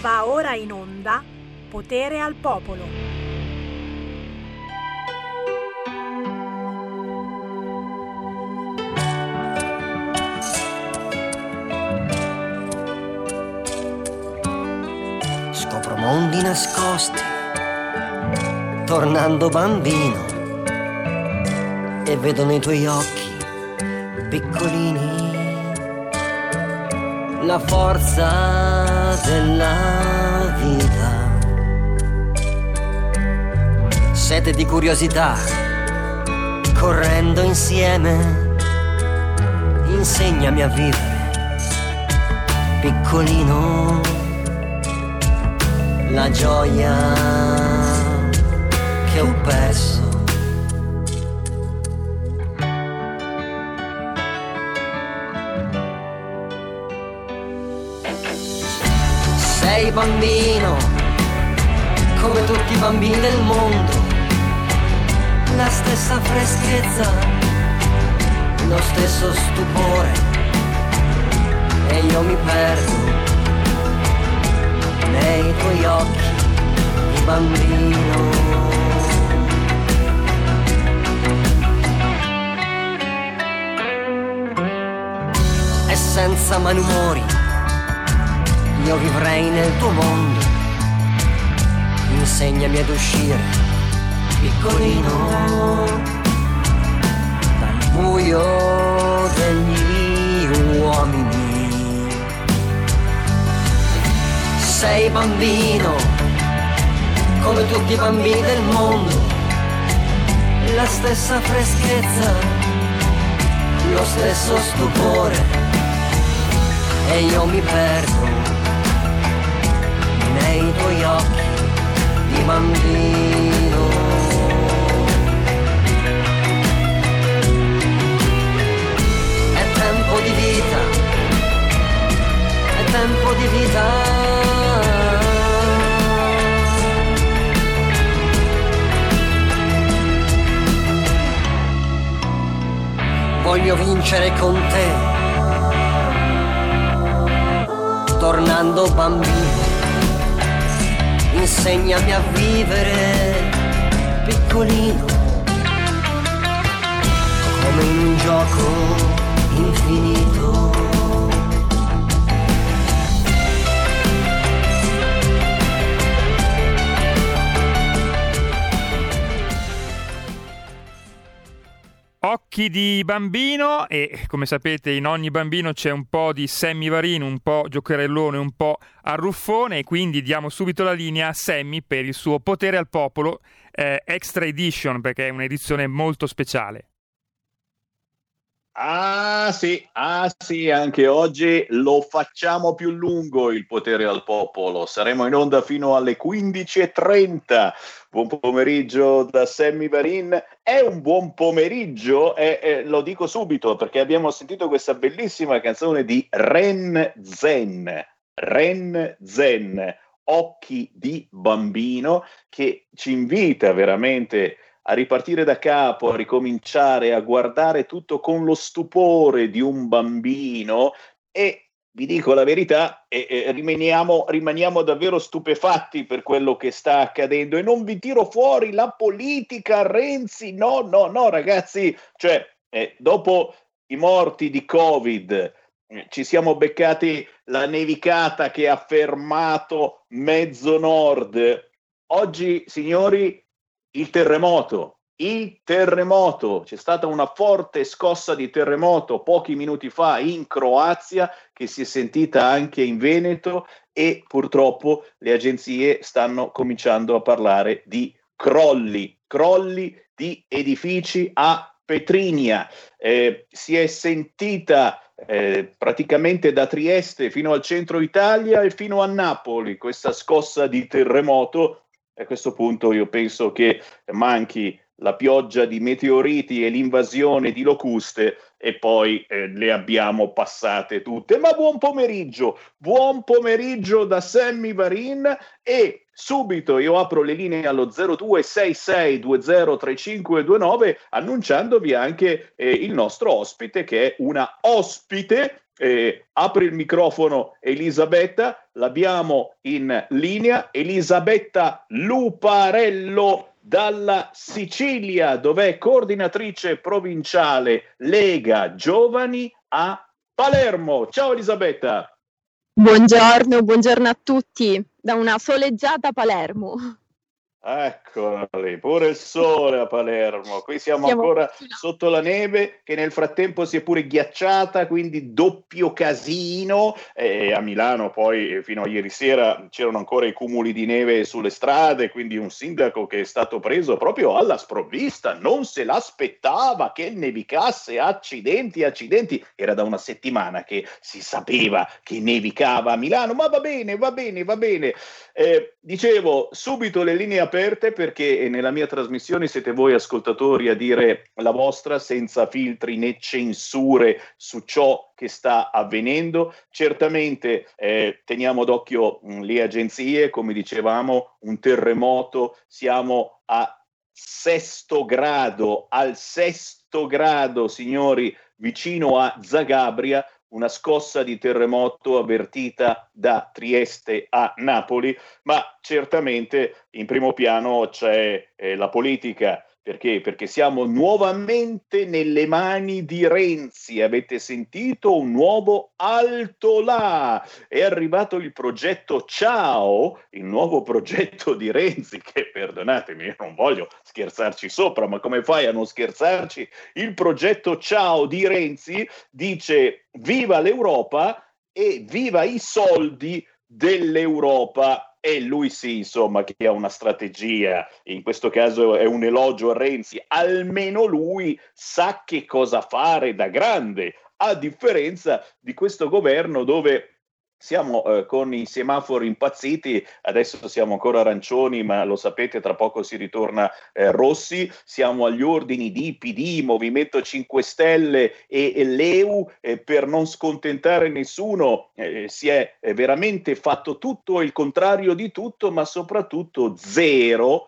Va ora in onda Potere al Popolo. Scopro mondi nascosti, tornando bambino, e vedo nei tuoi occhi piccolini la forza della vita, sete di curiosità, correndo insieme, insegnami a vivere, piccolino, la gioia che ho perso. Sei bambino, come tutti i bambini del mondo, la stessa freschezza, lo stesso stupore, e io mi perdo nei tuoi occhi di bambino. E senza malumori io vivrei nel tuo mondo, insegnami ad uscire, piccolino, dal buio degli uomini. Sei bambino, come tutti i bambini del mondo, la stessa freschezza, lo stesso stupore, e io mi perdo nei tuoi occhi di bambino. È tempo di vita, è tempo di vita. Voglio vincere con te, tornando bambino. Insegnami a vivere, piccolino, come in un gioco infinito. Occhi di bambino, e come sapete in ogni bambino c'è un po' di Sammy Varin, un po' giocherellone, un po' arruffone, e quindi diamo subito la linea a Sammy per il suo Potere al Popolo Extra Edition, perché è un'edizione molto speciale. Ah sì, anche oggi lo facciamo più lungo il Potere al Popolo. Saremo in onda fino alle 15:30. Buon pomeriggio da Sammy Varin. È un buon pomeriggio, lo dico subito, perché abbiamo sentito questa bellissima canzone di Ren Zen, Occhi di bambino, che ci invita veramente a ripartire da capo, a ricominciare a guardare tutto con lo stupore di un bambino. E vi dico la verità, rimaniamo davvero stupefatti per quello che sta accadendo, e non vi tiro fuori la politica Renzi, no ragazzi, cioè dopo i morti di Covid ci siamo beccati la nevicata che ha fermato mezzo nord. Oggi, signori, il terremoto, c'è stata una forte scossa di terremoto pochi minuti fa in Croazia, che si è sentita anche in Veneto, e purtroppo le agenzie stanno cominciando a parlare di crolli di edifici a Petrinia. Si è sentita praticamente da Trieste fino al centro Italia e fino a Napoli questa scossa di terremoto. A questo punto io penso che manchi la pioggia di meteoriti e l'invasione di locuste, e poi le abbiamo passate tutte. Ma buon pomeriggio da Sammy Varin, e subito io apro le linee allo 0266203529, annunciandovi anche il nostro ospite, che è una ospite Apri il microfono Elisabetta, l'abbiamo in linea. Elisabetta Luparello dalla Sicilia, dov'è coordinatrice provinciale Lega Giovani a Palermo. Ciao Elisabetta. Buongiorno a tutti da una soleggiata Palermo. Eccoli, pure il sole a Palermo. Qui siamo ancora sotto la neve che nel frattempo si è pure ghiacciata, quindi doppio casino. A Milano poi fino a ieri sera c'erano ancora i cumuli di neve sulle strade, quindi un sindaco che è stato preso proprio alla sprovvista, non se l'aspettava che nevicasse. Accidenti. Era da una settimana che si sapeva che nevicava a Milano, ma va bene. Dicevo, subito le linee aperte, perché nella mia trasmissione siete voi ascoltatori a dire la vostra senza filtri né censure su ciò che sta avvenendo. Certamente teniamo d'occhio le agenzie, come dicevamo, un terremoto, siamo al sesto grado, signori, vicino a Zagabria, una scossa di terremoto avvertita da Trieste a Napoli, ma certamente in primo piano c'è la politica. Perché? Perché siamo nuovamente nelle mani di Renzi. Avete sentito? Un nuovo Altolà. È arrivato il progetto Ciao, il nuovo progetto di Renzi, che, perdonatemi, io non voglio scherzarci sopra, ma come fai a non scherzarci? Il progetto Ciao di Renzi dice viva l'Europa e viva i soldi dell'Europa. E lui sì, insomma, che ha una strategia, in questo caso è un elogio a Renzi, almeno lui sa che cosa fare da grande, a differenza di questo governo dove siamo con i semafori impazziti, adesso siamo ancora arancioni, ma lo sapete, tra poco si ritorna rossi, siamo agli ordini di PD, Movimento 5 Stelle e l'EU, per non scontentare nessuno, si è veramente fatto tutto e il contrario di tutto, ma soprattutto zero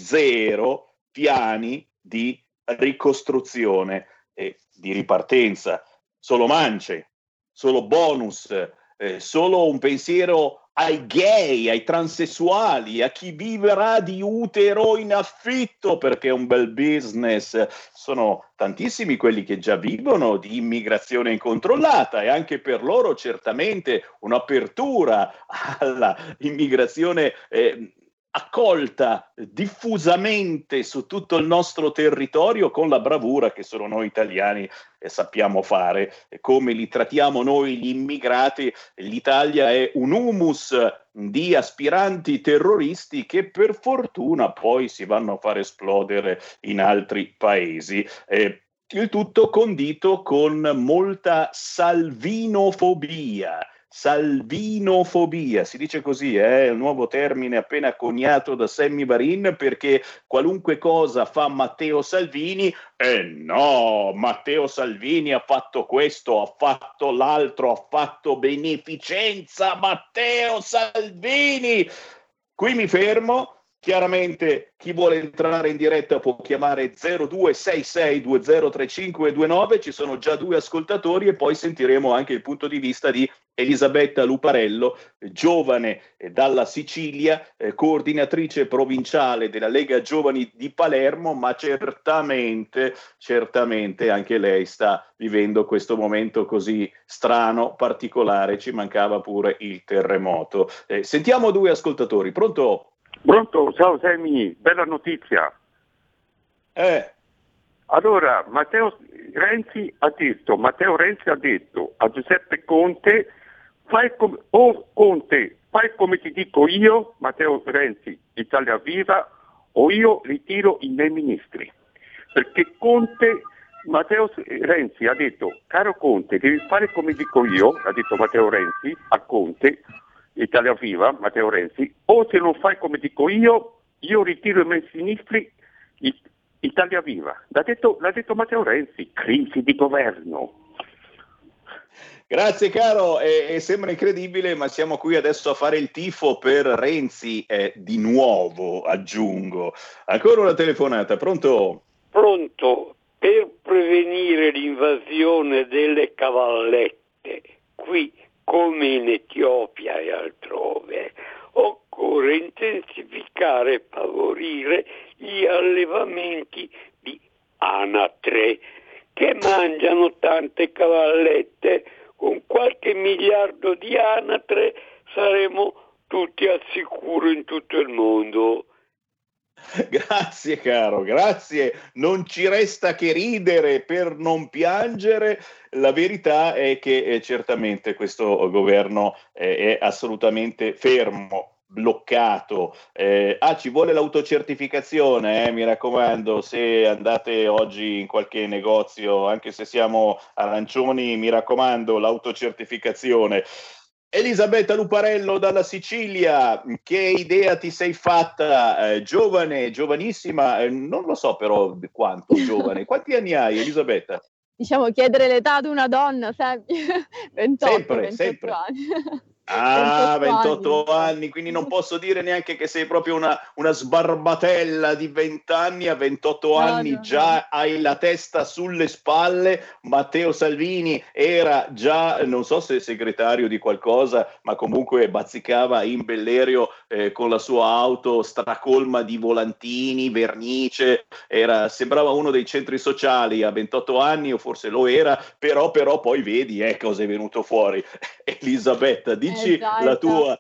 piani di ricostruzione e di ripartenza, solo mance, solo bonus, solo un pensiero ai gay, ai transessuali, a chi vivrà di utero in affitto perché è un bel business. Sono tantissimi quelli che già vivono di immigrazione incontrollata e anche per loro certamente un'apertura alla immigrazione accolta diffusamente su tutto il nostro territorio con la bravura che solo noi italiani sappiamo fare. Come li trattiamo noi gli immigrati, l'Italia è un humus di aspiranti terroristi che per fortuna poi si vanno a far esplodere in altri paesi. Il tutto condito con molta salvinofobia. Salvinofobia, si dice così, è il nuovo termine appena coniato da Sammy Varin, perché qualunque cosa fa Matteo Salvini, no, Matteo Salvini ha fatto questo, ha fatto l'altro, ha fatto beneficenza, Matteo Salvini! Qui mi fermo. Chiaramente chi vuole entrare in diretta può chiamare 0266203529, ci sono già 2 ascoltatori e poi sentiremo anche il punto di vista di Elisabetta Luparello, giovane dalla Sicilia, coordinatrice provinciale della Lega Giovani di Palermo, ma certamente anche lei sta vivendo questo momento così strano, particolare, ci mancava pure il terremoto. Sentiamo 2 ascoltatori, pronto? Pronto, ciao Sammy, bella notizia. Allora, Matteo Renzi ha detto a Giuseppe Conte, Conte, fai come ti dico io, Matteo Renzi, Italia Viva, o io ritiro i miei ministri. Perché Matteo Renzi ha detto, caro Conte, devi fare come dico io, ha detto Matteo Renzi a Conte, Italia Viva, Matteo Renzi, o se non fai come dico io ritiro i miei sinistri, Italia Viva. L'ha detto Matteo Renzi, crisi di governo. Grazie caro, sembra incredibile, ma siamo qui adesso a fare il tifo per Renzi, di nuovo, aggiungo. Ancora una telefonata, pronto? Pronto, per prevenire l'invasione delle cavallette parte, qui come in Etiopia e altrove, occorre intensificare e favorire gli allevamenti di anatre che mangiano tante cavallette. Con qualche miliardo di anatre saremo tutti al sicuro in tutto il mondo. Grazie caro, grazie. Non ci resta che ridere per non piangere. La verità è che certamente questo governo è assolutamente fermo, bloccato. Ci vuole l'autocertificazione, mi raccomando, se andate oggi in qualche negozio, anche se siamo arancioni, mi raccomando, l'autocertificazione. Elisabetta Luparello dalla Sicilia, che idea ti sei fatta? Giovane, giovanissima, non lo so però quanto giovane. Quanti anni hai, Elisabetta? Diciamo, chiedere l'età ad una donna, 28 sempre. anni. 28 anni, quindi non posso dire neanche che sei proprio una sbarbatella di 20 anni, a 28 anni già hai la testa sulle spalle. Matteo Salvini era già, non so se segretario di qualcosa, ma comunque bazzicava in Bellerio con la sua auto stracolma di volantini, vernice, sembrava uno dei centri sociali a 28 anni, o forse lo era, però poi vedi cosa è venuto fuori. Elisabetta, dici la tua.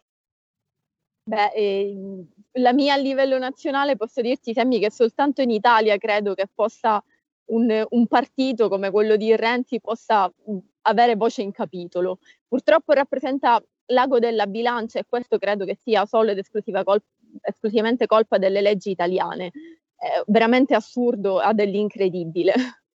La mia a livello nazionale posso dirti, Sammy, che soltanto in Italia credo che possa un partito come quello di Renzi possa avere voce in capitolo. Purtroppo rappresenta l'ago della bilancia e questo credo che sia solo ed esclusivamente colpa delle leggi italiane. È veramente assurdo, ha dell'incredibile.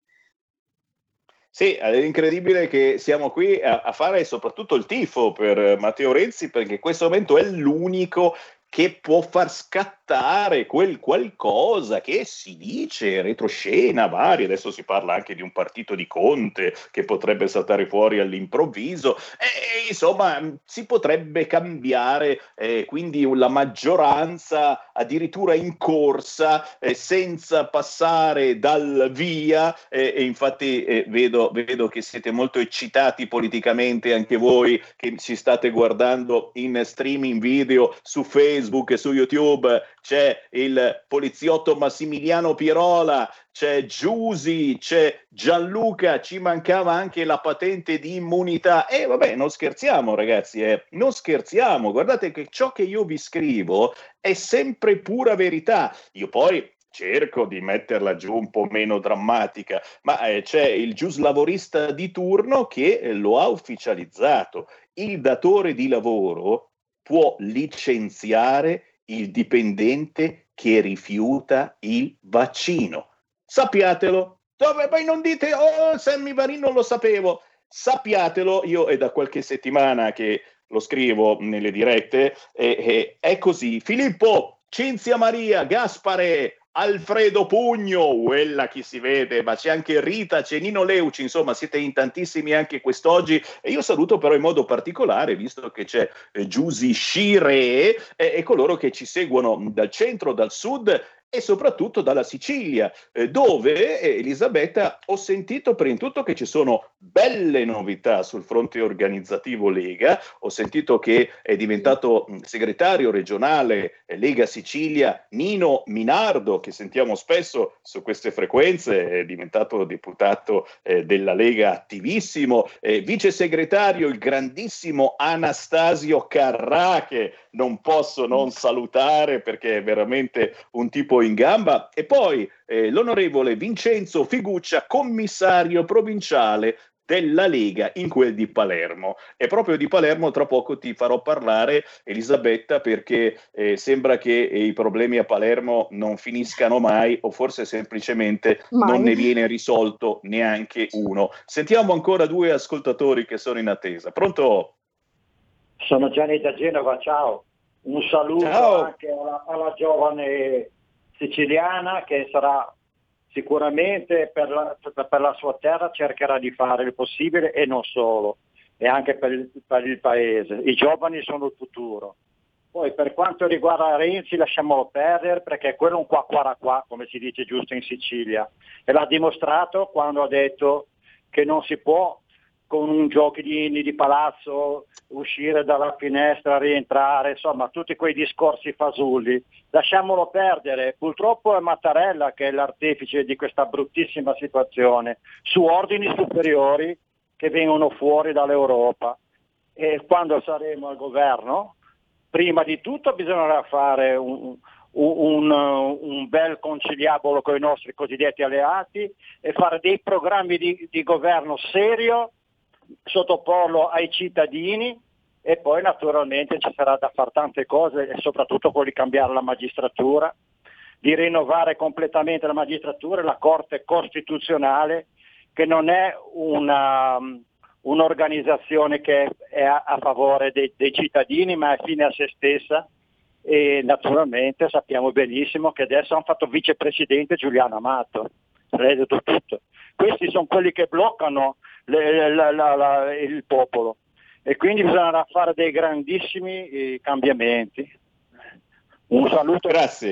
Sì, è incredibile che siamo qui a fare soprattutto il tifo per Matteo Renzi, perché in questo momento è l'unico che può far scattare quel qualcosa che si dice retroscena vari. Adesso si parla anche di un partito di Conte che potrebbe saltare fuori all'improvviso, insomma si potrebbe cambiare, quindi la maggioranza addirittura in corsa, senza passare dal via, e infatti vedo che siete molto eccitati politicamente anche voi che ci state guardando in streaming video su Facebook e su YouTube. C'è il poliziotto Massimiliano Pirola, c'è Giusi, c'è Gianluca, ci mancava anche la patente di immunità. Vabbè, non scherziamo ragazzi, non scherziamo. Guardate che ciò che io vi scrivo è sempre pura verità. Io poi cerco di metterla giù un po' meno drammatica, ma c'è il giuslavorista di turno che lo ha ufficializzato. Il datore di lavoro può licenziare il dipendente che rifiuta il vaccino. Sappiatelo. Poi non dite, Sammy Varin non lo sapevo. Sappiatelo, io è da qualche settimana che lo scrivo nelle dirette, è così. Filippo, Cinzia Maria, Gaspare, Alfredo Pugno, quella chi si vede, ma c'è anche Rita, c'è Nino Leuci, insomma siete in tantissimi anche quest'oggi, e io saluto però in modo particolare, visto che c'è Giusy Scire e coloro che ci seguono dal centro, dal sud e soprattutto dalla Sicilia, dove, Elisabetta, ho sentito prima di tutto che ci sono belle novità sul fronte organizzativo Lega. Ho sentito che è diventato segretario regionale Lega Sicilia Nino Minardo, che sentiamo spesso su queste frequenze, è diventato deputato della Lega attivissimo, vice segretario il grandissimo Anastasio Carrà, che non posso non salutare perché è veramente un tipo in gamba, e poi l'onorevole Vincenzo Figuccia, commissario provinciale della Lega in quel di Palermo. E proprio di Palermo tra poco ti farò parlare, Elisabetta, perché sembra che i problemi a Palermo non finiscano mai, o forse semplicemente non ne viene risolto neanche uno. Sentiamo ancora due ascoltatori che sono in attesa. Pronto? Sono Gianni da Genova, ciao. Un saluto anche alla giovane siciliana che sarà sicuramente per la sua terra, cercherà di fare il possibile e non solo, e anche per il paese. I giovani sono il futuro. Poi per quanto riguarda Renzi lasciamolo perdere, perché quello è un qua, come si dice giusto in Sicilia, e l'ha dimostrato quando ha detto che non si può con un giochini di palazzo, uscire dalla finestra, rientrare, insomma tutti quei discorsi fasulli. Lasciamolo perdere, purtroppo è Mattarella che è l'artefice di questa bruttissima situazione, su ordini superiori che vengono fuori dall'Europa. E quando saremo al governo, prima di tutto bisognerà fare un bel conciliabolo con i nostri cosiddetti alleati e fare dei programmi di governo serio, sottoporlo ai cittadini, e poi naturalmente ci sarà da fare tante cose, e soprattutto quello di cambiare la magistratura, di rinnovare completamente la magistratura e la Corte Costituzionale, che non è un'organizzazione che è a favore dei cittadini, ma è fine a se stessa. E naturalmente sappiamo benissimo che adesso hanno fatto vicepresidente Giuliano Amato, detto tutto. Questi sono quelli che bloccano il popolo, e quindi bisognerà fare dei grandissimi cambiamenti. Un saluto.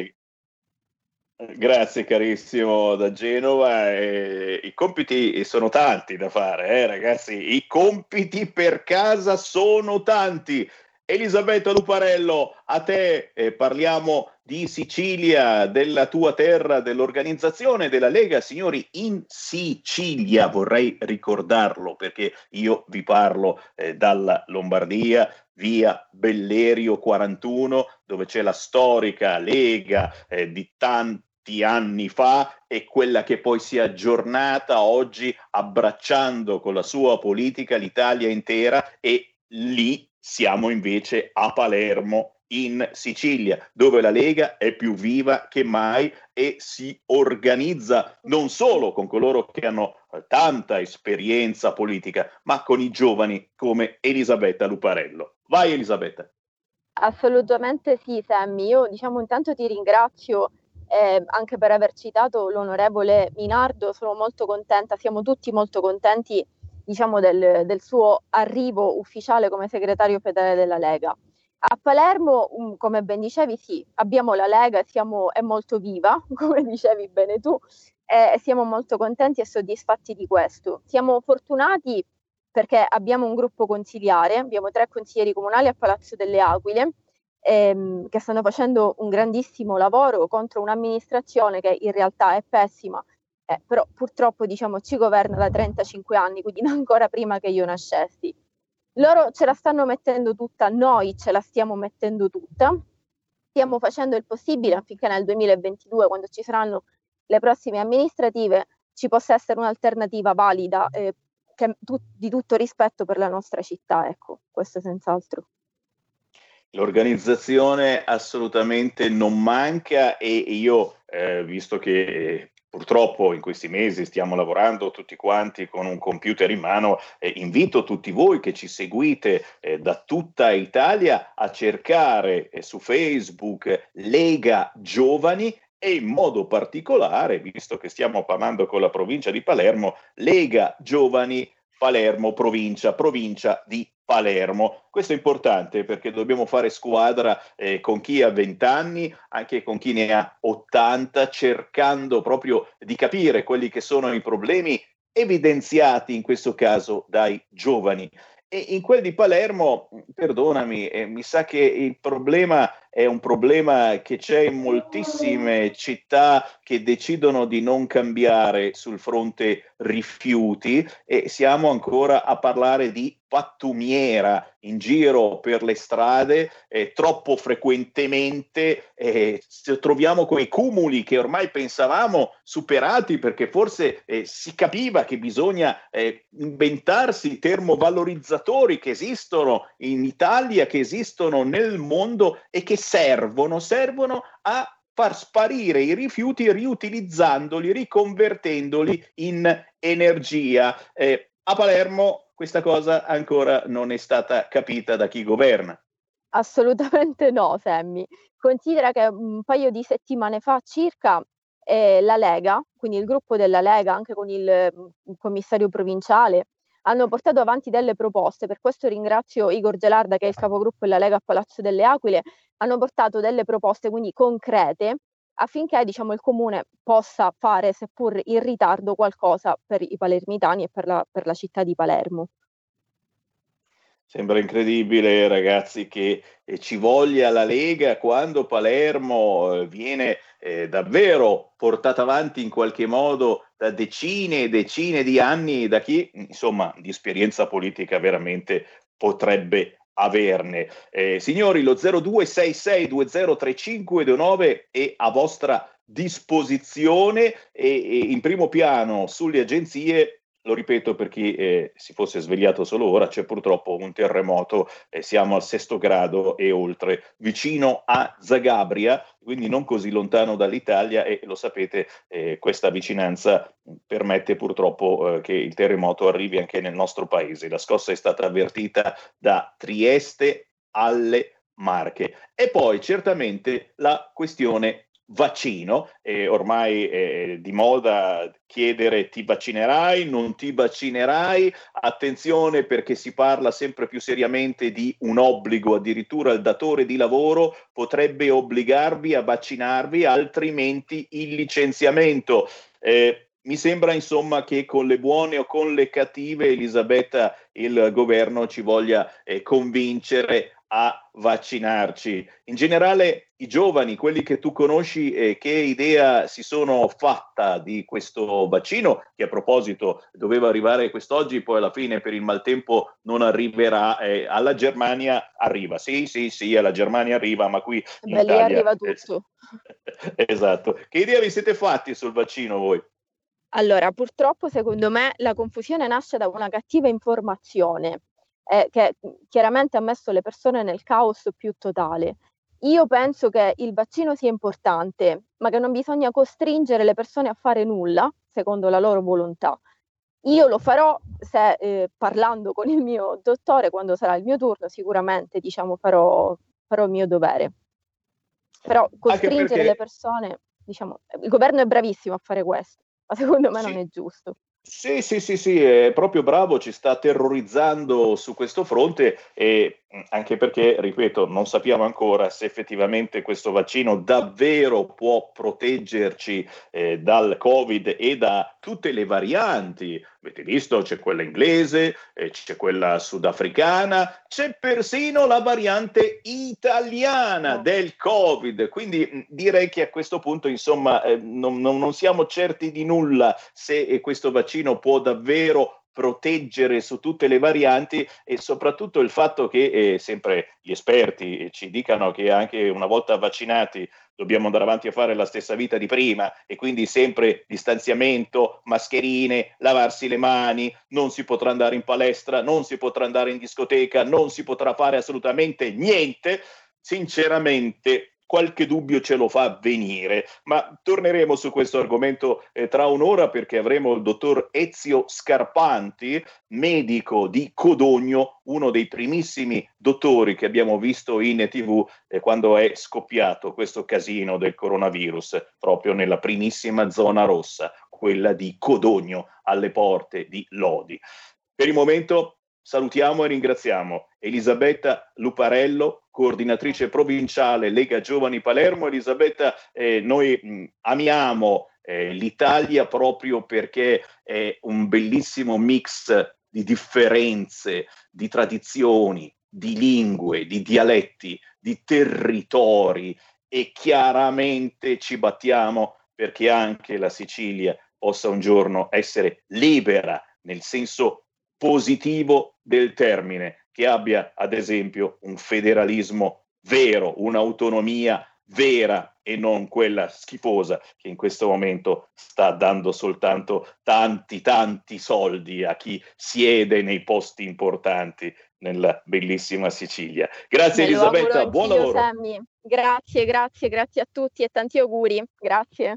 Grazie carissimo da Genova. I compiti sono tanti da fare, ragazzi, i compiti per casa sono tanti. Elisabetta Luparello, a te parliamo di Sicilia, della tua terra, dell'organizzazione della Lega. Signori, in Sicilia, vorrei ricordarlo perché io vi parlo dalla Lombardia, via Bellerio 41, dove c'è la storica Lega di tanti anni fa, e quella che poi si è aggiornata oggi abbracciando con la sua politica l'Italia intera, e lì siamo invece a Palermo, in Sicilia, dove la Lega è più viva che mai e si organizza non solo con coloro che hanno tanta esperienza politica, ma con i giovani come Elisabetta Luparello. Vai Elisabetta. Assolutamente sì, Sammy. Io intanto ti ringrazio anche per aver citato l'onorevole Minardo. Sono molto contenta, siamo tutti molto contenti del suo arrivo ufficiale come segretario federale della Lega. A Palermo, come ben dicevi, sì, abbiamo la Lega, è molto viva, come dicevi bene tu, e siamo molto contenti e soddisfatti di questo. Siamo fortunati perché abbiamo un gruppo consiliare, abbiamo 3 consiglieri comunali a Palazzo delle Aquile, che stanno facendo un grandissimo lavoro contro un'amministrazione che in realtà è pessima, però purtroppo ci governa da 35 anni, quindi ancora prima che io nascessi. Loro ce la stanno mettendo tutta, noi ce la stiamo mettendo tutta, stiamo facendo il possibile affinché nel 2022, quando ci saranno le prossime amministrative, ci possa essere un'alternativa valida di tutto rispetto per la nostra città, ecco, questo senz'altro. L'organizzazione assolutamente non manca, e io, visto che purtroppo in questi mesi stiamo lavorando tutti quanti con un computer in mano, invito tutti voi che ci seguite da tutta Italia a cercare su Facebook Lega Giovani, e in modo particolare, visto che stiamo parlando con la provincia di Palermo, Lega Giovani Palermo provincia di Palermo. Questo è importante perché dobbiamo fare squadra con chi ha 20 anni, anche con chi ne ha 80, cercando proprio di capire quelli che sono i problemi evidenziati in questo caso dai giovani. E in quel di Palermo, perdonami, mi sa che il problema è un problema che c'è in moltissime città che decidono di non cambiare sul fronte rifiuti, e siamo ancora a parlare di pattumiera in giro per le strade. Troppo frequentemente troviamo quei cumuli che ormai pensavamo superati, perché forse si capiva che bisogna inventarsi termovalorizzatori che esistono in Italia, che esistono nel mondo e che servono a far sparire i rifiuti riutilizzandoli, riconvertendoli in energia. A Palermo questa cosa ancora non è stata capita da chi governa. Assolutamente no, Sammy. Considera che un paio di settimane fa circa la Lega, quindi il gruppo della Lega, anche con il commissario provinciale, hanno portato avanti delle proposte. Per questo ringrazio Igor Gelarda, che è il capogruppo della Lega a Palazzo delle Aquile. Hanno portato delle proposte quindi concrete affinché il comune possa fare, seppur in ritardo, qualcosa per i palermitani e per la città di Palermo. Sembra incredibile, ragazzi, che ci voglia la Lega quando Palermo viene davvero portata avanti in qualche modo da decine e decine di anni da chi, insomma, di esperienza politica veramente potrebbe averne. Signori, lo 0266203529 è a vostra disposizione e in primo piano sulle agenzie. Lo ripeto per chi si fosse svegliato solo ora, c'è purtroppo un terremoto, siamo al 6° grado e oltre, vicino a Zagabria, quindi non così lontano dall'Italia, e lo sapete, questa vicinanza permette purtroppo che il terremoto arrivi anche nel nostro paese. La scossa è stata avvertita da Trieste alle Marche. E poi certamente la questione vaccino, ormai è di moda chiedere: ti vaccinerai, non ti vaccinerai? Attenzione, perché si parla sempre più seriamente di un obbligo, addirittura il datore di lavoro potrebbe obbligarvi a vaccinarvi, altrimenti il licenziamento. Mi sembra insomma che con le buone o con le cattive, Elisabetta, il governo ci voglia convincere a vaccinarci. In generale, i giovani, quelli che tu conosci, che idea si sono fatta di questo vaccino, che a proposito doveva arrivare quest'oggi, poi alla fine per il maltempo non arriverà. Alla Germania arriva, sì, alla Germania arriva, ma qui in Italia lì arriva tutto. Esatto. Che idea vi siete fatti sul vaccino voi? Allora, purtroppo secondo me la confusione nasce da una cattiva informazione che chiaramente ha messo le persone nel caos più totale. Io penso che il vaccino sia importante, ma che non bisogna costringere le persone a fare nulla secondo la loro volontà. Io lo farò se parlando con il mio dottore, quando sarà il mio turno, sicuramente farò il mio dovere. Però costringere le persone, il governo è bravissimo a fare questo, ma secondo me non è giusto. Sì, è proprio bravo, ci sta terrorizzando su questo fronte, e anche perché, ripeto, non sappiamo ancora se effettivamente questo vaccino davvero può proteggerci dal Covid e da tutte le varianti. Avete visto, c'è quella inglese, c'è quella sudafricana, c'è persino la variante italiana del Covid, quindi direi che a questo punto insomma non siamo certi di nulla se questo vaccino può davvero proteggere su tutte le varianti, e soprattutto il fatto che sempre gli esperti ci dicano che anche una volta vaccinati dobbiamo andare avanti a fare la stessa vita di prima, e quindi sempre distanziamento, mascherine, lavarsi le mani, non si potrà andare in palestra, non si potrà andare in discoteca, non si potrà fare assolutamente niente. Sinceramente qualche dubbio ce lo fa venire, ma torneremo su questo argomento tra un'ora, perché avremo il dottor Ezio Scarpanti, medico di Codogno, uno dei primissimi dottori che abbiamo visto in TV quando è scoppiato questo casino del coronavirus, proprio nella primissima zona rossa, quella di Codogno, alle porte di Lodi. Per il momento salutiamo e ringraziamo Elisabetta Luparello, coordinatrice provinciale Lega Giovani Palermo. Elisabetta, noi amiamo l'Italia proprio perché è un bellissimo mix di differenze, di tradizioni, di lingue, di dialetti, di territori, e chiaramente ci battiamo perché anche la Sicilia possa un giorno essere libera nel senso positivo del termine, che abbia ad esempio un federalismo vero, un'autonomia vera e non quella schifosa che in questo momento sta dando soltanto tanti soldi a chi siede nei posti importanti nella bellissima Sicilia. Grazie Elisabetta, buon lavoro. Sammy. Grazie a tutti e tanti auguri. Grazie.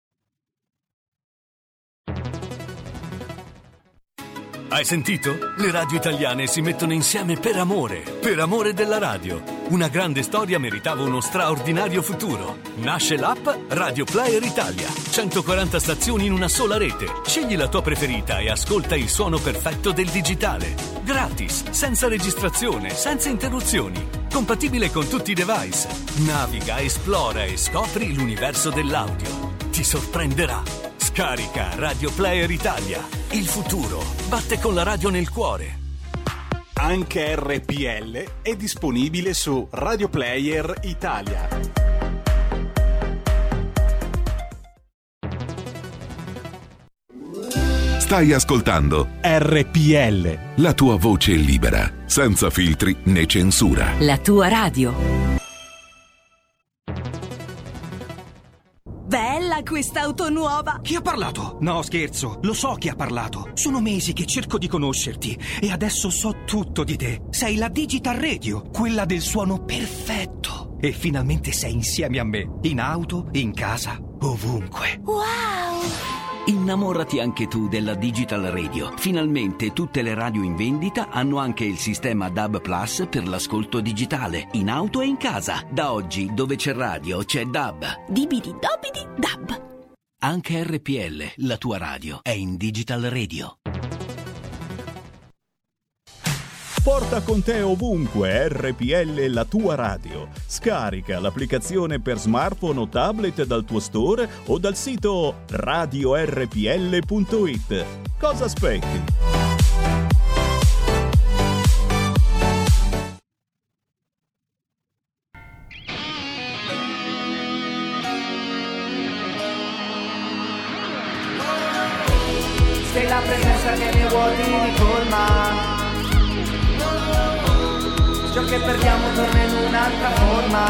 Hai sentito? Le radio italiane si mettono insieme per amore della radio. Una grande storia meritava uno straordinario futuro. Nasce l'app Radio Player Italia. 140 stazioni in una sola rete. Scegli la tua preferita e ascolta il suono perfetto del digitale. Gratis, senza registrazione, senza interruzioni. Compatibile con tutti i device. Naviga, esplora e scopri l'universo dell'audio. Ti sorprenderà. Scarica Radio Player Italia. Il futuro batte con la radio nel cuore. Anche RPL è disponibile su Radio Player Italia. Stai ascoltando RPL, la tua voce libera, senza filtri né censura. La tua radio. Bella quest'auto nuova! Chi ha parlato? No, scherzo, lo so chi ha parlato. Sono mesi che cerco di conoscerti e adesso so tutto di te. Sei la Digital Radio, quella del suono perfetto. E finalmente sei insieme a me, in auto, in casa, ovunque. Wow! Innamorati anche tu della Digital Radio. Finalmente tutte le radio in vendita hanno anche il sistema DAB Plus per l'ascolto digitale, in auto e in casa. Da oggi, dove c'è radio, c'è DAB. Dibidi dobidi DAB. Anche RPL, la tua radio, è in Digital Radio. Porta con te ovunque RPL, la tua radio. Scarica l'applicazione per smartphone o tablet dal tuo store o dal sito radiorpl.it. Cosa aspetti? Sei la presenza che nei vuoti ricolma. Ciò che perdiamo torna in un'altra forma.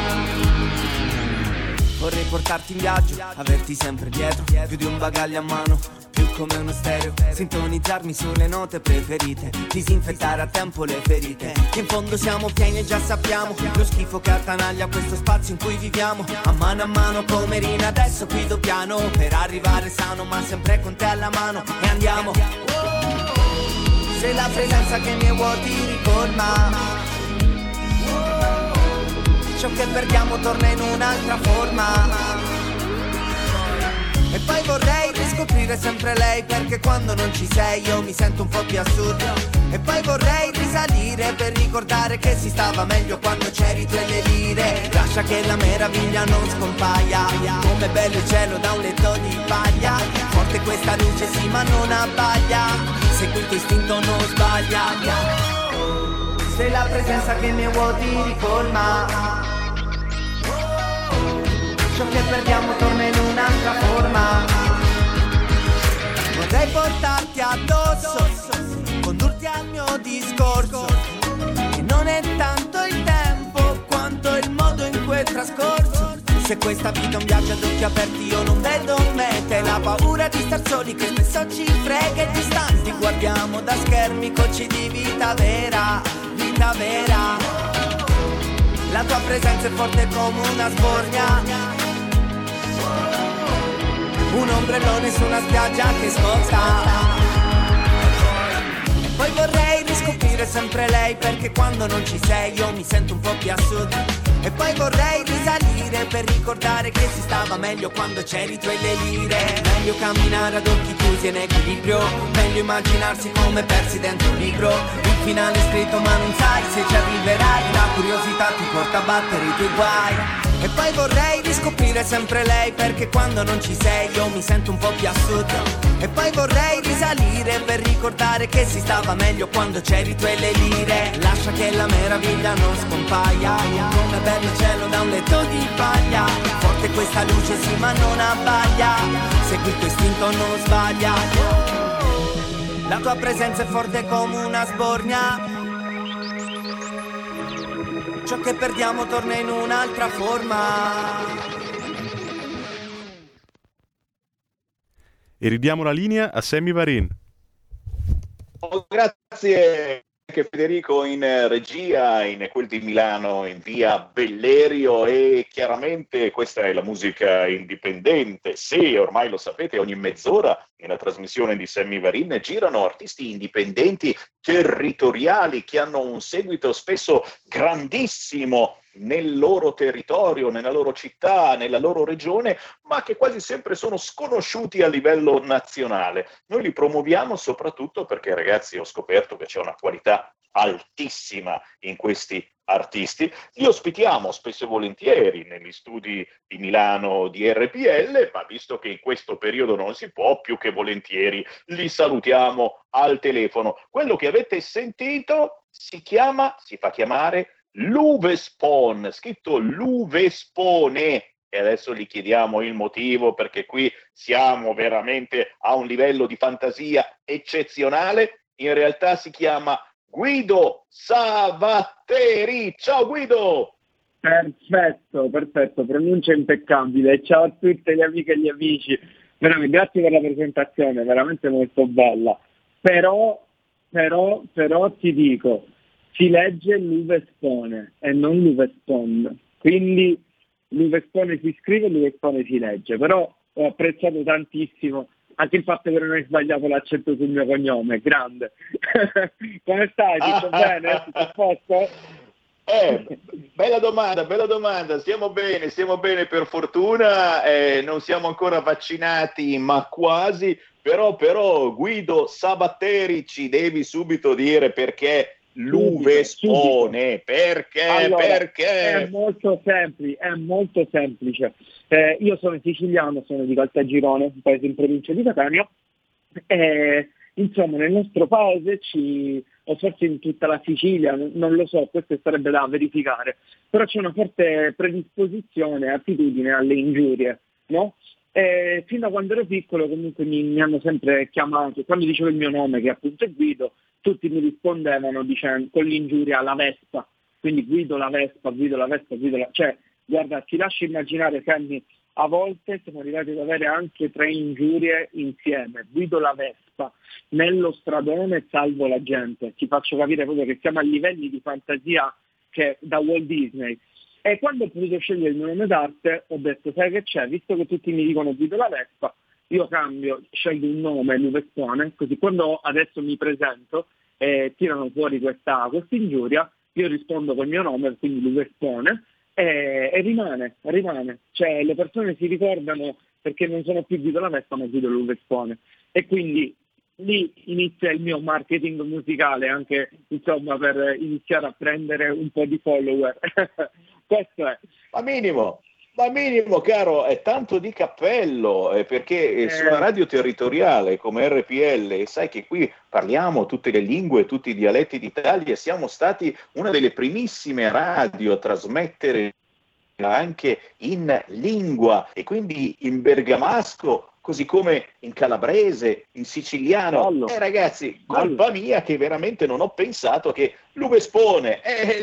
Vorrei portarti in viaggio, averti sempre dietro, più di un bagaglio a mano, più come uno stereo. Sintonizzarmi sulle note preferite, disinfettare a tempo le ferite. Che in fondo siamo pieni e già sappiamo lo schifo che attanaglia questo spazio in cui viviamo. A mano come Rina adesso guido piano, per arrivare sano ma sempre con te alla mano. E andiamo. Sei la presenza che i miei vuoti ricolma. Ciò che perdiamo torna in un'altra forma. E poi vorrei riscoprire sempre lei, perché quando non ci sei io mi sento un po' più assurdo. E poi vorrei risalire per ricordare che si stava meglio quando c'eri tu e le lire. Lascia che la meraviglia non scompaia, come bello il cielo da un letto di paglia. Forte questa luce sì ma non abbaglia, segui il tuo istinto non sbaglia. Sei la presenza che i miei vuoti ricolma. Ciò che perdiamo torna in un'altra forma. Vorrei portarti addosso, condurti al mio discorso, che non è tanto il tempo quanto il modo in cui è trascorso. Se questa vita è un viaggio ad occhi aperti io non vedo mete. La paura di star soli che spesso ci frega e distanti. Guardiamo da schermi cocci di vita vera, vita vera. La tua presenza è forte come una sbornia, un ombrellone su una spiaggia che scotta. E poi vorrei riscoprire sempre lei, perché quando non ci sei io mi sento un po' più a sud. E poi vorrei risalire per ricordare che si stava meglio quando c'eri tu e le lire. Meglio camminare ad occhi chiusi in equilibrio, meglio immaginarsi come persi dentro un libro. Il finale è scritto ma non sai se ci arriverai, la curiosità ti porta a battere i tuoi guai. E poi vorrei riscoprire sempre lei, perché quando non ci sei io mi sento un po' più a sud. E poi vorrei risalire per ricordare che si stava meglio quando c'eri tu e le lire. Lascia che la meraviglia non scompaia, come bello cielo da un letto di paglia. Forte questa luce sì ma non abbaglia, segui il tuo istinto non sbaglia. La tua presenza è forte come una sbornia, ciò che perdiamo torna in un'altra forma. E ridiamo la linea a Sammy Varin. Oh, grazie anche Federico in regia, in quel di Milano, in via Bellerio. E chiaramente questa è la musica indipendente. Sì, ormai lo sapete, ogni mezz'ora nella trasmissione di Sammy Varin girano artisti indipendenti territoriali che hanno un seguito spesso grandissimo nel loro territorio, nella loro città, nella loro regione, ma che quasi sempre sono sconosciuti a livello nazionale. Noi li promuoviamo soprattutto perché, ragazzi, ho scoperto che c'è una qualità altissima in questi artisti. Li ospitiamo spesso e volentieri negli studi di Milano di RPL, ma visto che in questo periodo non si può, più che volentieri li salutiamo al telefono. Quello che avete sentito si fa chiamare Luvespone, scritto Luvespone, e adesso gli chiediamo il motivo, perché qui siamo veramente a un livello di fantasia eccezionale. In realtà si chiama Guido Savatteri. Ciao Guido! Perfetto, pronuncia impeccabile. Ciao a tutte le amiche e gli amici. Veramente, grazie per la presentazione, veramente molto bella. Però ti dico, si legge Luvespone e non Luvespone. Quindi Luvespone si scrive e Luvespone si legge. Però ho apprezzato tantissimo anche il fatto che non hai sbagliato l'accento sul mio cognome, grande. Come stai? Tutto bene? Tutto a posto? Bella domanda. Stiamo bene per fortuna, non siamo ancora vaccinati, ma quasi, però Guido Savatteri, ci devi subito dire perché Luvespone, perché? È molto semplice. Io sono siciliano, sono di Caltagirone, un paese in provincia di Catania, e insomma nel nostro paese o forse in tutta la Sicilia, non lo so, questo sarebbe da verificare, però c'è una forte predisposizione, attitudine alle ingiurie, no? Fino da quando ero piccolo comunque mi hanno sempre chiamato, quando dicevo il mio nome, che appunto è Guido, tutti mi rispondevano dicendo con l'ingiuria la Vespa, quindi Guido la Vespa, cioè guarda, ti lascio immaginare, Sammy, a volte siamo arrivati ad avere anche 3 ingiurie insieme. Guido la Vespa, nello stradone salvo la gente. Ti faccio capire proprio che siamo a livelli di fantasia che da Walt Disney. E quando ho potuto scegliere il mio nome d'arte, ho detto, sai che c'è? Visto che tutti mi dicono Guido la Vespa, io cambio, scelgo un nome, Luvespone, così quando adesso mi presento e tirano fuori questa ingiuria, io rispondo col mio nome, quindi Luvespone, e rimane. Cioè le persone si ricordano perché non sono più Guido la Vespa, ma Guido Luvespone. E quindi lì inizia il mio marketing musicale, anche insomma per iniziare a prendere un po' di follower. Questo è. Ma minimo, caro, è tanto di cappello, perché su una radio territoriale come RPL, sai che qui parliamo tutte le lingue, tutti i dialetti d'Italia, siamo stati una delle primissime radio a trasmettere anche in lingua, e quindi in bergamasco, così come in calabrese, in siciliano. Ragazzi, colpa mia che veramente non ho pensato che Luvespone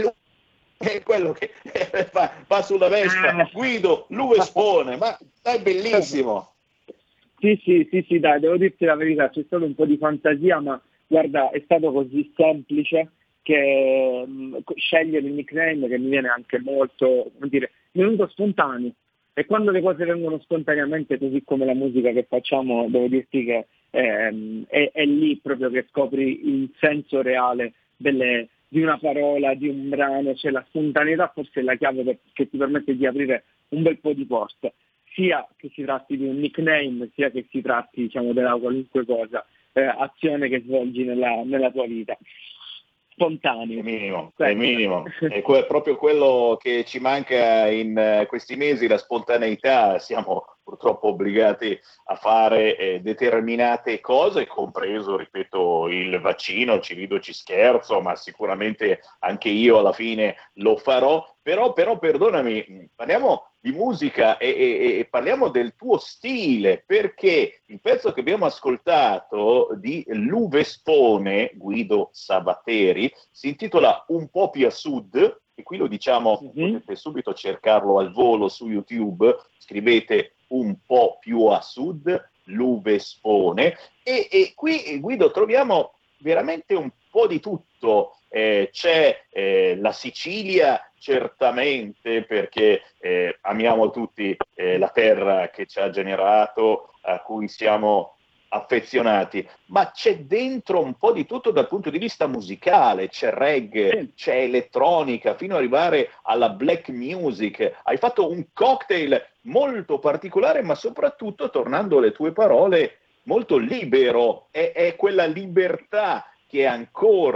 è quello che va sulla Vespa, Guido Luvespone, ma è bellissimo. Sì, dai, devo dirti la verità, c'è stato un po' di fantasia, ma guarda, è stato così semplice che scegliere il nickname, che mi viene anche molto, come dire, mi è venuto spontaneo. E quando le cose vengono spontaneamente, così come la musica che facciamo, devo dirti che è lì proprio che scopri il senso reale di una parola, di un brano, cioè la spontaneità forse è la chiave che ti permette di aprire un bel po' di porte, sia che si tratti di un nickname, sia che si tratti, diciamo, della qualunque cosa, azione che svolgi nella tua vita. Spontaneo. È minimo. È proprio quello che ci manca in questi mesi, la spontaneità. Siamo purtroppo obbligati a fare determinate cose, compreso, ripeto, il vaccino, ci rido, ci scherzo, ma sicuramente anche io alla fine lo farò. Però perdonami, parliamo di musica e parliamo del tuo stile, perché il pezzo che abbiamo ascoltato di Luvespone, Guido Savatteri, si intitola Un po' più a sud, e qui lo diciamo, potete subito cercarlo al volo su YouTube, scrivete Un po' più a sud, Luvespone, e qui, Guido, troviamo veramente un po' di tutto. C'è la Sicilia, certamente, perché amiamo tutti la terra che ci ha generato, a cui siamo affezionati, ma c'è dentro un po' di tutto dal punto di vista musicale, c'è reggae, c'è elettronica, fino ad arrivare alla black music. Hai fatto un cocktail molto particolare, ma soprattutto, tornando alle tue parole, molto libero. È quella libertà che ancora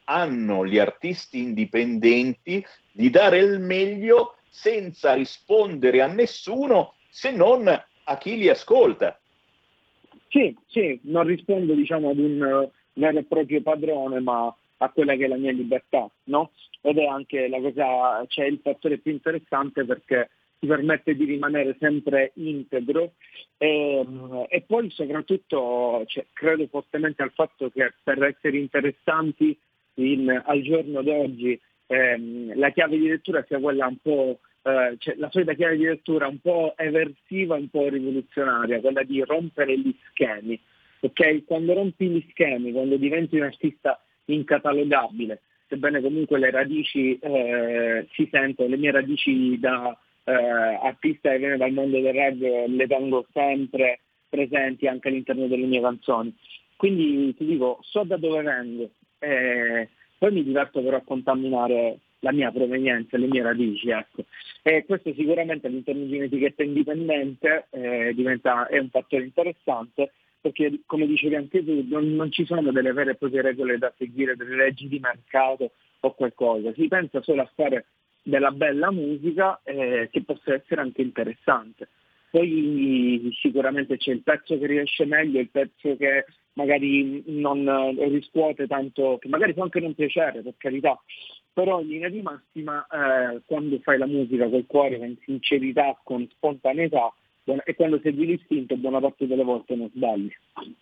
hanno gli artisti indipendenti di dare il meglio senza rispondere a nessuno se non a chi li ascolta. Sì, non rispondo diciamo ad un vero e proprio padrone, ma a quella che è la mia libertà, no? Ed è anche la cosa, c'è il fattore più interessante perché ti permette di rimanere sempre integro e poi soprattutto credo fortemente al fatto che per essere interessanti al giorno d'oggi la chiave di lettura sia quella un po' la solita chiave di lettura un po' eversiva, un po' rivoluzionaria, quella di rompere gli schemi, ok? Quando rompi gli schemi, quando diventi un artista incatalogabile, sebbene comunque le radici si sentono, le mie radici da artista che viene dal mondo del rap le tengo sempre presenti anche all'interno delle mie canzoni, quindi ti dico, so da dove vengo, poi mi diverto però a contaminare la mia provenienza, le mie radici, ecco. E questo sicuramente all'interno di un'etichetta indipendente è un fattore interessante, perché come dicevi anche tu non ci sono delle vere e proprie regole da seguire, delle leggi di mercato o qualcosa, si pensa solo a fare della bella musica che possa essere anche interessante. Poi sicuramente c'è il pezzo che riesce meglio, il pezzo che magari non riscuote tanto, che magari può anche non piacere, per carità, però in linea di massima quando fai la musica col cuore, con sincerità, con spontaneità e quando segui l'istinto, buona parte delle volte non sbagli.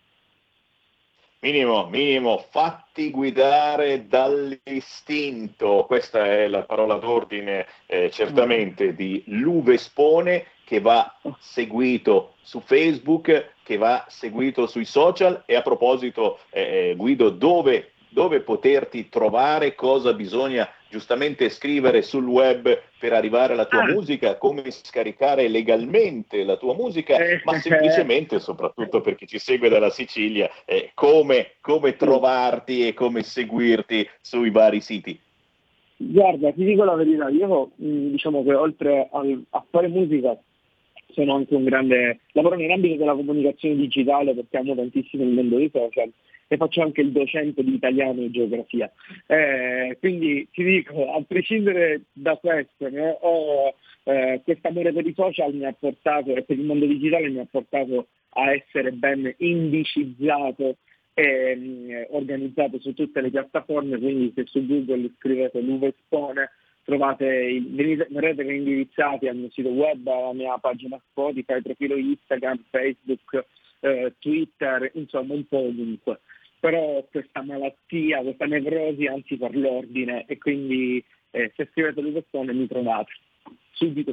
Minimo, fatti guidare dall'istinto, questa è la parola d'ordine certamente di Luvespone, che va seguito su Facebook, che va seguito sui social. E a proposito, Guido, dove poterti trovare, cosa bisogna giustamente scrivere sul web per arrivare alla tua musica, come scaricare legalmente la tua musica, ma semplicemente, soprattutto per chi ci segue dalla Sicilia, come trovarti e come seguirti sui vari siti. Guarda, ti dico la verità, io diciamo che oltre a fare musica sono anche lavoro nell'ambito della comunicazione digitale, perché amo tantissimo il mondo dei social e faccio anche il docente di italiano e geografia. Quindi ti dico, a prescindere da questo, questo amore per i social mi ha portato, e per il mondo digitale mi ha portato a essere ben indicizzato e organizzato su tutte le piattaforme, quindi se su Google scrivete Luvespone verrete indirizzati al mio sito web, alla mia pagina Spotify, profilo Instagram, Facebook, Twitter, insomma un po' ovunque. Però questa malattia, questa nevrosi, anzi per l'ordine, e quindi se scrivete Luvespone mi trovate subito.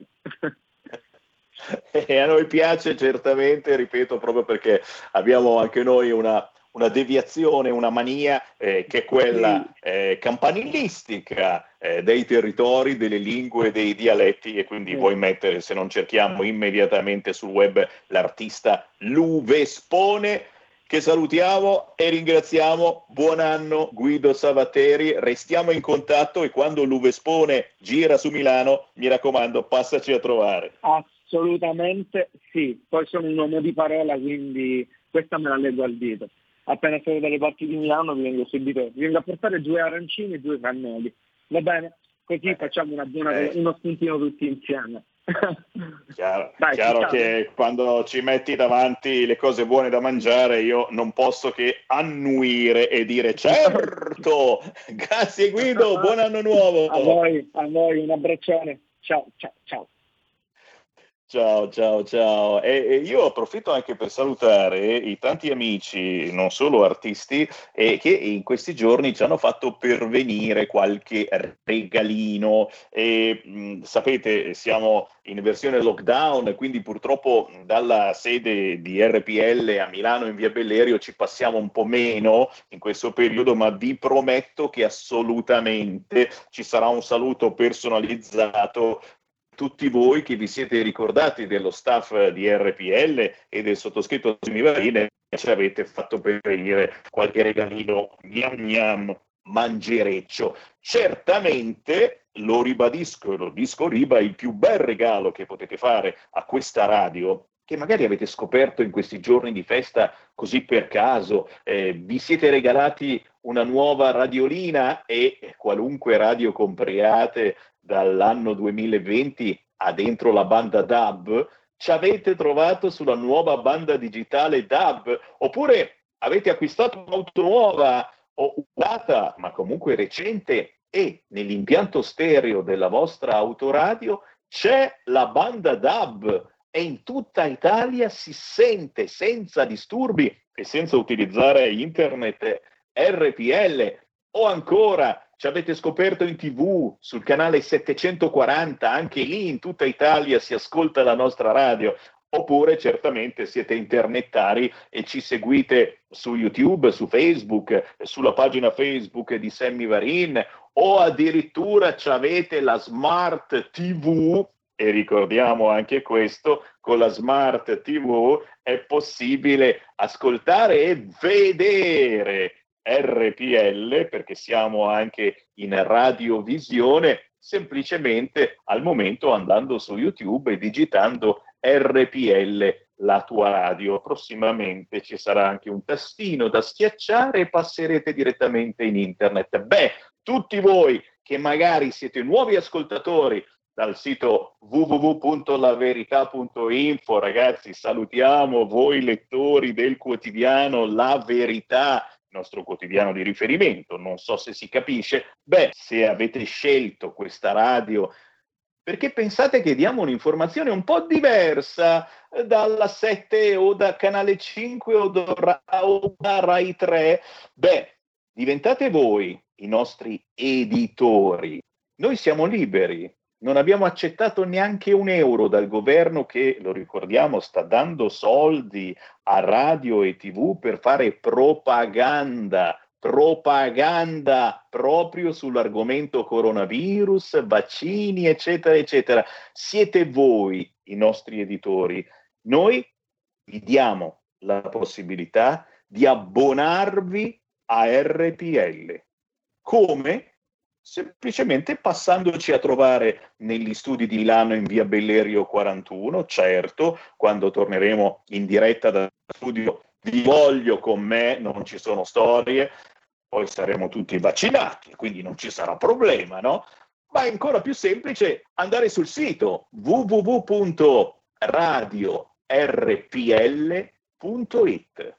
E a noi piace certamente, ripeto, proprio perché abbiamo anche noi una deviazione, una mania che è quella campanilistica dei territori, delle lingue, dei dialetti, e quindi vuoi mettere, se non cerchiamo immediatamente sul web, l'artista Luvespone, che salutiamo e ringraziamo. Buon anno Guido Savateri, restiamo in contatto e quando Luvespone gira su Milano, mi raccomando, passaci a trovare. Assolutamente sì, poi sono un uomo di parola, quindi questa me la leggo al dito. Appena sono dalle parti di Milano vi vengo a portare 2 arancini e 2 cannoli, va bene? Così facciamo uno spuntino tutti insieme. Chiaro che quando ci metti davanti le cose buone da mangiare io non posso che annuire e dire certo. Grazie Guido, buon anno nuovo. A voi, un abbraccione, ciao. Ciao. E io approfitto anche per salutare i tanti amici, non solo artisti, che in questi giorni ci hanno fatto pervenire qualche regalino. Sapete, siamo in versione lockdown, quindi purtroppo dalla sede di RPL a Milano in via Bellerio ci passiamo un po' meno in questo periodo, ma vi prometto che assolutamente ci sarà un saluto personalizzato. Tutti voi che vi siete ricordati dello staff di RPL e del sottoscritto Semivarine, ci avete fatto pervenire qualche regalino gnam mangereccio. Certamente, lo ribadisco e lo disco riba, il più bel regalo che potete fare a questa radio che magari avete scoperto in questi giorni di festa così per caso, vi siete regalati una nuova radiolina e qualunque radio compriate dall'anno 2020 ha dentro la banda DAB, ci avete trovato sulla nuova banda digitale DAB, oppure avete acquistato un'auto nuova o usata, ma comunque recente, e nell'impianto stereo della vostra autoradio c'è la banda DAB e in tutta Italia si sente senza disturbi e senza utilizzare internet RPL. O ancora ci avete scoperto in TV sul canale 740, anche lì in tutta Italia si ascolta la nostra radio. Oppure certamente siete internettari e ci seguite su YouTube, su Facebook, sulla pagina Facebook di Sammy Varin, o addirittura ci avete la Smart TV. E ricordiamo anche questo, con la Smart TV è possibile ascoltare e vedere RPL, perché siamo anche in radiovisione, semplicemente al momento andando su YouTube e digitando RPL, la tua radio. Prossimamente ci sarà anche un tastino da schiacciare e passerete direttamente in internet. Beh, tutti voi che magari siete nuovi ascoltatori dal sito www.laverità.info, ragazzi, salutiamo voi lettori del quotidiano La Verità, nostro quotidiano di riferimento. Non so se si capisce. Beh, se avete scelto questa radio perché pensate che diamo un'informazione un po' diversa dalla 7 o da Canale 5 o da Rai 3, beh, diventate voi i nostri editori. Noi siamo liberi, non abbiamo accettato neanche un euro dal governo che, lo ricordiamo, sta dando soldi a radio e TV per fare propaganda proprio sull'argomento coronavirus, vaccini, eccetera, eccetera. Siete voi i nostri editori. Noi vi diamo la possibilità di abbonarvi a RPL. Come? Semplicemente passandoci a trovare negli studi di Milano in via Bellerio 41, certo, quando torneremo in diretta dallo studio Vi voglio con me, non ci sono storie, poi saremo tutti vaccinati, quindi non ci sarà problema, no? Ma è ancora più semplice andare sul sito www.radiorpl.it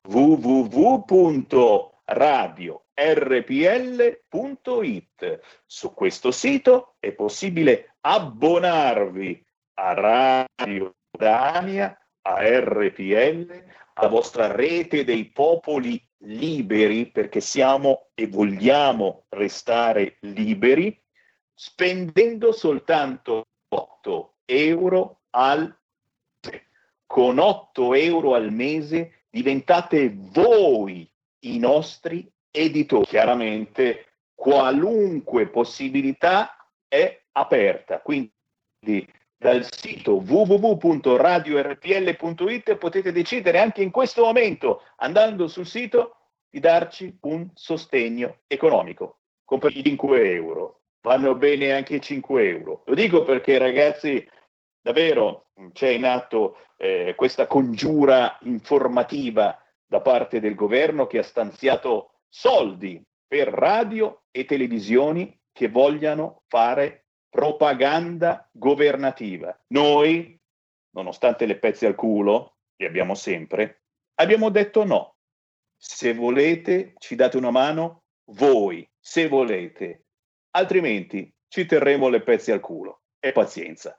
www.radiorpl.it. Su questo sito è possibile abbonarvi a Radio Padania, a RPL, alla vostra rete dei popoli liberi, perché siamo e vogliamo restare liberi, spendendo soltanto 8 euro al mese. Con 8 euro al mese diventate voi i nostri editori. Chiaramente qualunque possibilità è aperta, quindi dal sito www.radiorpl.it potete decidere anche in questo momento, andando sul sito, di darci un sostegno economico. Con 5 euro, vanno bene anche 5 euro. Lo dico perché, ragazzi, davvero c'è in atto questa congiura informativa da parte del governo che ha stanziato soldi per radio e televisioni che vogliano fare propaganda governativa. Noi, nonostante le pezze al culo, che abbiamo sempre, abbiamo detto no. Se volete, ci date una mano voi, se volete. Altrimenti ci terremo le pezze al culo. E pazienza.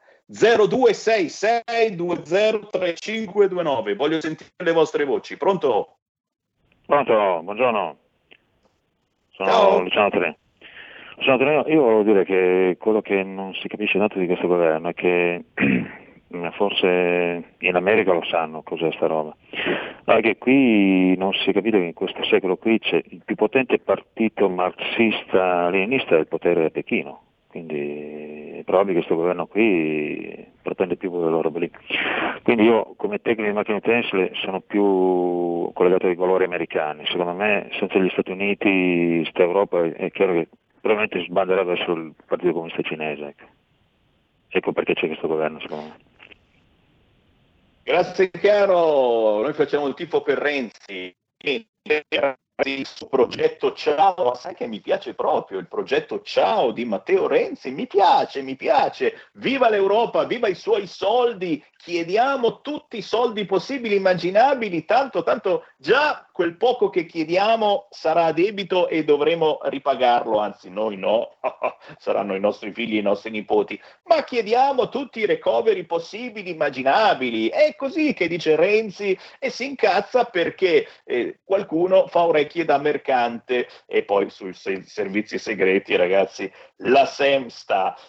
0266203529. Voglio sentire le vostre voci. Pronto? Pronto, buongiorno. Sono Ciao. Luciano Tre. Io volevo dire che quello che non si capisce tanto di questo governo è che forse in America lo sanno cos'è sta roba, ma che qui non si è capito che in questo secolo qui c'è il più potente partito marxista-leninista è il potere a Pechino, quindi è probabile che questo governo qui pretende più quelle robe lì. Quindi io come tecnico di macchine tensile sono più collegato ai valori americani. Secondo me senza gli Stati Uniti, questa Europa è chiaro che probabilmente sbanderà verso il Partito Comunista Cinese. Ecco perché c'è questo governo, secondo me. Grazie caro, noi facciamo il tifo per Renzi. Il progetto Ciao, sai che mi piace proprio il progetto Ciao di Matteo Renzi, mi piace, viva l'Europa, viva i suoi soldi, chiediamo tutti i soldi possibili, immaginabili, tanto già quel poco che chiediamo sarà a debito e dovremo ripagarlo, anzi noi no, saranno i nostri figli, i nostri nipoti, ma chiediamo tutti i recovery possibili, immaginabili, è così che dice Renzi e si incazza perché qualcuno fa orecchie da mercante e poi sui servizi segreti, ragazzi, la SEM sta.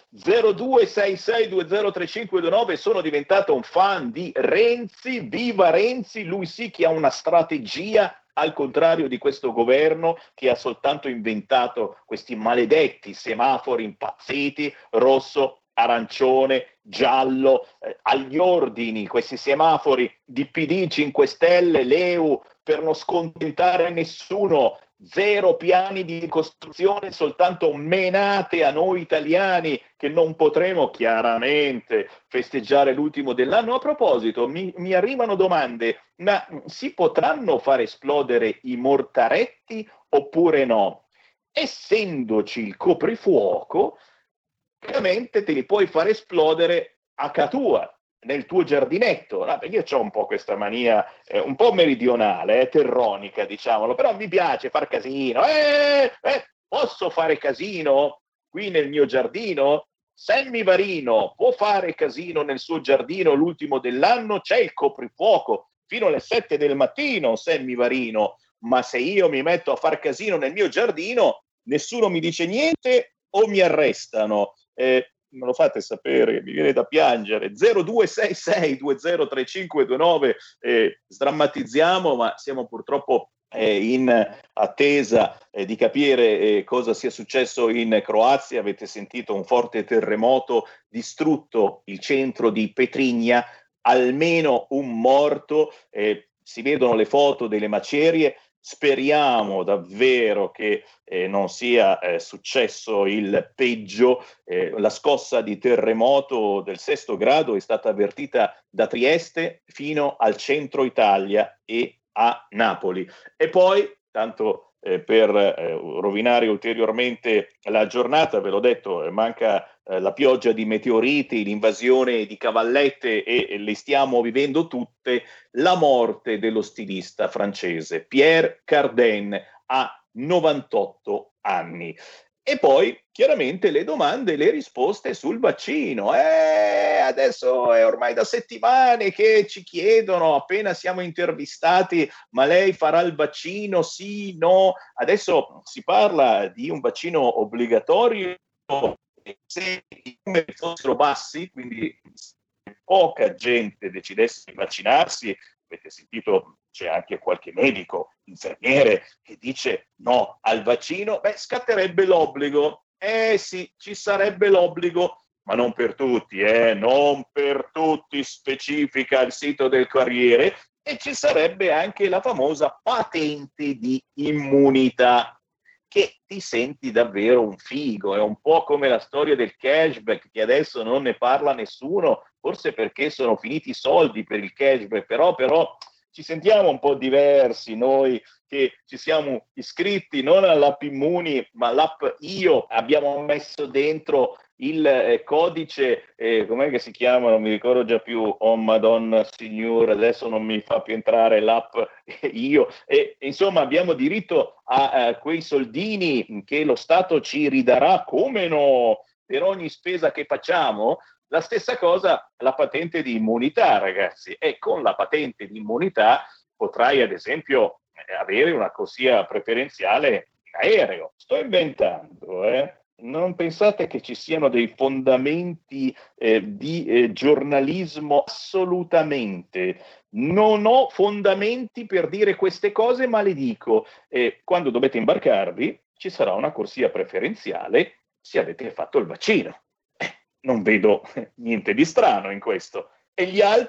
0266203529, sono diventato un fan di Renzi, viva Renzi, lui sì che ha una strategia, al contrario di questo governo che ha soltanto inventato questi maledetti semafori impazziti, rosso, arancione, giallo, agli ordini, questi semafori di PD, 5 Stelle, Leu, per non scontentare nessuno, zero piani di costruzione, soltanto menate a noi italiani che non potremo chiaramente festeggiare l'ultimo dell'anno. A proposito, mi arrivano domande, ma si potranno far esplodere i mortaretti oppure no? Essendoci il coprifuoco, ovviamente te li puoi far esplodere a casa tua, nel tuo giardinetto, no? Perché io ho un po' questa mania un po' meridionale, terronica, diciamolo, però mi piace far casino. Posso fare casino qui nel mio giardino? Sammy Varino può fare casino nel suo giardino l'ultimo dell'anno? C'è il coprifuoco fino alle 7 del mattino, Sammy Varino, ma se io mi metto a far casino nel mio giardino nessuno mi dice niente o mi arrestano? Me lo fate sapere, mi viene da piangere. 0266203529, sdrammatizziamo, ma siamo purtroppo in attesa di capire cosa sia successo in Croazia. Avete sentito un forte terremoto, distrutto il centro di Petrinja, almeno un morto, si vedono le foto delle macerie. Speriamo davvero che non sia successo il peggio. La scossa di terremoto del 6° grado è stata avvertita da Trieste fino al centro Italia e a Napoli. E poi, tanto per rovinare ulteriormente la giornata, ve l'ho detto, manca la pioggia di meteoriti, l'invasione di cavallette e le stiamo vivendo tutte, la morte dello stilista francese Pierre Cardin a 98 anni. E poi chiaramente le domande e le risposte sul vaccino. Adesso è ormai da settimane che ci chiedono, appena siamo intervistati, ma lei farà il vaccino? Sì, no? Adesso si parla di un vaccino obbligatorio se i numeri fossero bassi, quindi se poca gente decidesse di vaccinarsi. Avete sentito, c'è anche qualche medico, infermiere che dice no al vaccino, scatterebbe l'obbligo. Sì, ci sarebbe l'obbligo, ma non per tutti, non per tutti, specifica il sito del Corriere, e ci sarebbe anche la famosa patente di immunità, che ti senti davvero un figo. È un po' come la storia del cashback, che adesso non ne parla nessuno, forse perché sono finiti i soldi per il cashback, però ci sentiamo un po' diversi noi che ci siamo iscritti non all'app Immuni ma all'app Io, abbiamo messo dentro il codice, com'è che si chiama? Non mi ricordo già più, oh madonna signora, adesso non mi fa più entrare l'app Io, e insomma abbiamo diritto a quei soldini che lo Stato ci ridarà, come no, per ogni spesa che facciamo. La stessa cosa la patente di immunità, ragazzi, e con la patente di immunità potrai ad esempio avere una corsia preferenziale in aereo. Sto inventando, Non pensate che ci siano dei fondamenti di giornalismo? Assolutamente. Non ho fondamenti per dire queste cose, ma le dico. Quando dovete imbarcarvi ci sarà una corsia preferenziale se avete fatto il vaccino. Non vedo niente di strano in questo. E gli altri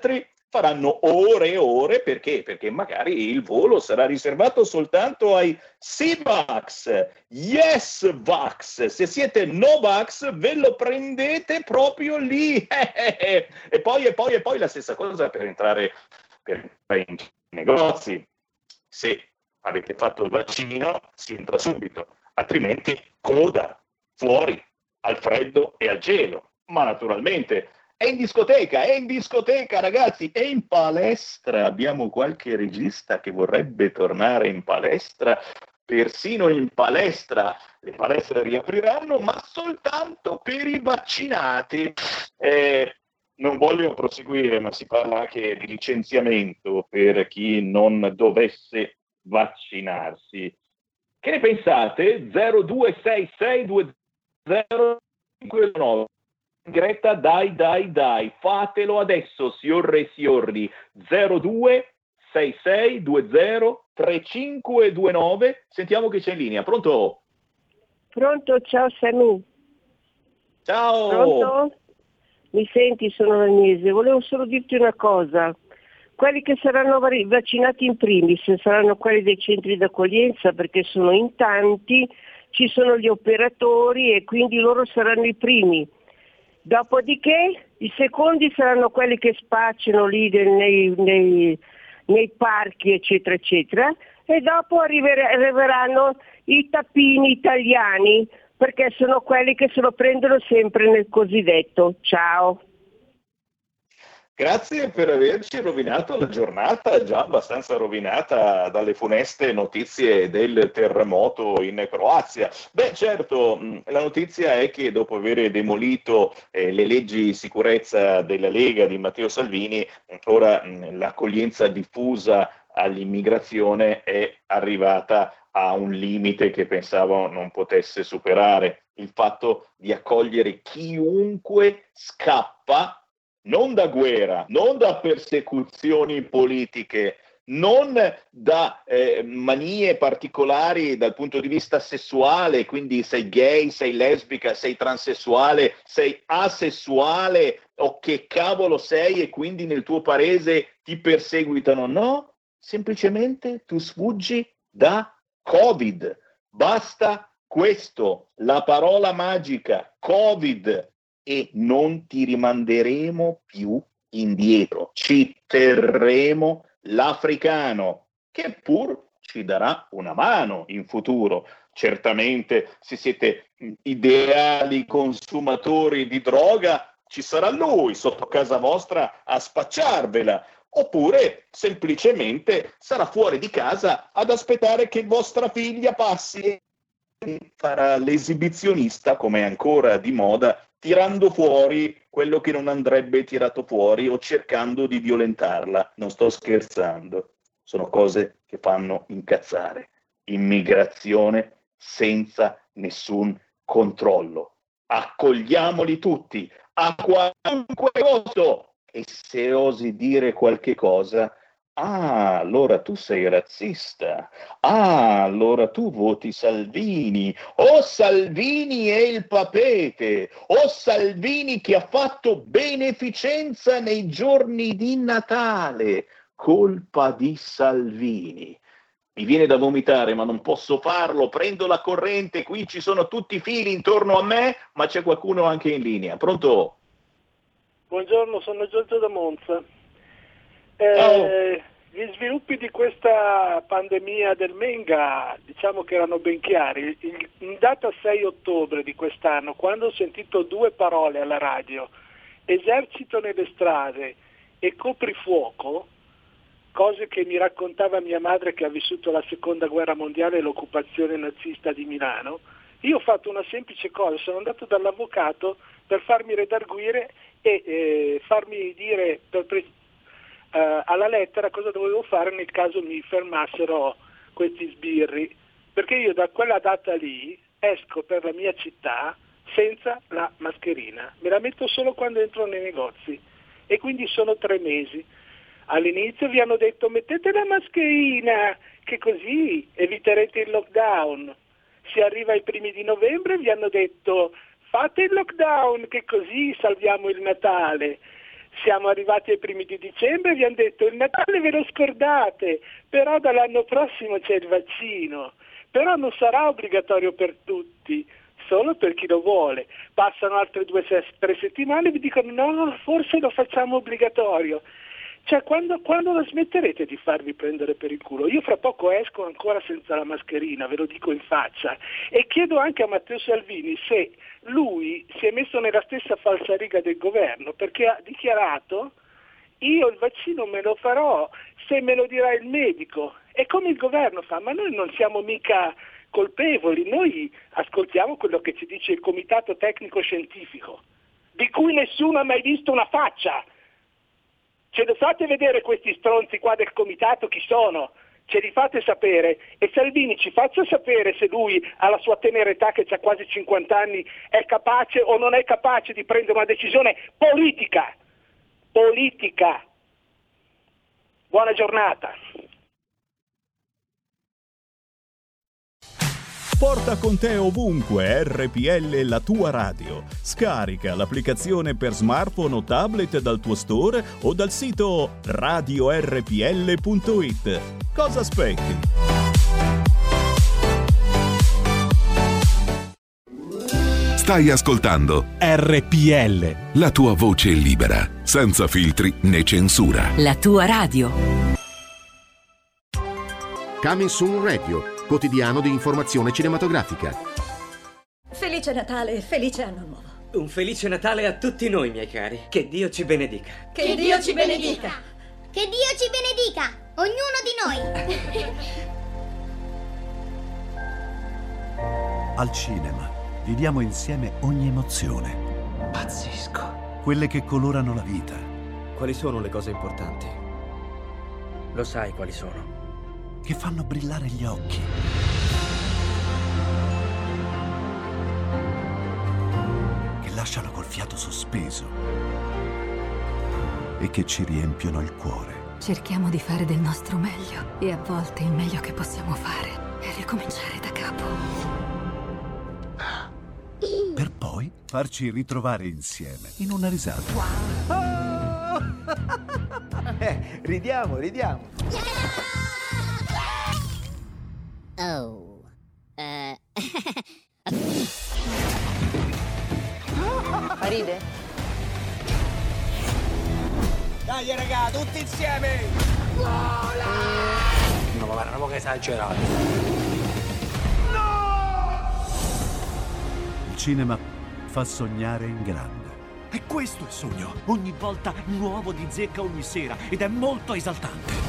faranno ore e ore, perché? Perché magari il volo sarà riservato soltanto ai Sì-Vax, Yes-Vax. Se siete No-Vax ve lo prendete proprio lì. E poi la stessa cosa per entrare in negozi. Se avete fatto il vaccino si entra subito, altrimenti coda, fuori, al freddo e al gelo. Ma naturalmente è in discoteca ragazzi, è in palestra. Abbiamo qualche regista che vorrebbe tornare in palestra, persino in palestra. Le palestre riapriranno, ma soltanto per i vaccinati. Non voglio proseguire, ma si parla anche di licenziamento per chi non dovesse vaccinarsi. Che ne pensate? 02662059 Greta, dai, fatelo adesso, signore e signori. 0266203529. Sentiamo chi c'è in linea. Pronto? Pronto, ciao Sammy. Ciao. Pronto? Mi senti? Sono Agnese. Volevo solo dirti una cosa. Quelli che saranno vaccinati in primis saranno quelli dei centri d'accoglienza, perché sono in tanti, ci sono gli operatori e quindi loro saranno i primi. Dopodiché i secondi saranno quelli che spacciano lì nei parchi eccetera eccetera, e dopo arriveranno i tappini italiani, perché sono quelli che se lo prendono sempre nel cosiddetto. Ciao. Grazie per averci rovinato la giornata, già abbastanza rovinata dalle funeste notizie del terremoto in Croazia. Beh, certo, la notizia è che dopo aver demolito le leggi di sicurezza della Lega di Matteo Salvini, ora l'accoglienza diffusa all'immigrazione è arrivata a un limite che pensavo non potesse superare. Il fatto di accogliere chiunque scappa non da guerra, non da persecuzioni politiche, non da manie particolari dal punto di vista sessuale, quindi sei gay, sei lesbica, sei transessuale, sei asessuale o che cavolo sei e quindi nel tuo paese ti perseguitano. No, semplicemente tu sfuggi da Covid. Basta questo, la parola magica, Covid. E non ti rimanderemo più indietro, ci terremo l'africano, che pur ci darà una mano in futuro. Certamente, se siete ideali consumatori di droga, ci sarà lui sotto casa vostra a spacciarvela, oppure semplicemente sarà fuori di casa ad aspettare che vostra figlia passi e farà l'esibizionista, come è ancora di moda, tirando fuori quello che non andrebbe tirato fuori o cercando di violentarla. Non sto scherzando, sono cose che fanno incazzare. Immigrazione senza nessun controllo. Accogliamoli tutti, a qualunque costo. E se osi dire qualche cosa, allora tu sei razzista. Allora tu voti Salvini. O Salvini e il papete. O Salvini che ha fatto beneficenza nei giorni di Natale. Colpa di Salvini. Mi viene da vomitare, ma non posso farlo. Prendo la corrente, qui ci sono tutti i fili intorno a me, ma c'è qualcuno anche in linea. Pronto? Buongiorno, sono Giorgio da Monza. Gli sviluppi di questa pandemia del Menga diciamo che erano ben chiari. In data 6 ottobre di quest'anno, quando ho sentito due parole alla radio, esercito nelle strade e coprifuoco, cose che mi raccontava mia madre che ha vissuto la seconda guerra mondiale e l'occupazione nazista di Milano, io ho fatto una semplice cosa, sono andato dall'avvocato per farmi redarguire e farmi dire alla lettera cosa dovevo fare nel caso mi fermassero questi sbirri, perché io da quella data lì esco per la mia città senza la mascherina, me la metto solo quando entro nei negozi e quindi sono 3 mesi. All'inizio vi hanno detto mettete la mascherina che così eviterete il lockdown, si arriva ai primi di novembre vi hanno detto fate il lockdown che così salviamo il Natale. Siamo arrivati ai primi di dicembre e vi hanno detto il Natale ve lo scordate, però dall'anno prossimo c'è il vaccino, però non sarà obbligatorio per tutti, solo per chi lo vuole. Passano altre 2-3 settimane e vi dicono no, forse lo facciamo obbligatorio. Cioè quando la smetterete di farvi prendere per il culo? Io fra poco esco ancora senza la mascherina, ve lo dico in faccia, e chiedo anche a Matteo Salvini se lui si è messo nella stessa falsariga del governo, perché ha dichiarato io il vaccino me lo farò se me lo dirà il medico. E come il governo fa? Ma noi non siamo mica colpevoli, noi ascoltiamo quello che ci dice il comitato tecnico scientifico, di cui nessuno ha mai visto una faccia. Ce lo fate vedere questi stronzi qua del comitato chi sono? Ce li fate sapere, e Salvini ci faccia sapere se lui alla sua tenera età, che ha quasi 50 anni, è capace o non è capace di prendere una decisione politica. Politica. Buona giornata. Porta con te ovunque RPL la tua radio. Scarica l'applicazione per smartphone o tablet dal tuo store o dal sito radiorpl.it. Cosa aspetti? Stai ascoltando RPL, la tua voce libera, senza filtri né censura. La tua radio. Coming Soon Radio, quotidiano di informazione cinematografica. Felice Natale e felice anno nuovo. Un felice Natale a tutti noi, miei cari. Che Dio ci benedica. Che Dio ci benedica. Che Dio ci benedica, ognuno di noi. Al cinema viviamo insieme ogni emozione. Pazzesco. Quelle che colorano la vita. Quali sono le cose importanti? Lo sai quali sono? Che fanno brillare gli occhi. Che lasciano col fiato sospeso. E che ci riempiono il cuore. Cerchiamo di fare del nostro meglio e a volte il meglio che possiamo fare è ricominciare da capo. Per poi farci ritrovare insieme in una risata. Ridiamo. Oh. Ride? Dai raga, tutti insieme! Vola! No, ma guarda, un po' esagerato. Il cinema fa sognare in grande. E questo è il sogno. Ogni volta nuovo di zecca ogni sera ed è molto esaltante.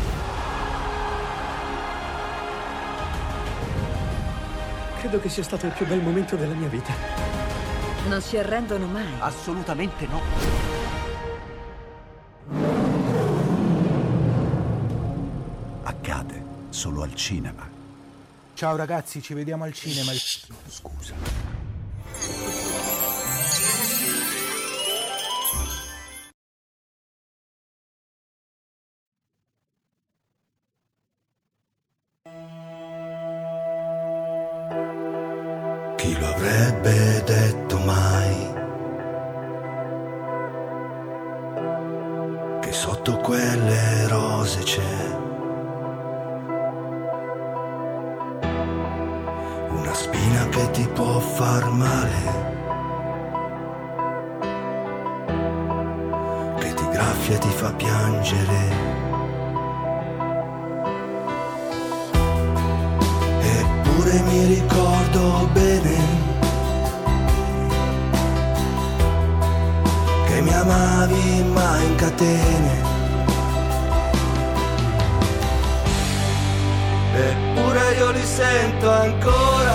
Credo che sia stato il più bel momento della mia vita. Non si arrendono mai. Assolutamente no. Accade solo al cinema. Ciao ragazzi, ci vediamo al cinema. Scusa. Chi lo avrebbe detto mai che sotto quelle rose c'è una spina che ti può far male, che ti graffia e ti fa piangere. Eppure mi ricordo bene che mi amavi ma in catene. Eppure io li sento ancora,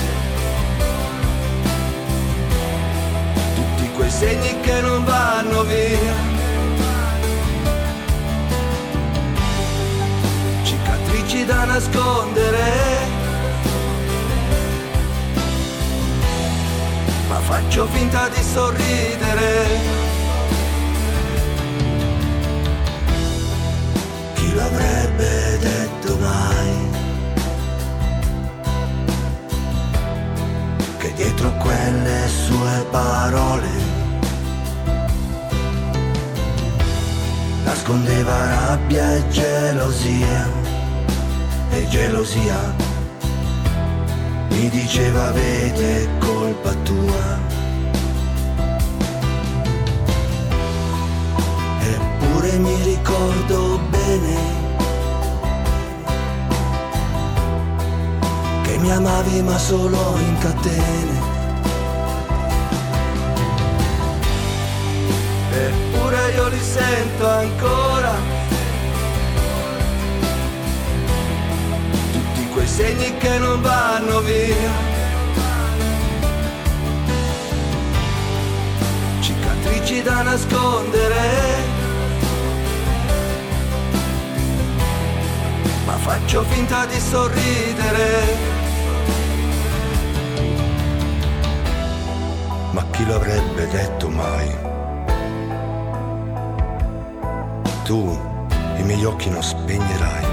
tutti quei segni che non vanno via, cicatrici da nascondere, ma faccio finta di sorridere. Chi l'avrebbe detto mai che dietro quelle sue parole nascondeva rabbia e gelosia, e gelosia. Mi diceva vede, è colpa tua. Eppure mi ricordo bene che mi amavi ma solo in catene. Eppure io li sento ancora, tutti quei segni che non vanno via, cicatrici da nascondere, ma faccio finta di sorridere. Ma chi lo avrebbe detto mai? Tu i miei occhi non spegnerai,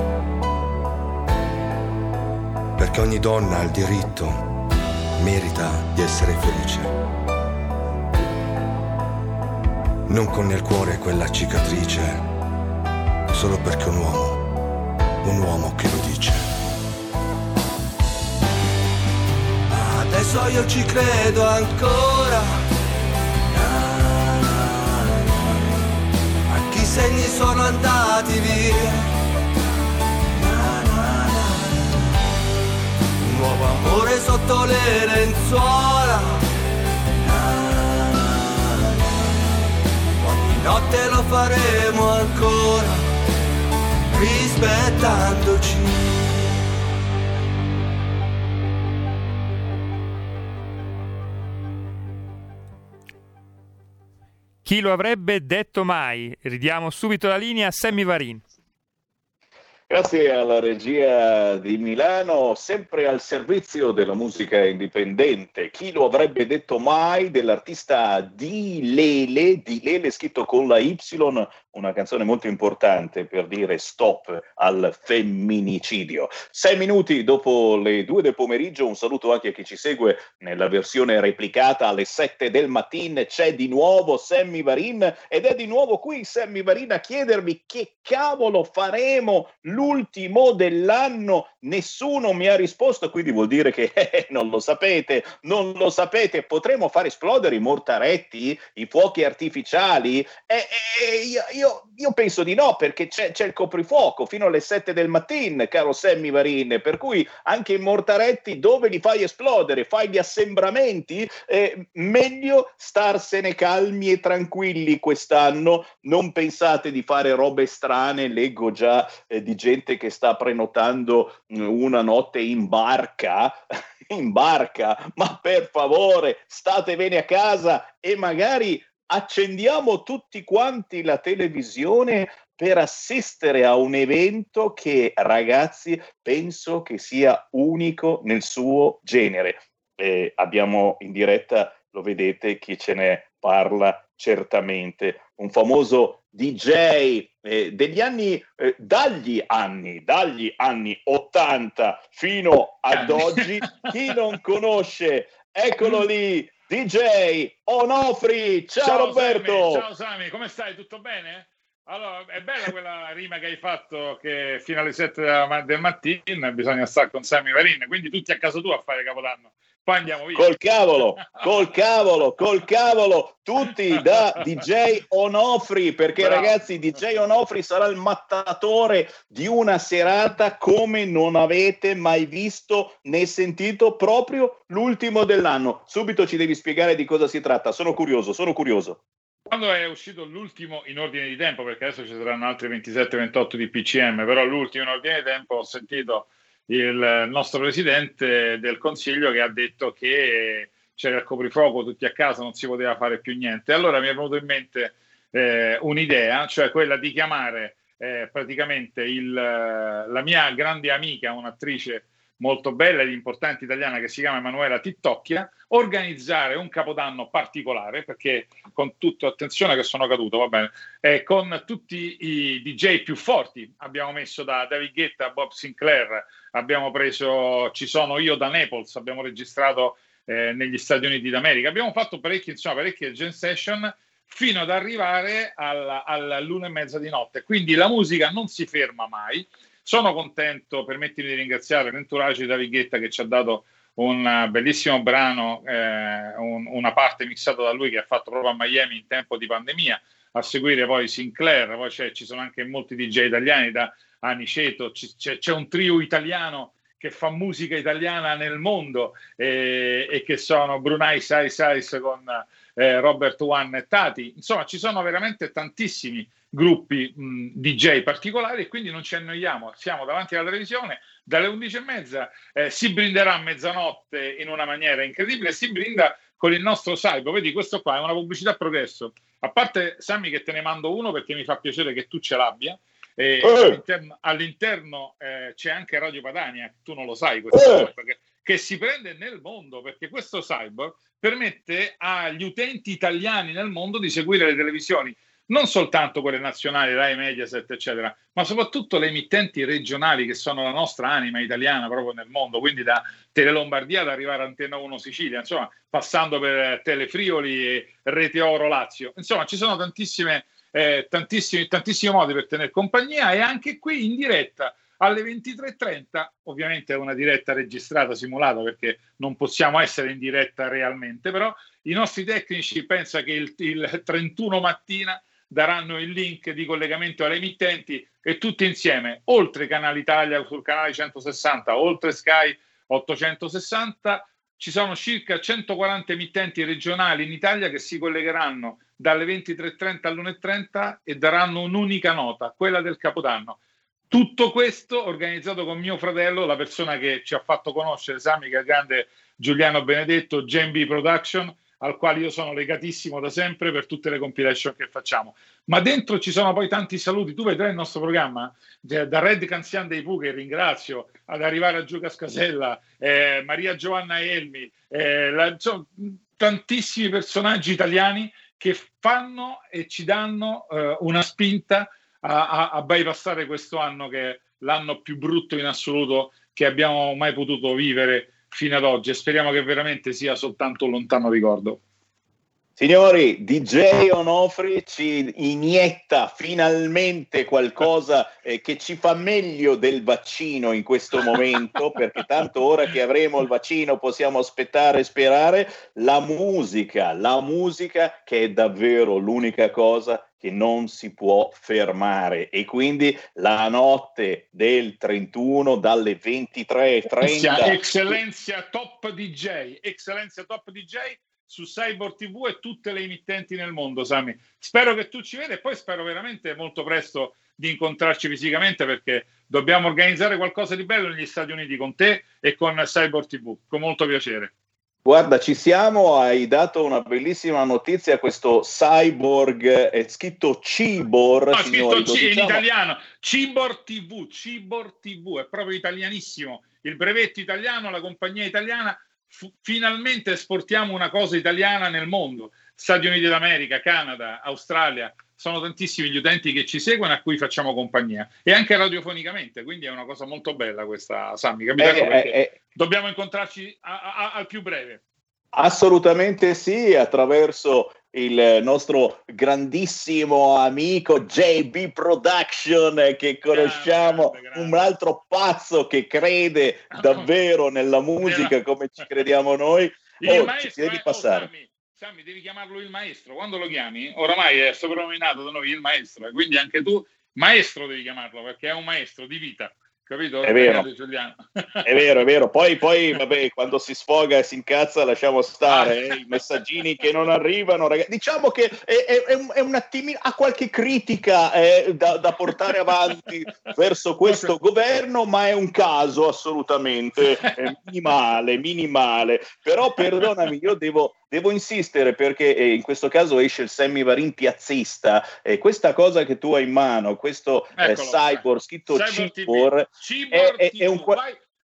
perché ogni donna ha il diritto, merita di essere felice. Non con nel cuore quella cicatrice, solo perché un uomo che lo dice. Adesso io ci credo ancora, i segni sono andati via, un nuovo amore sotto le lenzuola, ogni notte lo faremo ancora, rispettandoci. Chi lo avrebbe detto mai? Ridiamo subito la linea a Sammy Varin. Grazie alla regia di Milano, sempre al servizio della musica indipendente. Chi lo avrebbe detto mai? Dell'artista Di Lele scritto con la Y, una canzone molto importante per dire stop al femminicidio. 6 minuti dopo le 2 del pomeriggio, un saluto anche a chi ci segue nella versione replicata alle 7 del mattino. C'è di nuovo Sammy Varin ed è di nuovo qui Sammy Varin a chiedermi che cavolo faremo l'ultimo dell'anno. Nessuno mi ha risposto, quindi vuol dire che non lo sapete. Potremo far esplodere i mortaretti, i fuochi artificiali? Io penso di no, perché c'è il coprifuoco fino alle 7 del mattino, caro Sammy Varin, per cui anche i mortaretti dove li fai esplodere? Fai gli assembramenti? Meglio starsene calmi e tranquilli quest'anno, non pensate di fare robe strane. Leggo già di gente che sta prenotando una notte in barca, ma per favore state bene a casa e magari accendiamo tutti quanti la televisione per assistere a un evento che, ragazzi, penso che sia unico nel suo genere. Abbiamo in diretta, lo vedete, chi ce ne parla certamente, un famoso DJ degli anni, dagli anni 80 fino ad oggi. Chi non conosce, eccolo lì, DJ Onofri. Ciao Roberto. Ciao Sami, come stai? Tutto bene? Allora, è bella quella rima che hai fatto, che fino alle 7 del mattino bisogna stare con Sammy Varin, quindi tutti a casa tua a fare Capodanno. Poi andiamo via. Col cavolo, tutti da DJ Onofri, perché bravo. Ragazzi, DJ Onofri sarà il mattatore di una serata come non avete mai visto né sentito, proprio l'ultimo dell'anno. Subito ci devi spiegare di cosa si tratta, sono curioso. Quando è uscito l'ultimo in ordine di tempo, perché adesso ci saranno altri 27-28 di PCM, però l'ultimo in ordine di tempo, ho sentito il nostro presidente del Consiglio che ha detto che c'era il coprifuoco, tutti a casa, non si poteva fare più niente. Allora mi è venuto in mente un'idea, cioè quella di chiamare praticamente la mia grande amica, un'attrice molto bella ed importante italiana che si chiama Emanuela Tittocchia, organizzare un Capodanno particolare, perché con tutta attenzione che sono caduto, va bene, con tutti i DJ più forti. Abbiamo messo da David Guetta a Bob Sinclair, abbiamo preso Ci sono io da Naples, abbiamo registrato negli Stati Uniti d'America, abbiamo fatto parecchie jam session fino ad arrivare all'1:30 di notte. Quindi la musica non si ferma mai. Sono contento, permettimi di ringraziare l'entourage di David Guetta che ci ha dato un bellissimo brano, una parte mixata da lui che ha fatto proprio a Miami in tempo di pandemia, a seguire poi Sinclair, poi ci sono anche molti DJ italiani, da Aniceto, c'è un trio italiano che fa musica italiana nel mondo e che sono Brunei Sais con Robert One e Tati. Insomma, ci sono veramente tantissimi gruppi DJ particolari e quindi non ci annoiamo, siamo davanti alla televisione dalle 11:30, si brinderà a mezzanotte in una maniera incredibile, si brinda con il nostro Cyborg. Vedi, questo qua è una pubblicità a progresso, a parte Sammy che te ne mando uno perché mi fa piacere che tu ce l'abbia. All'interno c'è anche Radio Padania, tu non lo sai questo, che si prende nel mondo, perché questo Cyborg permette agli utenti italiani nel mondo di seguire le televisioni, non soltanto quelle nazionali, Rai, Mediaset, eccetera, ma soprattutto le emittenti regionali che sono la nostra anima italiana proprio nel mondo, quindi da Tele Lombardia ad arrivare a Antena 1 Sicilia, insomma, passando per Telefriuli e Rete Oro Lazio. Insomma, ci sono tantissimi modi per tenere compagnia, e anche qui in diretta alle 23:30, ovviamente è una diretta registrata, simulata, perché non possiamo essere in diretta realmente, però i nostri tecnici pensa che il 31 mattina daranno il link di collegamento alle emittenti e tutti insieme, oltre Canale Italia sul canale 160, oltre Sky 860, ci sono circa 140 emittenti regionali in Italia che si collegheranno dalle 23:30 all'1:30 e daranno un'unica nota, quella del Capodanno. Tutto questo organizzato con mio fratello, la persona che ci ha fatto conoscere Sami, che è il grande Giuliano Benedetto, JB Production, al quale io sono legatissimo da sempre per tutte le compilation che facciamo. Ma dentro ci sono poi tanti saluti. Tu vedrai il nostro programma, da Red Canzian dei Pooh, che ringrazio, ad arrivare a Gio Cascasella, Maria Giovanna Elmi, tantissimi personaggi italiani che fanno e ci danno una spinta a bypassare questo anno, che è l'anno più brutto in assoluto che abbiamo mai potuto vivere fino ad oggi, e speriamo che veramente sia soltanto un lontano ricordo. Signori, DJ Onofri ci inietta finalmente qualcosa che ci fa meglio del vaccino in questo momento, perché tanto ora che avremo il vaccino possiamo aspettare e sperare. La musica che è davvero l'unica cosa che non si può fermare, e quindi la notte del 31 dalle 23:30 Eccellenza Top DJ su Cyborg TV e tutte le emittenti nel mondo. Sami, spero che tu ci veda, e poi spero veramente molto presto di incontrarci fisicamente, perché dobbiamo organizzare qualcosa di bello negli Stati Uniti con te e con Cyborg TV, con molto piacere. Guarda, ci siamo, hai dato una bellissima notizia, questo Cyborg è scritto Cibor, no, signori, scritto in italiano, Cyborg TV, è proprio italianissimo, il brevetto italiano, la compagnia italiana, finalmente esportiamo una cosa italiana nel mondo. Stati Uniti d'America, Canada, Australia, sono tantissimi gli utenti che ci seguono, a cui facciamo compagnia, e anche radiofonicamente, quindi è una cosa molto bella questa, Sammy, capito? Perché dobbiamo incontrarci al più breve. Assolutamente sì, attraverso il nostro grandissimo amico JB Production, che conosciamo, un altro pazzo che crede davvero nella musica come ci crediamo noi. Ci devi passare. Sammy, devi chiamarlo il maestro. Quando lo chiami, oramai è soprannominato da noi il maestro, quindi anche tu maestro devi chiamarlo, perché è un maestro di vita. Capito? È vero, è vero. Poi vabbè, quando si sfoga e si incazza lasciamo stare i messaggini che non arrivano, ragazzi. Diciamo che è un attimino, ha qualche critica da portare avanti verso questo governo, ma è un caso assolutamente minimale. Però perdonami, io devo insistere, perché in questo caso esce il Sammy Varin piazzista, questa cosa che tu hai in mano, questo Cyborg scritto Cibor, è un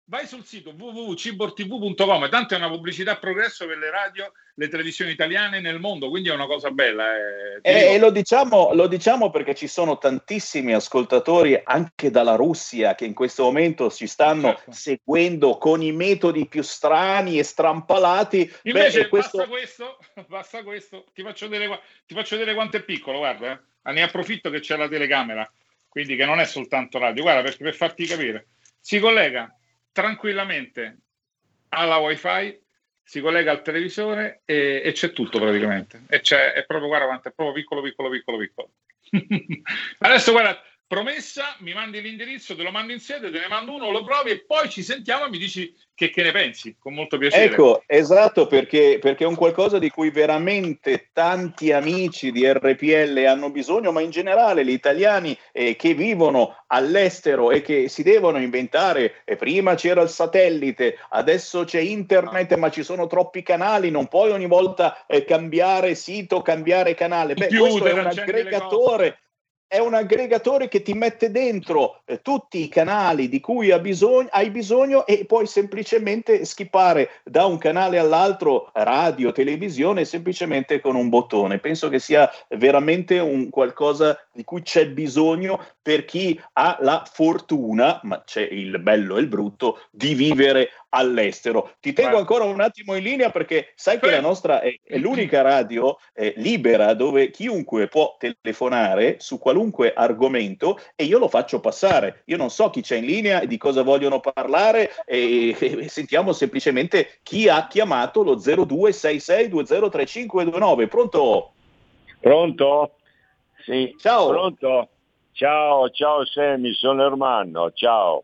vai sul sito www.cibortv.com, tanto è una pubblicità a progresso per le radio, le televisioni italiane nel mondo, quindi è una cosa bella. E lo diciamo perché ci sono tantissimi ascoltatori anche dalla Russia che in questo momento ci stanno seguendo con i metodi più strani e strampalati. Invece basta questo, ti faccio vedere quanto è piccolo, guarda, ne approfitto che c'è la telecamera, quindi che non è soltanto radio, guarda, perché per farti capire, si collega tranquillamente alla wifi, si collega al televisore e c'è tutto praticamente, è proprio, guarda quanto è proprio piccolo. Adesso guarda, promessa, mi mandi l'indirizzo, te lo mando in sede, te ne mando uno, lo provi e poi ci sentiamo e mi dici che ne pensi, con molto piacere. Ecco, esatto, perché è un qualcosa di cui veramente tanti amici di RPL hanno bisogno, ma in generale gli italiani che vivono all'estero e che si devono inventare, prima c'era il satellite, adesso c'è internet, ma ci sono troppi canali, non puoi ogni volta cambiare sito, cambiare canale. Questo è un aggregatore. È un aggregatore che ti mette dentro tutti i canali di cui hai bisogno e puoi semplicemente skippare da un canale all'altro, radio, televisione, semplicemente con un bottone. Penso che sia veramente un qualcosa di cui c'è bisogno per chi ha la fortuna, ma c'è il bello e il brutto, di vivere all'estero. Ti tengo ancora un attimo in linea perché sai che la nostra è l'unica radio libera dove chiunque può telefonare su qualunque argomento e io lo faccio passare. Io non so chi c'è in linea e di cosa vogliono parlare e sentiamo semplicemente chi ha chiamato lo 0266203529. Pronto? Pronto? Sì. Ciao. Pronto? Ciao Sammy, sono Ermanno, ciao.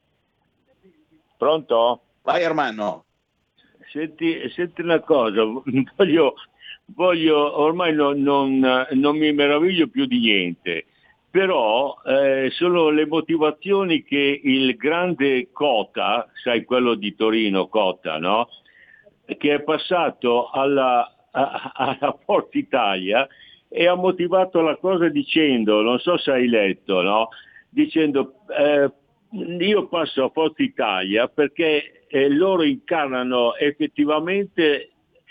Pronto? Vai Ermanno. Senti una cosa, voglio ormai non mi meraviglio più di niente, però sono le motivazioni che il grande Cota, sai quello di Torino, Cota, no? Che è passato alla Forza Italia e ha motivato la cosa dicendo, non so se hai letto, no? Dicendo io passo a Forza Italia perché loro incarnano effettivamente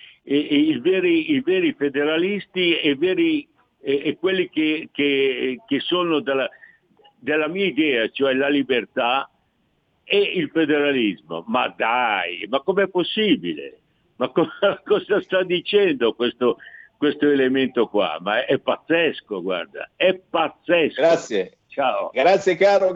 i veri federalisti e quelli che sono della mia idea, cioè la libertà e il federalismo. Ma dai, ma com'è possibile? Ma cosa sta dicendo questo elemento qua? Ma è pazzesco, guarda, è pazzesco. Grazie. Ciao. Grazie caro.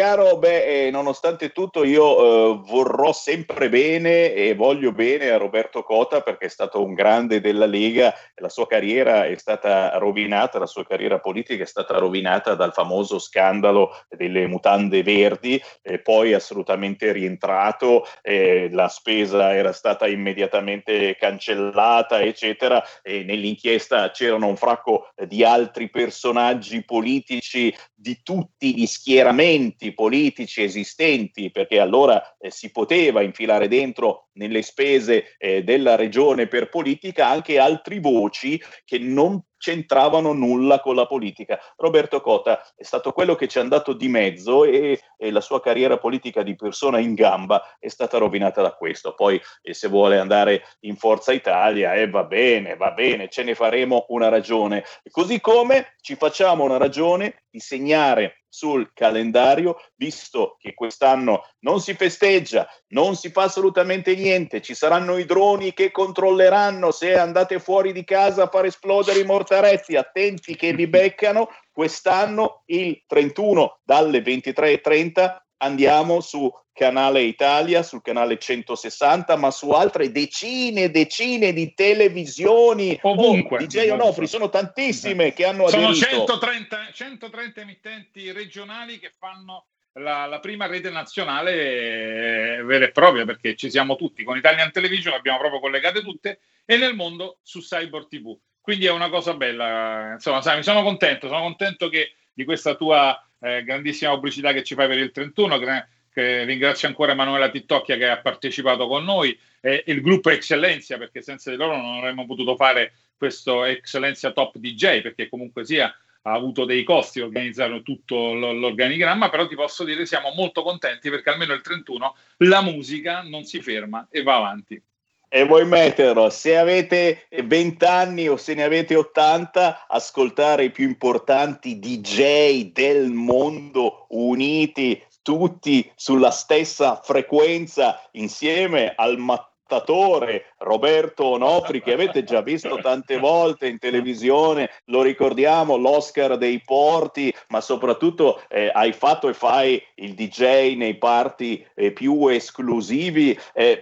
Nonostante tutto io vorrò sempre bene e voglio bene a Roberto Cota perché è stato un grande della Lega, la sua carriera è stata rovinata, la sua carriera politica è stata rovinata dal famoso scandalo delle mutande verdi, poi assolutamente rientrato, la spesa era stata immediatamente cancellata eccetera, e nell'inchiesta c'erano un fracco di altri personaggi politici di tutti gli schieramenti politici esistenti, perché allora si poteva infilare dentro nelle spese della regione per politica anche altre voci che non c'entravano nulla con la politica. Roberto Cota è stato quello che ci è andato di mezzo e la sua carriera politica di persona in gamba è stata rovinata da questo. Poi se vuole andare in Forza Italia va bene, ce ne faremo una ragione. Così come ci facciamo una ragione di segnare sul calendario, visto che quest'anno non si festeggia, non si fa assolutamente niente, ci saranno i droni che controlleranno se andate fuori di casa a far esplodere i mortaretti, attenti che vi beccano. Quest'anno il 31 dalle 23:30 andiamo su Canale Italia, sul canale 160, ma su altre decine di televisioni ovunque. DJ Onofri, sono tantissime che hanno aderito. Sono 130 emittenti regionali che fanno la prima rete nazionale vera e propria, perché ci siamo tutti con Italian Television, le abbiamo proprio collegate tutte, e nel mondo su Cyborg TV. Quindi è una cosa bella, insomma, sai, sono contento che di questa tua grandissima pubblicità che ci fai per il 31, che ringrazio ancora Emanuela Tittocchia che ha partecipato con noi, il gruppo Eccellenza, perché senza di loro non avremmo potuto fare questo Eccellenza Top DJ, perché comunque sia ha avuto dei costi organizzare tutto l'organigramma, però ti posso dire siamo molto contenti perché almeno il 31 la musica non si ferma e va avanti. E vuoi metterlo, se avete 20 anni o se ne avete 80, ascoltare i più importanti DJ del mondo uniti, tutti sulla stessa frequenza, insieme al Roberto Onofri, che avete già visto tante volte in televisione, lo ricordiamo, l'Oscar dei porti, ma soprattutto hai fatto e fai il DJ nei party più esclusivi.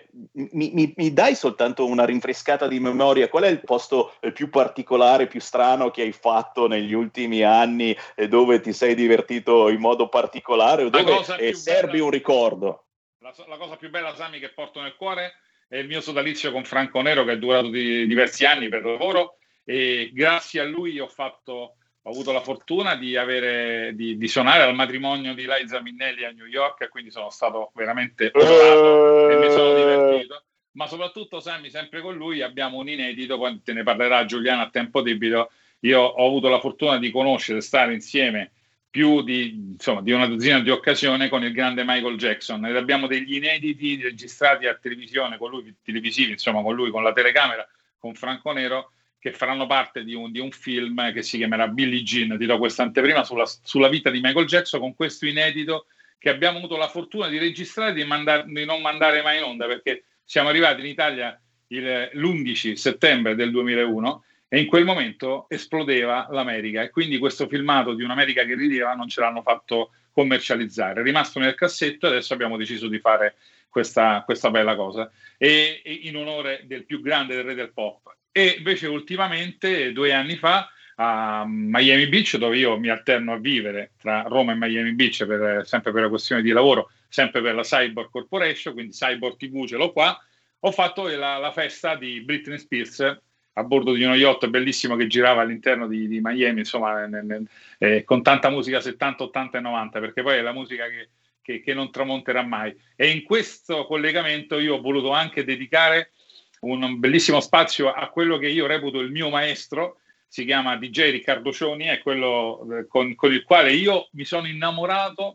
Mi dai soltanto una rinfrescata di memoria, qual è il posto più particolare, più strano che hai fatto negli ultimi anni, dove ti sei divertito in modo particolare o dove serbi un ricordo? La cosa più bella, Sammy, che porto nel cuore è il mio sodalizio con Franco Nero, che è durato diversi anni per lavoro, e grazie a lui ho avuto la fortuna di suonare al matrimonio di Liza Minnelli a New York, e quindi sono stato veramente onorato e mi sono divertito. Ma soprattutto, Sammy, sempre con lui abbiamo un inedito, poi te ne parlerà Giuliano a tempo debito. Io ho avuto la fortuna di conoscere, stare insieme più di una dozzina di occasioni con il grande Michael Jackson, ed abbiamo degli inediti registrati a televisione con lui, televisivi, con lui, con la telecamera, con Franco Nero, che faranno parte di un film che si chiamerà Billie Jean. Ti do questa anteprima sulla vita di Michael Jackson, con questo inedito che abbiamo avuto la fortuna di registrare e di non mandare mai in onda, perché siamo arrivati in Italia l'11 settembre del 2001 e in quel momento esplodeva l'America, e quindi questo filmato di un'America che rideva non ce l'hanno fatto commercializzare, è rimasto nel cassetto, e adesso abbiamo deciso di fare questa bella cosa, e in onore del più grande del re del pop. E invece ultimamente, 2 anni fa, a Miami Beach, dove io mi alterno a vivere tra Roma e Miami Beach sempre per la questione di lavoro, sempre per la Cyborg Corporation, quindi Cyborg TV ce l'ho qua, ho fatto la festa di Britney Spears a bordo di uno yacht bellissimo che girava all'interno di Miami, con tanta musica 70, 80 e 90, perché poi è la musica che non tramonterà mai. E in questo collegamento io ho voluto anche dedicare un bellissimo spazio a quello che io reputo il mio maestro, si chiama DJ Riccardo Cioni, è quello con il quale io mi sono innamorato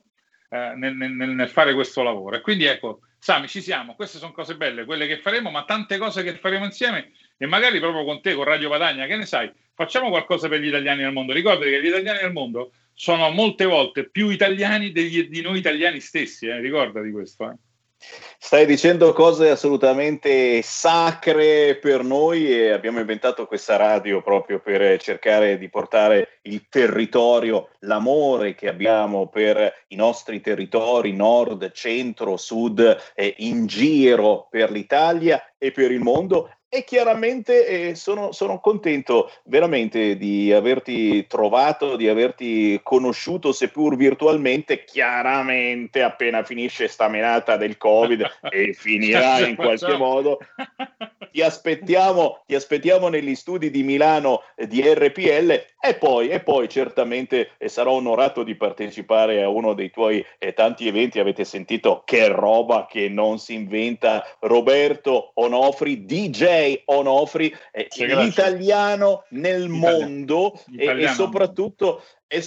nel fare questo lavoro. E quindi ecco, Sami, ci siamo, queste sono cose belle, quelle che faremo, ma tante cose che faremo insieme, e magari proprio con te, con Radio Padania, che ne sai, facciamo qualcosa per gli italiani nel mondo. Ricordati che gli italiani nel mondo sono molte volte più italiani di noi italiani stessi, ricordati questo. Stai dicendo cose assolutamente sacre per noi, e abbiamo inventato questa radio proprio per cercare di portare il territorio, l'amore che abbiamo per i nostri territori, nord, centro, sud, in giro per l'Italia e per il mondo. E chiaramente sono contento veramente di averti trovato, di averti conosciuto, seppur virtualmente. Chiaramente appena finisce sta menata del Covid e finirà in qualche modo, ti aspettiamo negli studi di Milano di RPL, e poi certamente sarò onorato di partecipare a uno dei tuoi tanti eventi. Avete sentito che roba che non si inventa Roberto Onofri, DJ Onofri, l'italiano nel mondo, e soprattutto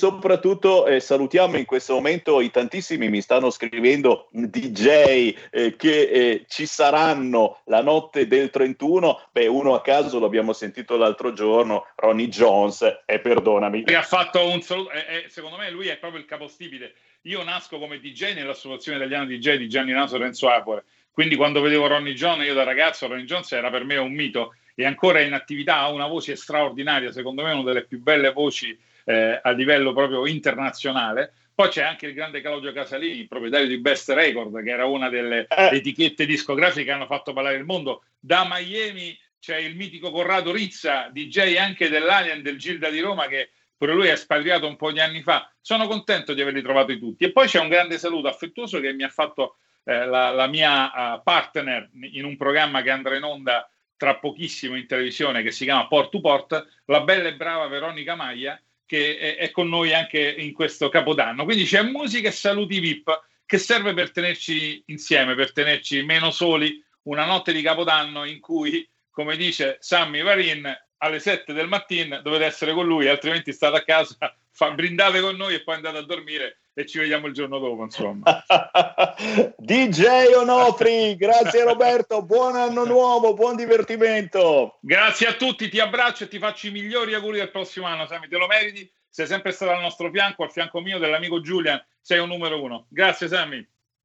salutiamo in questo momento i tantissimi, mi stanno scrivendo, DJ che ci saranno la notte del 31. Uno a caso l'abbiamo sentito l'altro giorno, Ronnie Jones, e perdonami, ha fatto un saluto, secondo me lui è proprio il capostipite. Io nasco come DJ nell'associazione italiana DJ di Gianni Naso e Renzo Arcore, quindi quando vedevo Ronnie Jones, io da ragazzo, Ronnie Jones era per me un mito, e ancora in attività, ha una voce straordinaria, secondo me una delle più belle voci a livello proprio internazionale. Poi c'è anche il grande Claudio Casalini, proprietario di Best Record, che era una delle etichette discografiche che hanno fatto ballare il mondo. Da Miami c'è il mitico Corrado Rizza, DJ anche dell'Alien, del Gilda di Roma, che pure lui è espatriato un po' di anni fa. Sono contento di averli trovati tutti. E poi c'è un grande saluto affettuoso che mi ha fatto la mia partner in un programma che andrà in onda tra pochissimo in televisione, che si chiama Port to Port, la bella e brava Veronica Maglia, che è con noi anche in questo Capodanno. Quindi c'è musica e saluti VIP, che serve per tenerci insieme, per tenerci meno soli, una notte di Capodanno in cui, come dice Sammy Varin, alle 7 del mattino dovete essere con lui, altrimenti state a casa, brindate con noi e poi andate a dormire e ci vediamo il giorno dopo, insomma. DJ Onofri, grazie Roberto, buon anno nuovo, buon divertimento. Grazie a tutti, ti abbraccio e ti faccio i migliori auguri del prossimo anno, Sammy, te lo meriti, sei sempre stato al nostro fianco, al fianco mio, dell'amico Julian, sei un numero uno. Grazie Sammy.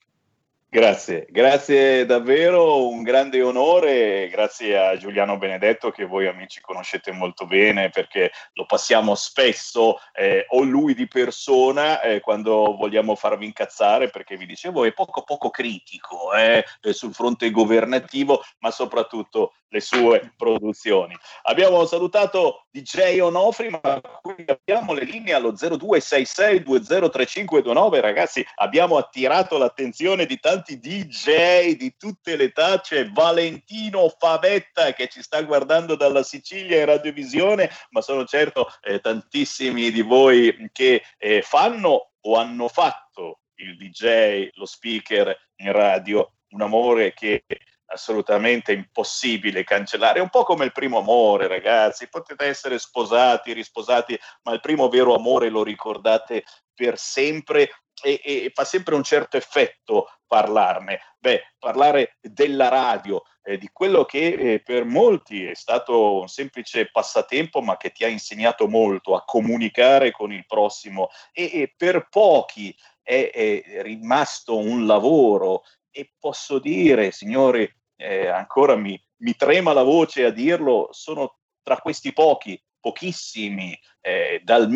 Grazie davvero, un grande onore, grazie a Giuliano Benedetto che voi amici conoscete molto bene perché lo passiamo spesso o lui di persona quando vogliamo farvi incazzare, perché vi dicevo è poco critico sul fronte governativo, ma soprattutto le sue produzioni. Abbiamo salutato DJ Onofri, ma qui abbiamo le linee allo 0266203529. Ragazzi, abbiamo attirato l'attenzione di tanti DJ di tutte le età. C'è Valentino Favetta che ci sta guardando dalla Sicilia in radiovisione, ma sono certo tantissimi di voi che fanno o hanno fatto il DJ, lo speaker in radio, un amore che assolutamente impossibile cancellare, è un po' come il primo amore, ragazzi, potete essere sposati, risposati, ma il primo vero amore lo ricordate per sempre e fa sempre un certo effetto parlarne. Parlare della radio, di quello che per molti è stato un semplice passatempo, ma che ti ha insegnato molto a comunicare con il prossimo e per pochi è rimasto un lavoro. E posso dire, signori, ancora mi trema la voce a dirlo, sono tra questi pochissimi, dal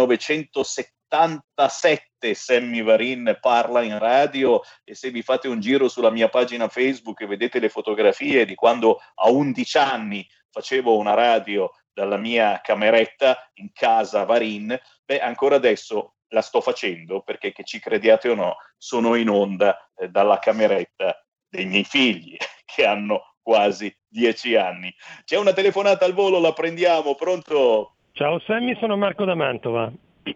1977 Sammy Varin parla in radio, e se vi fate un giro sulla mia pagina Facebook e vedete le fotografie di quando a 11 anni facevo una radio dalla mia cameretta in casa Varin, ancora adesso la sto facendo, perché che ci crediate o no, sono in onda dalla cameretta dei miei figli che hanno quasi 10 anni. C'è una telefonata al volo, la prendiamo, pronto? Ciao Sammy, sono Marco da Mantova.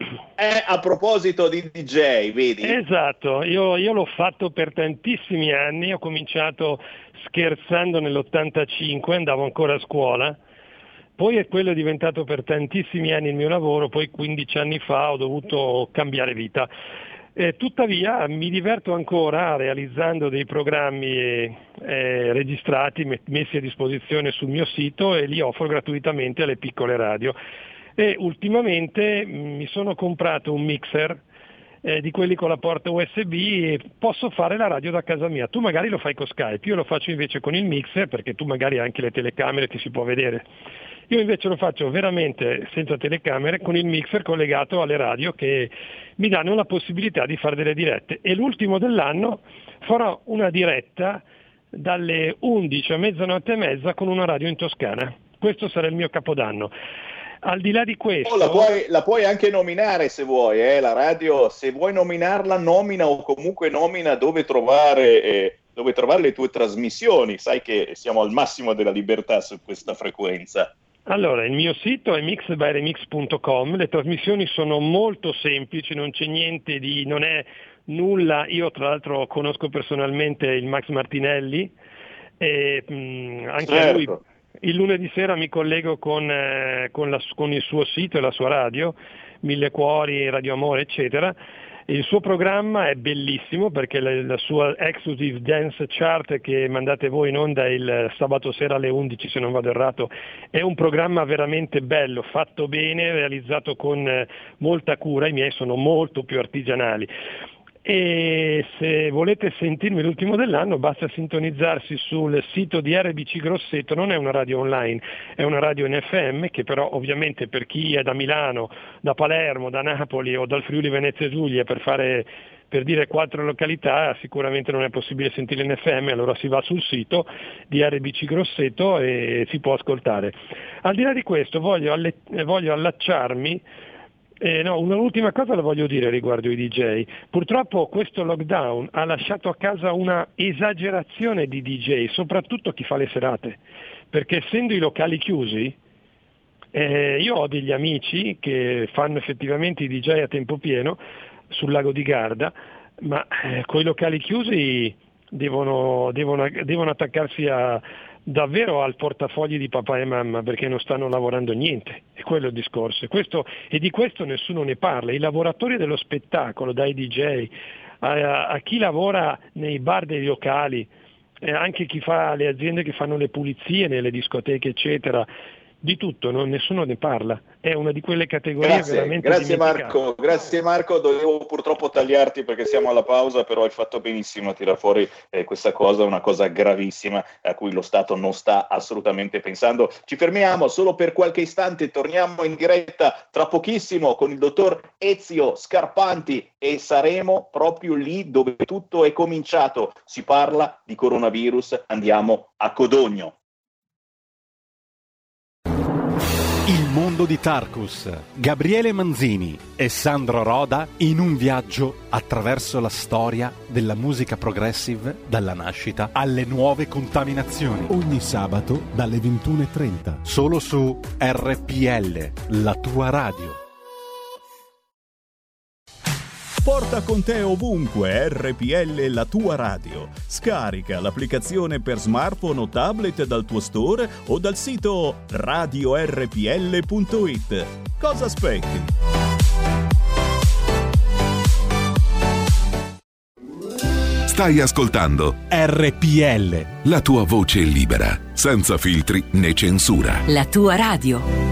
A proposito di DJ, vedi? Esatto, io l'ho fatto per tantissimi anni, ho cominciato scherzando nell'85, andavo ancora a scuola. Poi quello è diventato per tantissimi anni il mio lavoro, poi 15 anni fa ho dovuto cambiare vita. Tuttavia mi diverto ancora realizzando dei programmi registrati, messi a disposizione sul mio sito, e li offro gratuitamente alle piccole radio. E ultimamente mi sono comprato un mixer di quelli con la porta USB e posso fare la radio da casa mia. Tu magari lo fai con Skype, io lo faccio invece con il mixer, perché tu magari hai anche le telecamere, ti si può vedere. Io invece lo faccio veramente senza telecamere, con il mixer collegato alle radio che mi danno la possibilità di fare delle dirette. E l'ultimo dell'anno farò una diretta dalle 11 a mezzanotte e mezza con una radio in Toscana. Questo sarà il mio capodanno. Al di là di questo... La puoi anche nominare se vuoi, la radio, se vuoi nominarla, nomina, o comunque nomina dove trovare le tue trasmissioni. Sai che siamo al massimo della libertà su questa frequenza. Allora, il mio sito è mixbyremix.com, le trasmissioni sono molto semplici, non c'è niente non è nulla. Io tra l'altro conosco personalmente il Max Martinelli, e anche a lui il lunedì sera mi collego con il suo sito e la sua radio, Mille Cuori, Radio Amore, eccetera. Il suo programma è bellissimo perché la sua Exclusive Dance Chart che mandate voi in onda il sabato sera alle 11, se non vado errato, è un programma veramente bello, fatto bene, realizzato con molta cura. I miei sono molto più artigianali. E se volete sentirmi l'ultimo dell'anno basta sintonizzarsi sul sito di RBC Grosseto. Non è una radio online, è una radio in FM, che però ovviamente per chi è da Milano, da Palermo, da Napoli o dal Friuli Venezia Giulia, per dire 4 località, sicuramente non è possibile sentirla in FM, allora si va sul sito di RBC Grosseto e si può ascoltare. Al di là di questo voglio allacciarmi. Un'ultima cosa la voglio dire riguardo i DJ. Purtroppo questo lockdown ha lasciato a casa una esagerazione di DJ, soprattutto chi fa le serate, perché essendo i locali chiusi, io ho degli amici che fanno effettivamente i DJ a tempo pieno sul lago di Garda, ma con i locali chiusi devono attaccarsi davvero al portafogli di papà e mamma, perché non stanno lavorando niente, è quello il discorso, e di questo nessuno ne parla. I lavoratori dello spettacolo, dai DJ a chi lavora nei bar dei locali, anche chi fa le aziende che fanno le pulizie nelle discoteche eccetera, di tutto, nessuno ne parla, è una di quelle categorie veramente dimenticate. Grazie Marco, dovevo purtroppo tagliarti perché siamo alla pausa, però hai fatto benissimo a tirare fuori questa cosa, una cosa gravissima a cui lo Stato non sta assolutamente pensando. Ci fermiamo solo per qualche istante, torniamo in diretta tra pochissimo con il dottor Ezio Scarpanti e saremo proprio lì dove tutto è cominciato, si parla di coronavirus, andiamo a Codogno. Il mondo di Tarkus, Gabriele Manzini e Sandro Roda in un viaggio attraverso la storia della musica progressive dalla nascita alle nuove contaminazioni. Ogni sabato dalle 21:30. Solo su RPL, la tua radio. Porta con te ovunque RPL, la tua radio. Scarica l'applicazione per smartphone o tablet dal tuo store o dal sito radiorpl.it. Cosa aspetti? Stai ascoltando RPL, la tua voce libera, senza filtri né censura. La tua radio.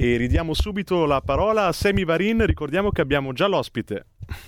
e ridiamo subito la parola a Sammy Varin. Ricordiamo che abbiamo già l'ospite.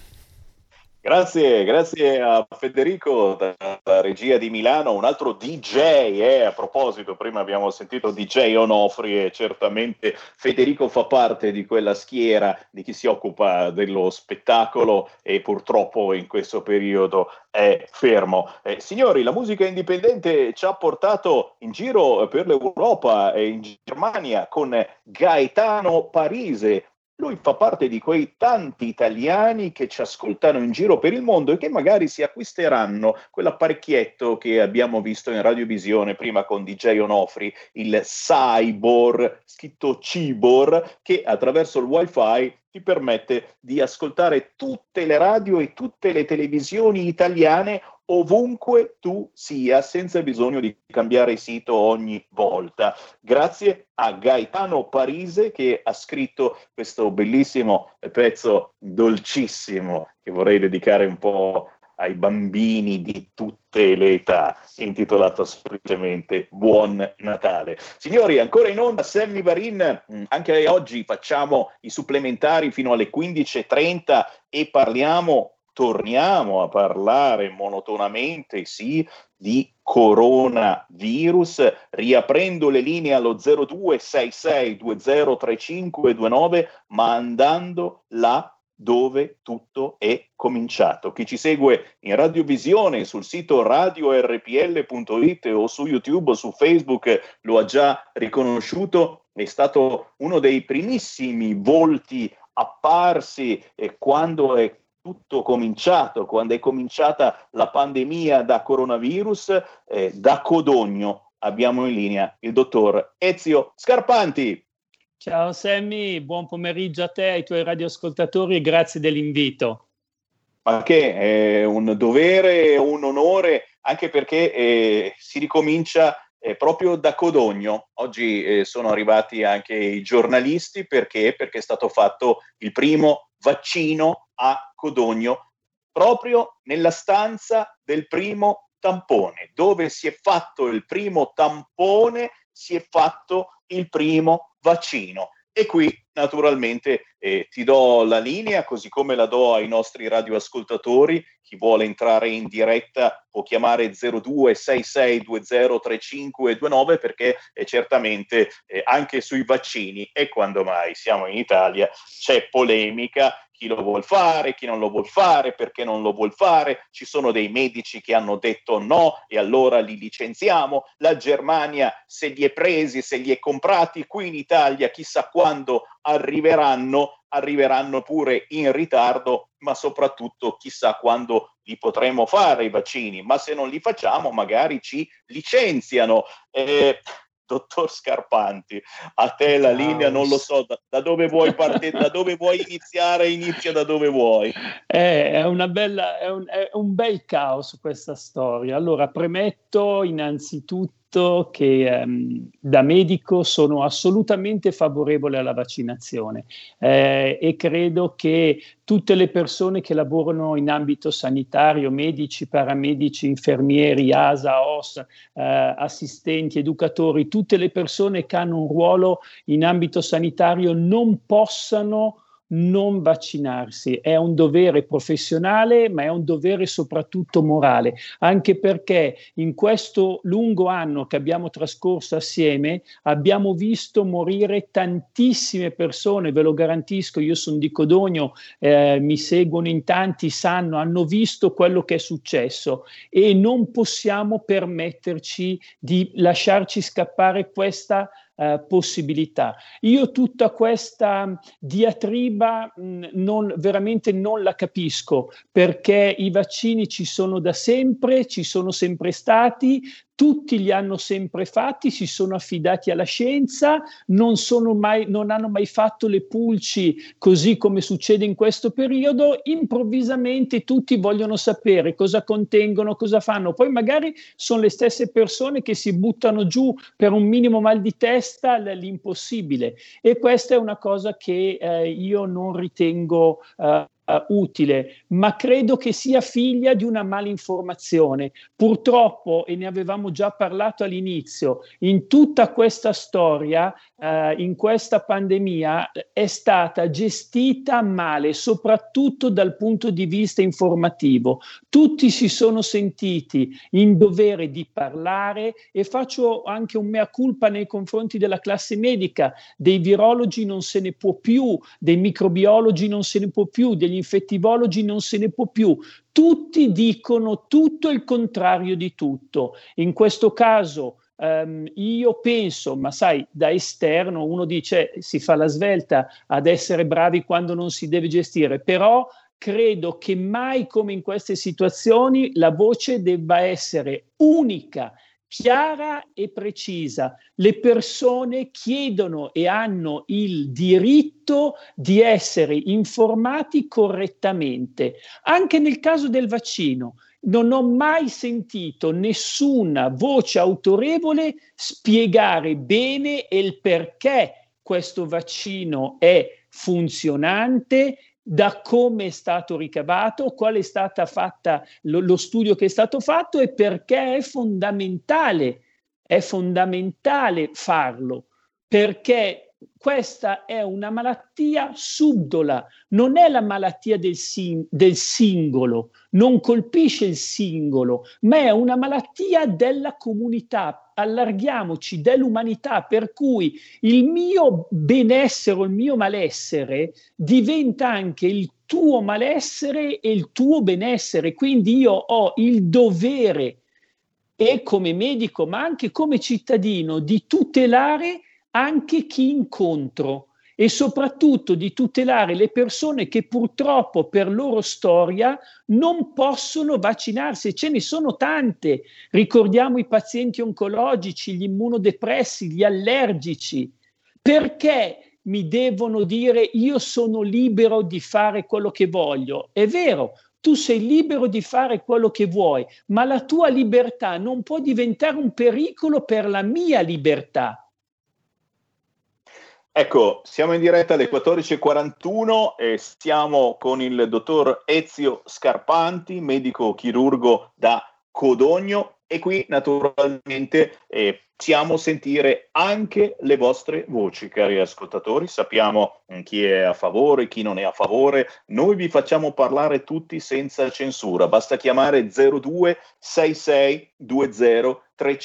Grazie a Federico dalla regia di Milano, un altro DJ, a proposito, prima abbiamo sentito DJ Onofri e certamente Federico fa parte di quella schiera di chi si occupa dello spettacolo e purtroppo in questo periodo è fermo. Signori, la musica indipendente ci ha portato in giro per l'Europa e in Germania con Gaetano Parise. Lui fa parte di quei tanti italiani che ci ascoltano in giro per il mondo e che magari si acquisteranno quell'apparecchietto che abbiamo visto in radiovisione prima con DJ Onofri, il Cyborg, scritto Cibor, che attraverso il wifi ti permette di ascoltare tutte le radio e tutte le televisioni italiane ovunque tu sia, senza bisogno di cambiare sito ogni volta. Grazie a Gaetano Parise che ha scritto questo bellissimo pezzo dolcissimo che vorrei dedicare un po' ai bambini di tutte le età, intitolato semplicemente Buon Natale. Signori, ancora in onda Sammy Varin, anche oggi facciamo i supplementari fino alle 15:30 e torniamo a parlare monotonamente, sì, di coronavirus, riaprendo le linee allo 0266203529, ma andando là dove tutto è cominciato. Chi ci segue in radiovisione sul sito radiorpl.it o su YouTube o su Facebook lo ha già riconosciuto, è stato uno dei primissimi volti apparsi quando è tutto cominciato, quando è cominciata la pandemia da coronavirus. Da Codogno abbiamo in linea il dottor Ezio Scarpanti. Ciao Sammy, buon pomeriggio a te e ai tuoi radioascoltatori e grazie dell'invito. Ma che è un dovere, un onore, anche perché si ricomincia proprio da Codogno. Oggi sono arrivati anche i giornalisti perché è stato fatto il primo vaccino a Codogno, proprio nella stanza del primo tampone. Dove si è fatto il primo tampone, si è fatto il primo vaccino. E qui naturalmente ti do la linea, così come la do ai nostri radioascoltatori. Chi vuole entrare in diretta può chiamare 0266203529 perché certamente anche sui vaccini, e quando mai siamo in Italia, c'è polemica. Chi lo vuol fare, chi non lo vuol fare, perché non lo vuol fare. Ci sono dei medici che hanno detto no e allora li licenziamo. La Germania se li è presi, se li è comprati. Qui in Italia chissà quando arriveranno pure in ritardo, ma soprattutto chissà quando li potremo fare i vaccini. Ma se non li facciamo magari ci licenziano. Dottor Scarpanti, a te la linea, non lo so, da dove vuoi partire, da dove vuoi iniziare, inizia da dove vuoi. È un bel caos questa storia. Allora, premetto innanzitutto che da medico sono assolutamente favorevole alla vaccinazione e credo che tutte le persone che lavorano in ambito sanitario, medici, paramedici, infermieri, ASA, OS, assistenti, educatori, tutte le persone che hanno un ruolo in ambito sanitario non possano non vaccinarsi. È un dovere professionale, ma è un dovere soprattutto morale, anche perché in questo lungo anno che abbiamo trascorso assieme abbiamo visto morire tantissime persone, ve lo garantisco. Io sono di Codogno, mi seguono in tanti, hanno visto quello che è successo e non possiamo permetterci di lasciarci scappare questa possibilità. Io tutta questa diatriba veramente non la capisco, perché i vaccini ci sono da sempre, ci sono sempre stati, tutti li hanno sempre fatti, si sono affidati alla scienza, non hanno mai fatto le pulci così come succede in questo periodo. Improvvisamente tutti vogliono sapere cosa contengono, cosa fanno, poi magari sono le stesse persone che si buttano giù per un minimo mal di testa l'impossibile, e questa è una cosa che io non ritengo utile, ma credo che sia figlia di una malinformazione. Purtroppo, e ne avevamo già parlato all'inizio, in tutta questa storia, in questa pandemia, è stata gestita male, soprattutto dal punto di vista informativo. Tutti si sono sentiti in dovere di parlare, e faccio anche un mea culpa nei confronti della classe medica. Dei virologi non se ne può più, dei microbiologi non se ne può più, degli infettivologi non se ne può più. Tutti dicono tutto il contrario di tutto. In questo caso io penso, ma sai, da esterno uno dice si fa la svelta ad essere bravi quando non si deve gestire, però credo che mai come in queste situazioni la voce debba essere unica, chiara e precisa. Le persone chiedono e hanno il diritto di essere informati correttamente. Anche nel caso del vaccino, non ho mai sentito nessuna voce autorevole spiegare bene il perché questo vaccino è funzionante, da come è stato ricavato, qual è stata fatta lo studio che è stato fatto e perché è fondamentale farlo, perché questa è una malattia subdola, non è la malattia del singolo, non colpisce il singolo, ma è una malattia della comunità. Allarghiamoci, dell'umanità, per cui il mio benessere o il mio malessere diventa anche il tuo malessere e il tuo benessere. Quindi io ho il dovere, e come medico ma anche come cittadino, di tutelare anche chi incontro e soprattutto di tutelare le persone che purtroppo per loro storia non possono vaccinarsi. Ce ne sono tante. Ricordiamo i pazienti oncologici, gli immunodepressi, gli allergici. Perché mi devono dire io sono libero di fare quello che voglio? È vero, tu sei libero di fare quello che vuoi, ma la tua libertà non può diventare un pericolo per la mia libertà. Ecco, siamo in diretta alle 14.41 e stiamo con il dottor Ezio Scarpanti, medico chirurgo da Codogno, e qui naturalmente possiamo sentire anche le vostre voci, cari ascoltatori. Sappiamo chi è a favore, chi non è a favore. Noi vi facciamo parlare tutti senza censura. Basta chiamare 02 66 20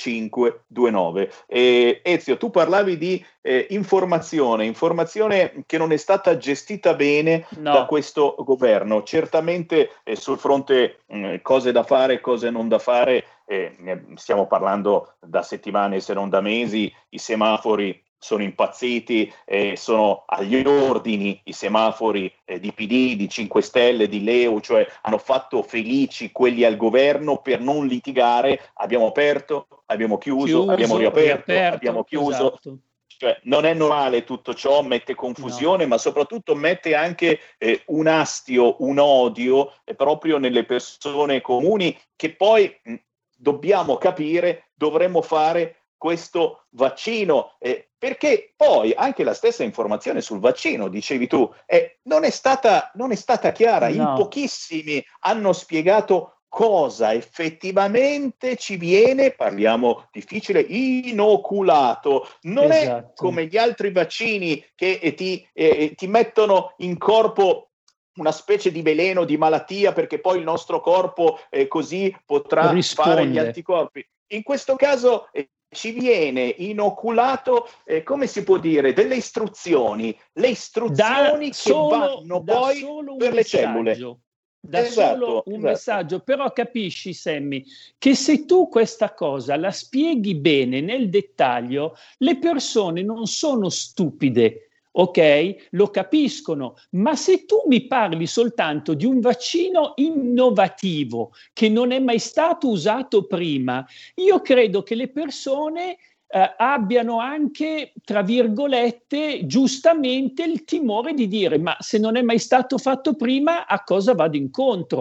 3529. Ezio, tu parlavi di informazione che non è stata gestita bene da questo governo. Certamente sul fronte cose da fare, cose non da fare, ne stiamo parlando da settimane se non da mesi. I semafori sono impazziti, sono agli ordini i semafori di PD, di 5 Stelle, di Leu, cioè hanno fatto felici quelli al governo per non litigare. Abbiamo aperto, abbiamo chiuso, abbiamo riaperto, abbiamo chiuso. Esatto. Cioè, non è normale tutto ciò, mette confusione, ma soprattutto mette anche un astio, un odio proprio nelle persone comuni, che poi dobbiamo capire, dovremmo fare questo vaccino, perché poi anche la stessa informazione sul vaccino, dicevi tu, non è stata chiara. No. In pochissimi hanno spiegato cosa effettivamente ci viene, parliamo difficile, inoculato. Non è come gli altri vaccini che ti mettono in corpo una specie di veleno, di malattia, perché poi il nostro corpo così potrà fare gli anticorpi. In questo caso ci viene inoculato, come si può dire, delle istruzioni, le istruzioni che vanno poi per le cellule. Solo un messaggio, però capisci, Sammy, che se tu questa cosa la spieghi bene nel dettaglio, le persone non sono stupide. Ok, lo capiscono, ma se tu mi parli soltanto di un vaccino innovativo che non è mai stato usato prima, io credo che le persone abbiano anche, tra virgolette, giustamente il timore di dire: ma se non è mai stato fatto prima, a cosa vado incontro?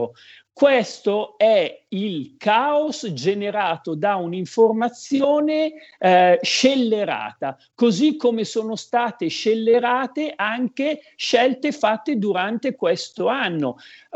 Questo è il caos generato da un'informazione scellerata, così come sono state scellerate anche scelte fatte durante questo anno.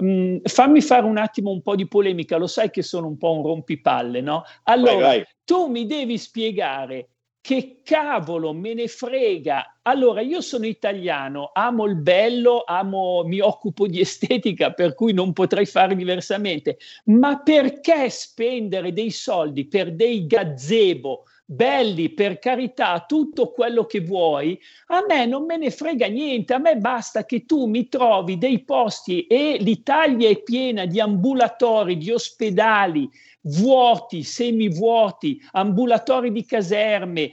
Fammi fare un attimo un po' di polemica, lo sai che sono un po' un rompipalle, no? Allora, vai. Tu mi devi spiegare che cavolo me ne frega. Allora, io sono italiano, amo il bello, mi occupo di estetica, per cui non potrei fare diversamente. Ma perché spendere dei soldi per dei gazebo belli, per carità, tutto quello che vuoi? A me non me ne frega niente, a me basta che tu mi trovi dei posti, e l'Italia è piena di ambulatori, di ospedali vuoti, semivuoti, ambulatori di caserme,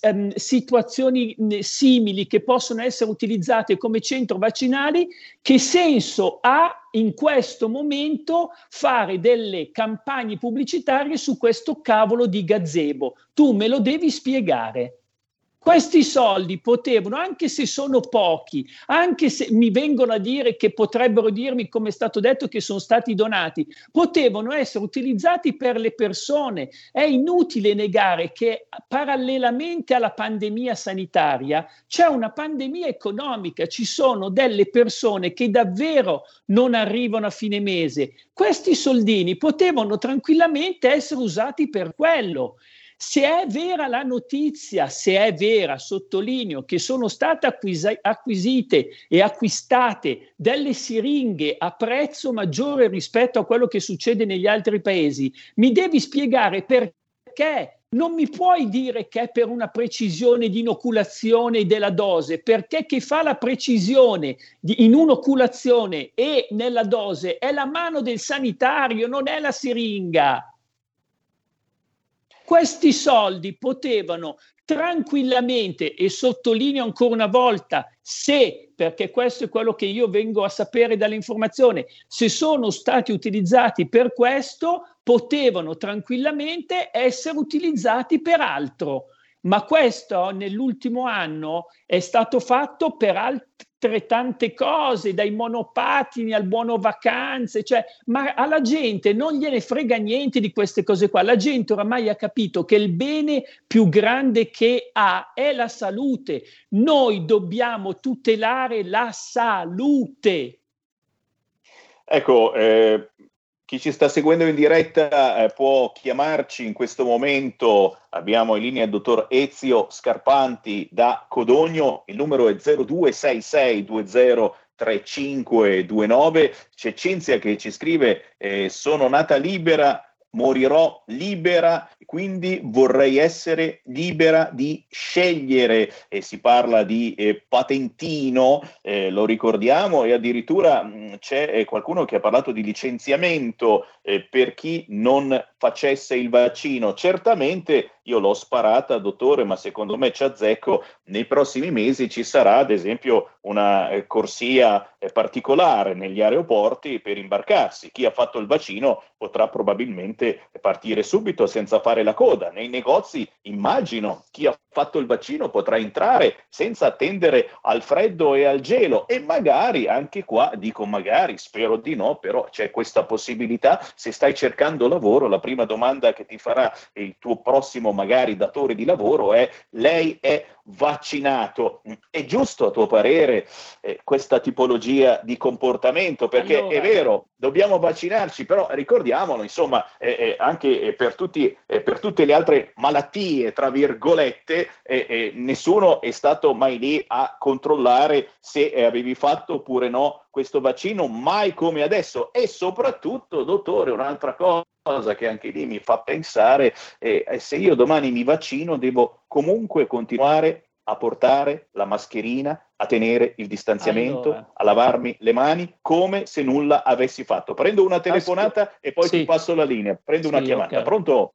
situazioni simili che possono essere utilizzate come centro vaccinali. Che senso ha in questo momento fare delle campagne pubblicitarie su questo cavolo di gazebo? Tu me lo devi spiegare. Questi soldi potevano, anche se sono pochi, anche se mi vengono a dire che potrebbero dirmi, come è stato detto, che sono stati donati, potevano essere utilizzati per le persone. È inutile negare che parallelamente alla pandemia sanitaria c'è una pandemia economica, ci sono delle persone che davvero non arrivano a fine mese. Questi soldini potevano tranquillamente essere usati per quello. Se è vera la notizia, se è vera, sottolineo, che sono state acquisite e acquistate delle siringhe a prezzo maggiore rispetto a quello che succede negli altri paesi, mi devi spiegare perché. Non mi puoi dire che è per una precisione di inoculazione della dose, perché chi fa la precisione in un'oculazione e nella dose è la mano del sanitario, non è la siringa. Questi soldi potevano tranquillamente, e sottolineo ancora una volta, perché questo è quello che io vengo a sapere dall'informazione, se sono stati utilizzati per questo, potevano tranquillamente essere utilizzati per altro. Ma questo nell'ultimo anno è stato fatto per altrettante cose, dai monopattini al buono vacanze, ma alla gente non gliene frega niente di queste cose qua. La gente oramai ha capito che il bene più grande che ha è la salute. Noi dobbiamo tutelare la salute. Ecco, chi ci sta seguendo in diretta può chiamarci in questo momento. Abbiamo in linea il dottor Ezio Scarpanti da Codogno, il numero è 0266203529. C'è Cinzia che ci scrive: sono nata libera, morirò libera, quindi vorrei essere libera di scegliere. E si parla di patentino, lo ricordiamo, e addirittura c'è qualcuno che ha parlato di licenziamento per chi non facesse il vaccino. Certamente io l'ho sparata, dottore, ma secondo me ci azzecco. Nei prossimi mesi ci sarà ad esempio una corsia particolare negli aeroporti per imbarcarsi. Chi ha fatto il vaccino potrà probabilmente partire subito senza fare la coda. Nei negozi, immagino, chi ha fatto il vaccino potrà entrare senza attendere al freddo e al gelo, e magari anche qua, dico magari, spero di no, però c'è questa possibilità. Se stai cercando lavoro, la prima domanda che ti farà il tuo prossimo magari datore di lavoro è: lei è vaccinato? È giusto a tuo parere questa tipologia di comportamento? Perché allora, è vero, dobbiamo vaccinarci, però ricordiamolo, insomma, anche per tutte le altre malattie, tra virgolette, nessuno è stato mai lì a controllare se avevi fatto oppure no questo vaccino, mai come adesso. E soprattutto, dottore, un'altra cosa che anche lì mi fa pensare, se io domani mi vaccino devo comunque continuare a portare la mascherina, a tenere il distanziamento, a lavarmi le mani come se nulla avessi fatto. Prendo una telefonata e poi ti passo la linea. Prendo una chiamata. Okay. Pronto?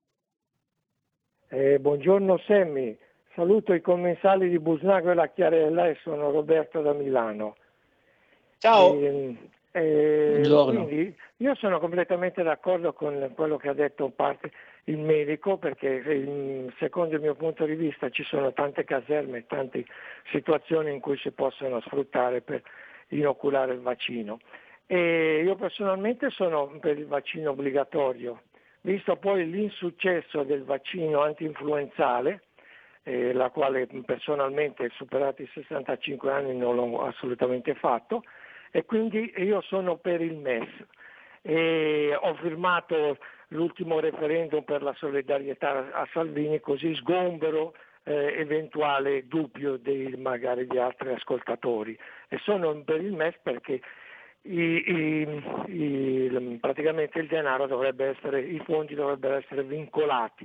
Buongiorno Semmi, saluto i commensali di Busnago e la Chiarella e sono Roberto da Milano. Ciao. Quindi io sono completamente d'accordo con quello che ha detto in parte il medico, perché secondo il mio punto di vista ci sono tante caserme, tante situazioni in cui si possono sfruttare per inoculare il vaccino. E io personalmente sono per il vaccino obbligatorio, visto poi l'insuccesso del vaccino anti-influenzale, la quale personalmente, superati i 65 anni, non l'ho assolutamente fatto, e quindi io sono per il MES. E ho firmato l'ultimo referendum per la solidarietà a Salvini, così sgombero eventuale dubbio magari di altri ascoltatori, e sono per il MES perché praticamente il denaro i fondi dovrebbero essere vincolati.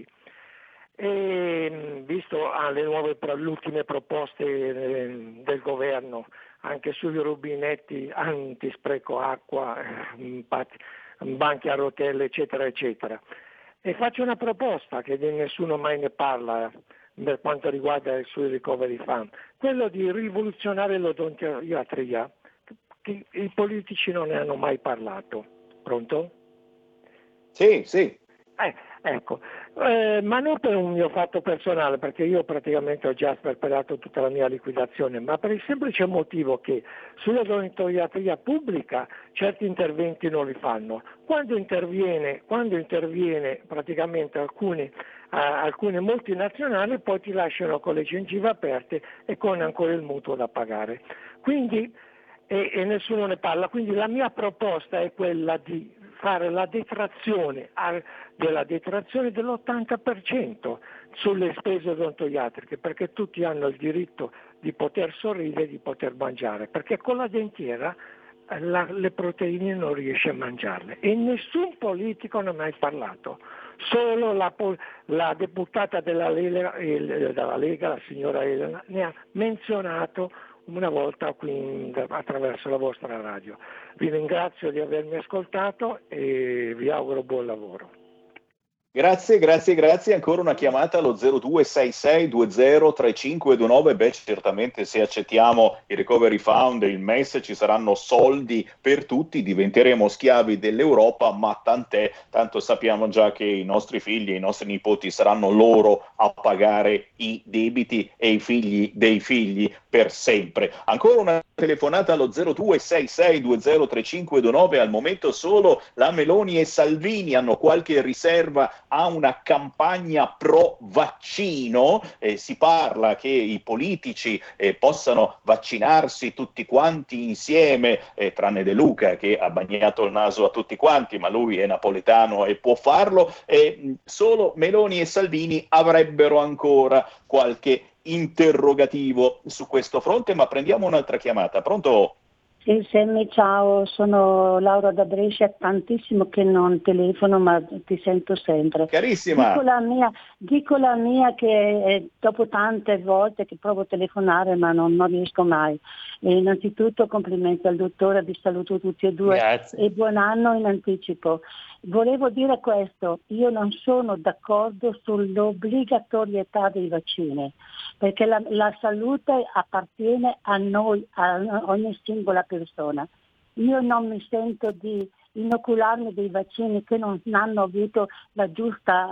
E visto le ultime proposte del governo anche sui rubinetti antispreco acqua, banchi a rotelle, eccetera eccetera, e faccio una proposta che nessuno mai ne parla per quanto riguarda il suo recovery fund, quello di rivoluzionare l'odontoiatria, che i politici non ne hanno mai parlato. Pronto? Sì. Ecco, ma non per un mio fatto personale, perché io praticamente ho già sperperato tutta la mia liquidazione, ma per il semplice motivo che sull'odontoiatria pubblica certi interventi non li fanno. Quando interviene praticamente alcune multinazionali, poi ti lasciano con le gengive aperte e con ancora il mutuo da pagare. Quindi e nessuno ne parla, quindi la mia proposta è quella di fare la detrazione dell'80% sulle spese odontoiatriche, perché tutti hanno il diritto di poter sorridere e di poter mangiare, perché con la dentiera le proteine non riesce a mangiarle, e nessun politico ne ha mai parlato, solo la deputata della Lega, la signora Elena, ne ha menzionato una volta qui attraverso la vostra radio. Vi ringrazio di avermi ascoltato e vi auguro buon lavoro. Grazie. Ancora una chiamata allo 0266203529. Certamente se accettiamo il Recovery Fund e il MES ci saranno soldi per tutti, diventeremo schiavi dell'Europa, ma tant'è, tanto sappiamo già che i nostri figli e i nostri nipoti saranno loro a pagare i debiti e i figli dei figli per sempre. Ancora una telefonata allo 0266203529. Al momento solo la Meloni e Salvini hanno qualche riserva a una campagna pro vaccino. Si parla che i politici possano vaccinarsi tutti quanti insieme, tranne De Luca che ha bagnato il naso a tutti quanti, ma lui è napoletano e può farlo. Solo Meloni e Salvini avrebbero ancora qualche interrogativo su questo fronte, ma prendiamo un'altra chiamata. Pronto? Sì, Sammy, ciao, sono Laura da Brescia, tantissimo che non telefono, ma ti sento sempre. Carissima. Dico la mia che dopo tante volte che provo a telefonare ma non riesco mai. Innanzitutto complimenti al dottore, vi saluto tutti e due. Grazie. E buon anno in anticipo. Volevo dire questo, io non sono d'accordo sull'obbligatorietà dei vaccini, perché la salute appartiene a noi, a ogni singola persona. Io non mi sento di inocularmi dei vaccini che non hanno avuto la giusta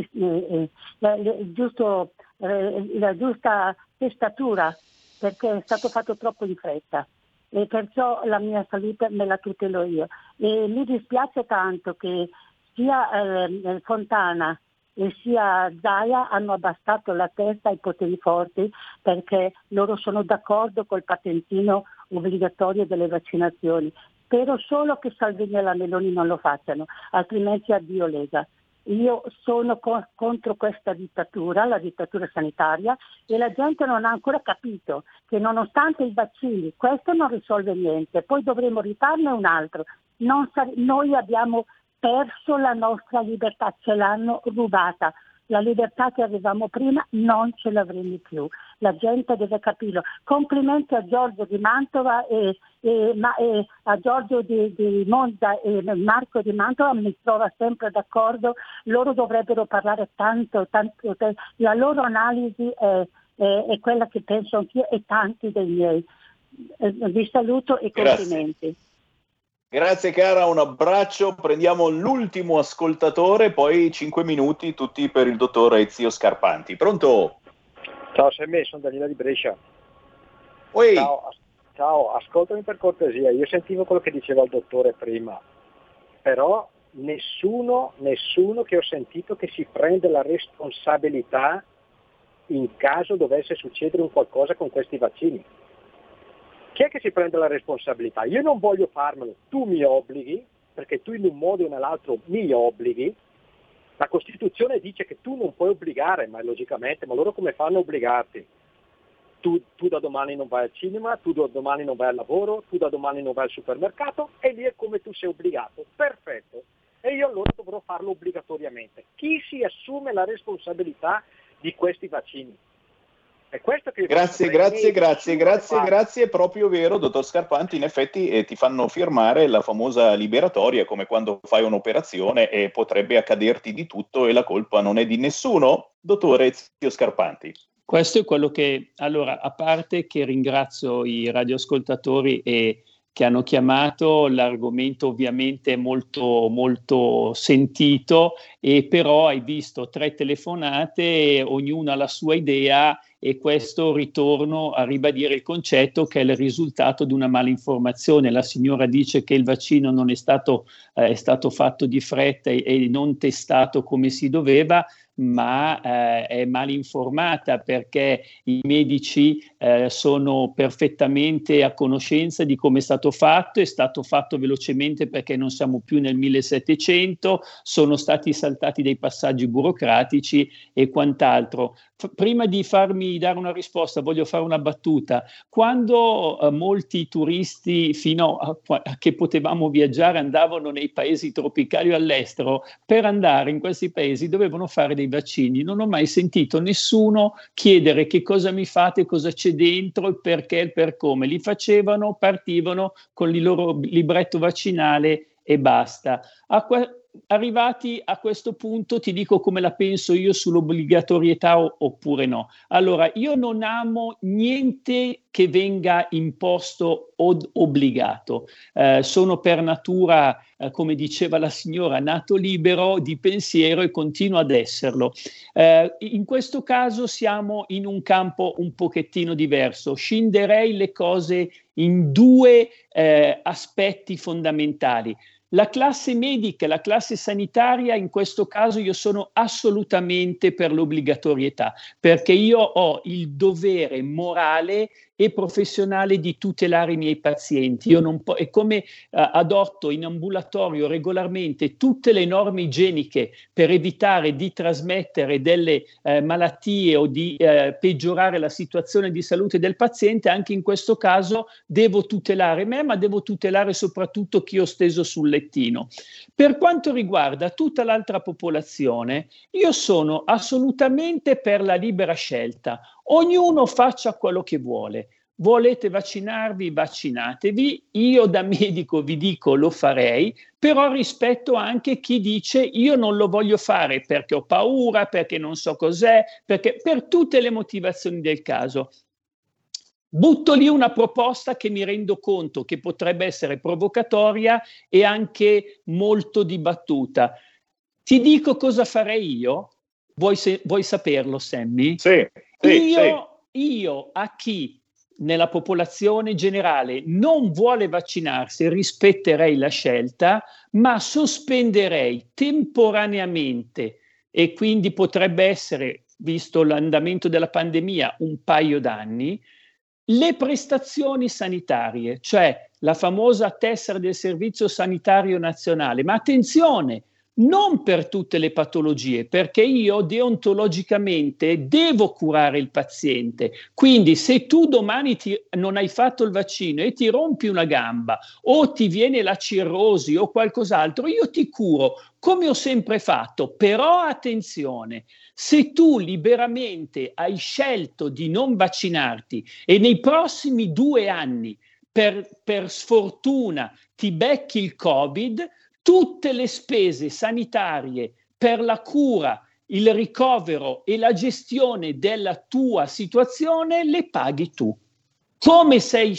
testatura, perché è stato fatto troppo in fretta. E perciò la mia salute me la tutelo io. E mi dispiace tanto che sia Fontana e sia Zaia hanno abbassato la testa ai poteri forti, perché loro sono d'accordo col patentino obbligatorio delle vaccinazioni. Spero solo che Salvini e la Meloni non lo facciano, altrimenti addio Lega. Io sono contro questa dittatura, la dittatura sanitaria, e la gente non ha ancora capito che nonostante i vaccini questo non risolve niente, poi dovremo rifarne un altro. Noi abbiamo perso la nostra libertà, ce l'hanno rubata. La libertà che avevamo prima non ce l'avremo più. La gente deve capirlo. Complimenti a Giorgio di Mantova e a Giorgio di Monza e Marco di Mantova, mi trova sempre d'accordo. Loro dovrebbero parlare tanto. La loro analisi è quella che penso anch'io e tanti dei miei. Vi saluto e complimenti. Grazie cara, un abbraccio. Prendiamo l'ultimo ascoltatore, poi 5 minuti tutti per il dottor Ezio Scarpanti. Pronto? Ciao Sammy, sono Danilo di Brescia. Oi. Ciao, ascoltami per cortesia, io sentivo quello che diceva il dottore prima, però nessuno che ho sentito che si prende la responsabilità in caso dovesse succedere un qualcosa con questi vaccini. Chi è che si prende la responsabilità? Io non voglio farmelo, tu mi obblighi, perché tu in un modo o nell'altro mi obblighi. La Costituzione dice che tu non puoi obbligare, ma logicamente, ma loro come fanno a obbligarti? Tu da domani non vai al cinema, tu da domani non vai al lavoro, tu da domani non vai al supermercato, e lì è come tu sei obbligato. Perfetto. E io allora dovrò farlo obbligatoriamente. Chi si assume la responsabilità di questi vaccini? È questo che Grazie, è proprio vero, dottor Scarpanti, in effetti ti fanno firmare la famosa liberatoria, come quando fai un'operazione e potrebbe accaderti di tutto e la colpa non è di nessuno. Dottore Ezio Scarpanti. Questo è quello che, allora, a parte che ringrazio i radioascoltatori che hanno chiamato, l'argomento ovviamente è molto, molto sentito, e però hai visto 3 telefonate, ognuna ha la sua idea, e questo ritorno a ribadire il concetto che è il risultato di una malinformazione. La signora dice che il vaccino non è stato fatto di fretta e non testato come si doveva, ma è malinformata, perché i medici sono perfettamente a conoscenza di come è stato fatto velocemente perché non siamo più nel 1700, sono stati saltati dei passaggi burocratici e quant'altro. Prima di farmi dare una risposta voglio fare una battuta. Quando molti turisti fino a che potevamo viaggiare andavano nei paesi tropicali o all'estero, per andare in questi paesi dovevano fare dei vaccini. Non ho mai sentito nessuno chiedere che cosa mi fate, cosa c'è dentro, il perché, il per come. Li facevano, partivano con il loro libretto vaccinale e basta. Arrivati a questo punto ti dico come la penso io sull'obbligatorietà oppure no. Allora, io non amo niente che venga imposto o obbligato. Sono per natura, come diceva la signora, nato libero di pensiero e continuo ad esserlo. In questo caso siamo in un campo un pochettino diverso. Scinderei le cose in 2 aspetti fondamentali. La classe medica, la classe sanitaria, in questo caso io sono assolutamente per l'obbligatorietà, perché io ho il dovere morale e professionale di tutelare i miei pazienti. Io non è come adotto in ambulatorio regolarmente tutte le norme igieniche per evitare di trasmettere delle malattie o di peggiorare la situazione di salute del paziente. Anche in questo caso devo tutelare me, ma devo tutelare soprattutto chi ho steso sul lettino. Per quanto riguarda tutta l'altra popolazione, io sono assolutamente per la libera scelta. Ognuno faccia quello che vuole. Volete vaccinarvi, vaccinatevi. Io da medico vi dico lo farei, però rispetto anche chi dice io non lo voglio fare perché ho paura, perché non so cos'è, perché per tutte le motivazioni del caso. Butto lì una proposta che mi rendo conto che potrebbe essere provocatoria e anche molto dibattuta. Ti dico cosa farei io? Vuoi saperlo, Sammy? Sì. Io a chi nella popolazione generale non vuole vaccinarsi rispetterei la scelta, ma sospenderei temporaneamente, e quindi potrebbe essere, visto l'andamento della pandemia, un paio d'anni, le prestazioni sanitarie, cioè la famosa tessera del Servizio Sanitario Nazionale. Ma attenzione, non per tutte le patologie, perché io deontologicamente devo curare il paziente. Quindi se tu domani non hai fatto il vaccino e ti rompi una gamba o ti viene la cirrosi o qualcos'altro, io ti curo come ho sempre fatto. Però attenzione, se tu liberamente hai scelto di non vaccinarti e nei prossimi 2 anni per sfortuna ti becchi il Covid, tutte le spese sanitarie per la cura, il ricovero e la gestione della tua situazione le paghi tu. Come sei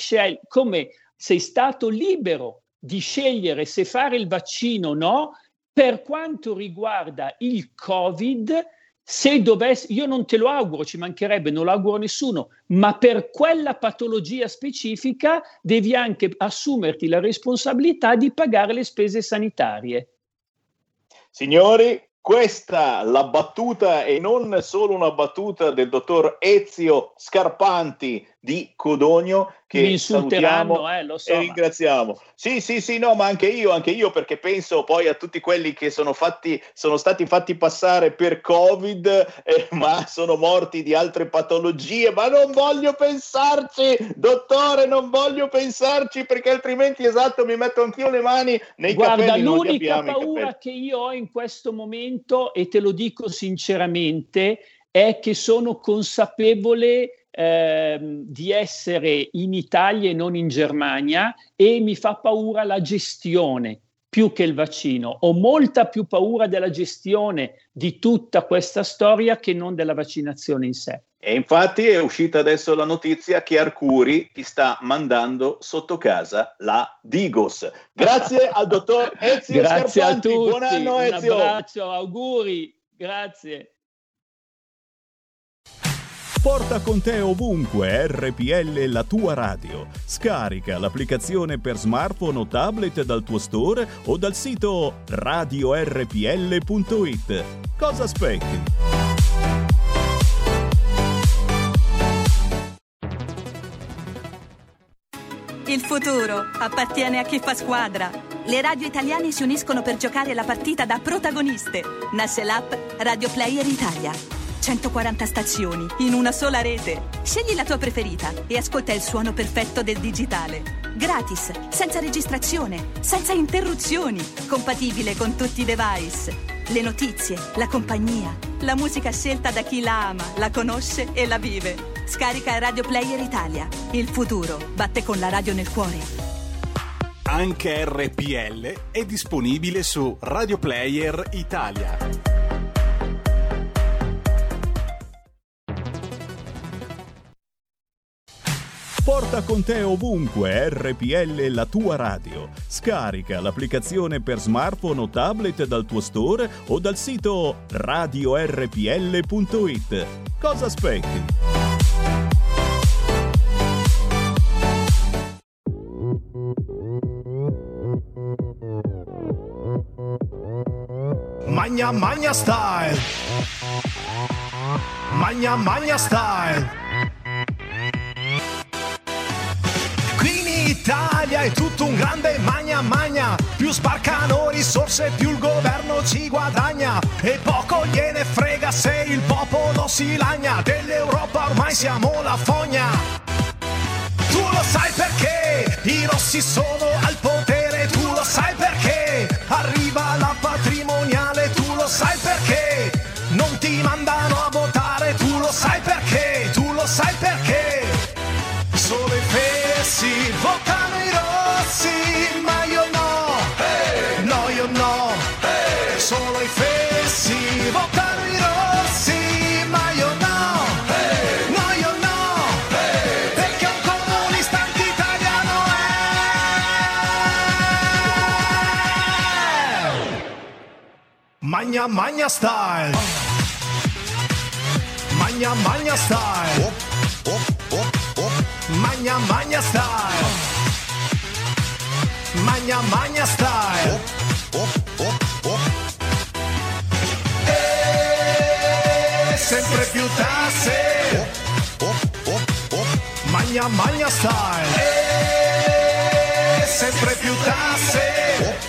stato libero di scegliere se fare il vaccino o no, per quanto riguarda il Covid, Se dovessi, io non te lo auguro, ci mancherebbe, non lo auguro a nessuno, ma per quella patologia specifica devi anche assumerti la responsabilità di pagare le spese sanitarie. Signori, questa la battuta, e non solo una battuta, del dottor Ezio Scarpanti di Codogno, che mi insulteranno, salutiamo lo so, e ringraziamo. Sì, no, ma anche io, perché penso poi a tutti quelli che sono stati fatti passare per Covid, ma sono morti di altre patologie. Ma non voglio pensarci, dottore, non voglio pensarci, perché altrimenti, esatto, mi metto anch'io le mani nei capelli. L'unica paura che io ho in questo momento, e te lo dico sinceramente, è che sono consapevole di essere in Italia e non in Germania, e mi fa paura la gestione più che il vaccino. Ho molta più paura della gestione di tutta questa storia che non della vaccinazione in sé. E infatti è uscita adesso la notizia che Arcuri ti sta mandando sotto casa la Digos. Grazie al dottor Ezio Grazie Scarpanti. a tutti, Buon anno, Ezio. Un abbraccio, auguri, grazie. Porta con te ovunque RPL, la tua radio. Scarica l'applicazione per smartphone o tablet dal tuo store o dal sito radiorpl.it. Cosa aspetti? Il futuro appartiene a chi fa squadra. Le radio italiane si uniscono per giocare la partita da protagoniste. Nasce l'app Radio Player Italia. 140 stazioni in una sola rete. Scegli la tua preferita e ascolta il suono perfetto del digitale. Gratis, senza registrazione, senza interruzioni, compatibile con tutti i device. Le notizie, la compagnia, la musica scelta da chi la ama, la conosce e la vive. Scarica Radio Player Italia. Il futuro batte con la radio nel cuore. Anche RPL è disponibile su Radio Player Italia. Porta con te ovunque RPL, la tua radio. Scarica l'applicazione per smartphone o tablet dal tuo store o dal sito radiorpl.it. Cosa aspetti? Magna style. Magna style. Italia è tutto un grande magna, più sbarcano risorse più il governo ci guadagna, e poco gliene frega se il popolo si lagna, dell'Europa ormai siamo la fogna. Tu lo sai perché i rossi sono al potere, tu lo sai perché arriva la patrimoniale, tu lo sai perché non ti mandano a votare, tu lo sai perché, tu lo sai perché solo i fessi votano i rossi, ma io no, no io no, solo i fessi votano i rossi, ma io no, no io no, perché un comunista anti-italiano è Magna style, Magna style, Magna style, Magna style, e sempre più tasse, Magna style, e sempre più tasse,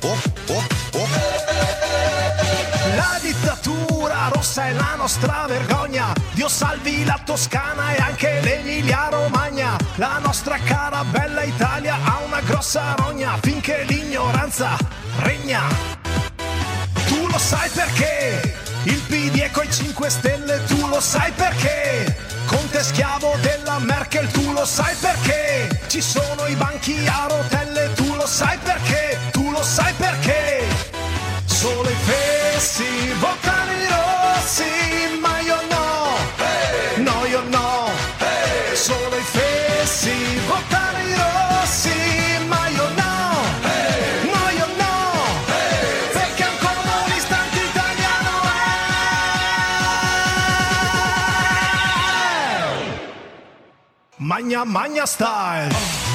la dittatura rossa è la nostra vergogna, Dio salvi la Toscana e anche l'Emilia Romagna, la nostra cara bella Italia ha una grossa rogna, finché l'ignoranza regna. Tu lo sai perché il PD è coi 5 Stelle, tu lo sai perché Conte è schiavo della Merkel, tu lo sai perché ci sono i banchi a rotelle, tu lo sai perché, tu lo sai perché solo i fessi votano i rossi, ma io no, no io no, solo i fessi votano i rossi, ma io no, no io no, perché un comunista anti-italiano è Magna Magna Style.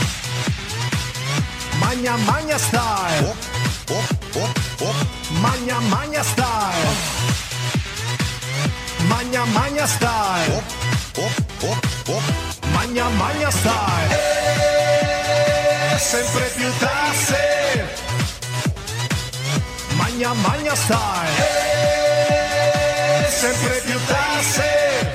Magna Magna Style. Magna Magna Style. Magna Magna Style. Magna Magna Style. Sempre più tasse. Magna Magna Style. Sempre più tasse.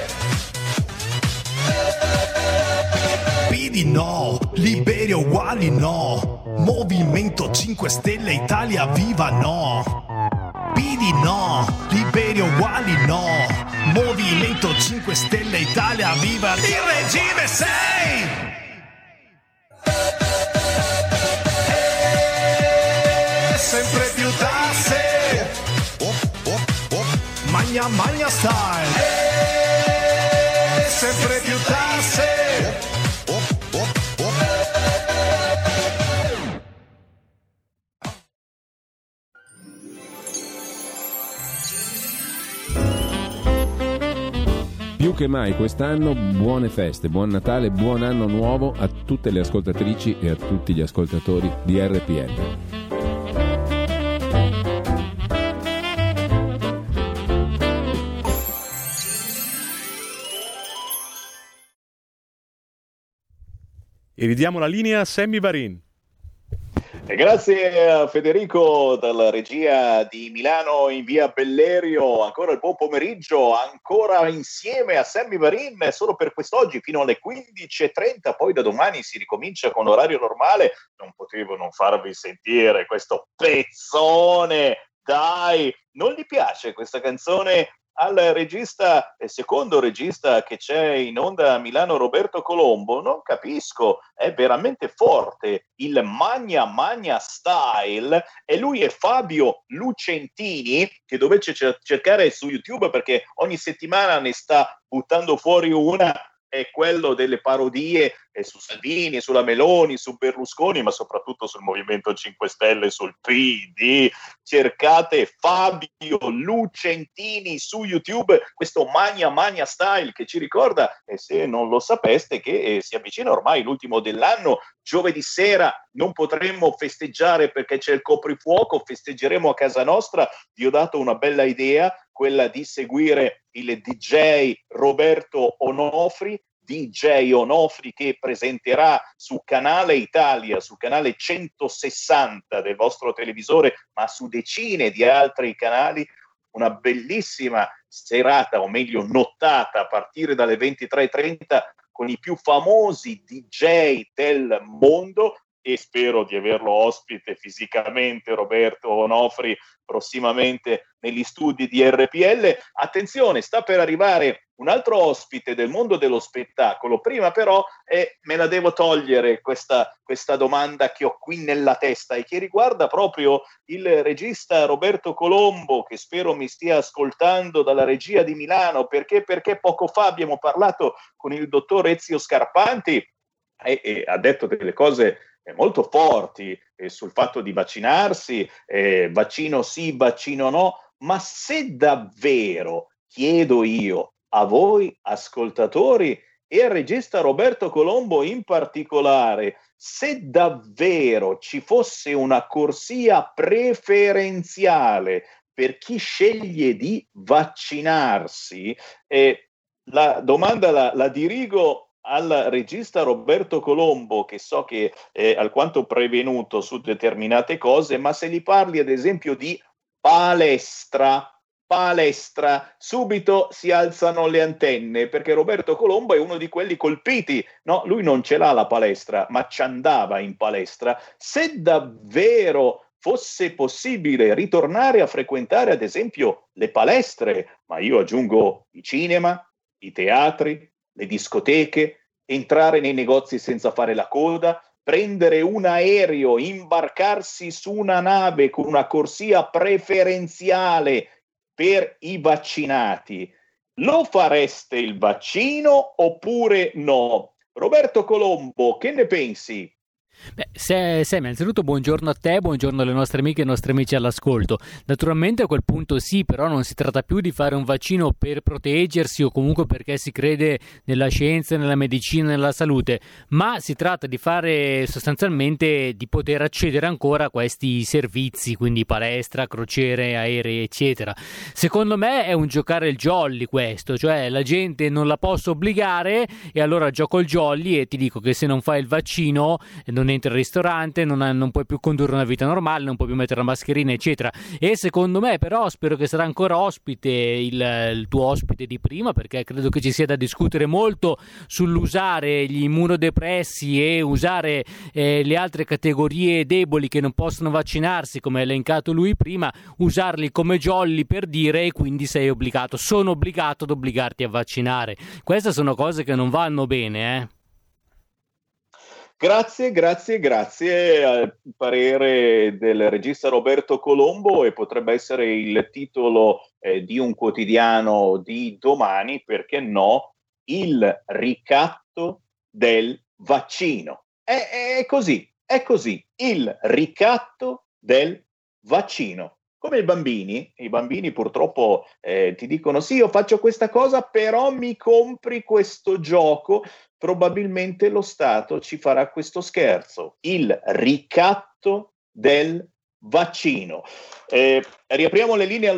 Pidi no, Liberia uguali no. Movimento 5 Stelle Italia Viva no. Pidi no, Liberia uguali no. Movimento 5 Stelle Italia Viva. Il regime sei! Sempre più tasse. Magna Magna Style. Sempre più tasse. Più che mai quest'anno buone feste, buon Natale, buon anno nuovo a tutte le ascoltatrici e a tutti gli ascoltatori di RPL. E ridiamo la linea a Sammy Varin. E grazie a Federico dalla regia di Milano in via Bellerio. Ancora il buon pomeriggio, ancora insieme a Sammy Varin solo per quest'oggi fino alle 15:30, poi da domani si ricomincia con orario normale. Non potevo non farvi sentire questo pezzone, dai, non gli piace questa canzone al regista, secondo regista che c'è in onda a Milano, Roberto Colombo? Non capisco, è veramente forte il Magna Magna Style, e lui è Fabio Lucentini, che dovete cercare su YouTube perché ogni settimana ne sta buttando fuori una. È quello delle parodie su Salvini, sulla Meloni, su Berlusconi, ma soprattutto sul Movimento 5 Stelle, sul PD. Cercate Fabio Lucentini su YouTube, questo Magna Magna Style che ci ricorda, e se non lo sapeste, che si avvicina ormai l'ultimo dell'anno. Giovedì sera non potremmo festeggiare perché c'è il coprifuoco, festeggeremo a casa nostra. Vi ho dato una bella idea, quella di seguire il DJ Roberto Onofri, che presenterà su Canale Italia, su canale 160 del vostro televisore, ma su decine di altri canali, una bellissima serata, o meglio nottata, a partire dalle 23:30 con i più famosi DJ del mondo, e spero di averlo ospite fisicamente, Roberto Onofri, prossimamente negli studi di RPL. Attenzione, sta per arrivare un altro ospite del mondo dello spettacolo. Prima però me la devo togliere questa domanda che ho qui nella testa e che riguarda proprio il regista Roberto Colombo, che spero mi stia ascoltando dalla regia di Milano, perché poco fa abbiamo parlato con il dottor Ezio Scarpanti e ha detto delle cose molto forti sul fatto di vaccinarsi, vaccino sì, vaccino no, ma se davvero, chiedo io a voi ascoltatori e al regista Roberto Colombo in particolare, se davvero ci fosse una corsia preferenziale per chi sceglie di vaccinarsi, la domanda la dirigo al regista Roberto Colombo, che so che è alquanto prevenuto su determinate cose, ma se gli parli ad esempio di palestra, subito si alzano le antenne, perché Roberto Colombo è uno di quelli colpiti, no? Lui non ce l'ha la palestra, ma ci andava in palestra. Se davvero fosse possibile ritornare a frequentare ad esempio le palestre, ma io aggiungo i cinema, i teatri, le discoteche, entrare nei negozi senza fare la coda, prendere un aereo, imbarcarsi su una nave con una corsia preferenziale per i vaccinati, lo fareste il vaccino oppure no? Roberto Colombo, che ne pensi? Sam, innanzitutto buongiorno a te, buongiorno alle nostre amiche e ai nostri amici all'ascolto. Naturalmente a quel punto sì, però non si tratta più di fare un vaccino per proteggersi o comunque perché si crede nella scienza, nella medicina, nella salute, ma si tratta di fare sostanzialmente di poter accedere ancora a questi servizi, quindi palestra, crociere, aerei, eccetera. Secondo me è un giocare il jolly questo, cioè la gente non la posso obbligare e allora gioco il jolly e ti dico che se non fai il vaccino non entri al ristorante, non puoi più condurre una vita normale, non puoi più mettere la mascherina, eccetera. E secondo me però spero che sarà ancora ospite il tuo ospite di prima, perché credo che ci sia da discutere molto sull'usare gli immunodepressi e usare le altre categorie deboli che non possono vaccinarsi, come ha elencato lui prima, usarli come jolly per dire e quindi sono obbligato ad obbligarti a vaccinare. Queste sono cose che non vanno bene, Grazie al parere del regista Roberto Colombo, e potrebbe essere il titolo di un quotidiano di domani, perché no, il ricatto del vaccino. È così, il ricatto del vaccino. Come i bambini purtroppo ti dicono sì, io faccio questa cosa, però mi compri questo gioco. Probabilmente lo Stato ci farà questo scherzo, il ricatto del vaccino. Riapriamo le linee allo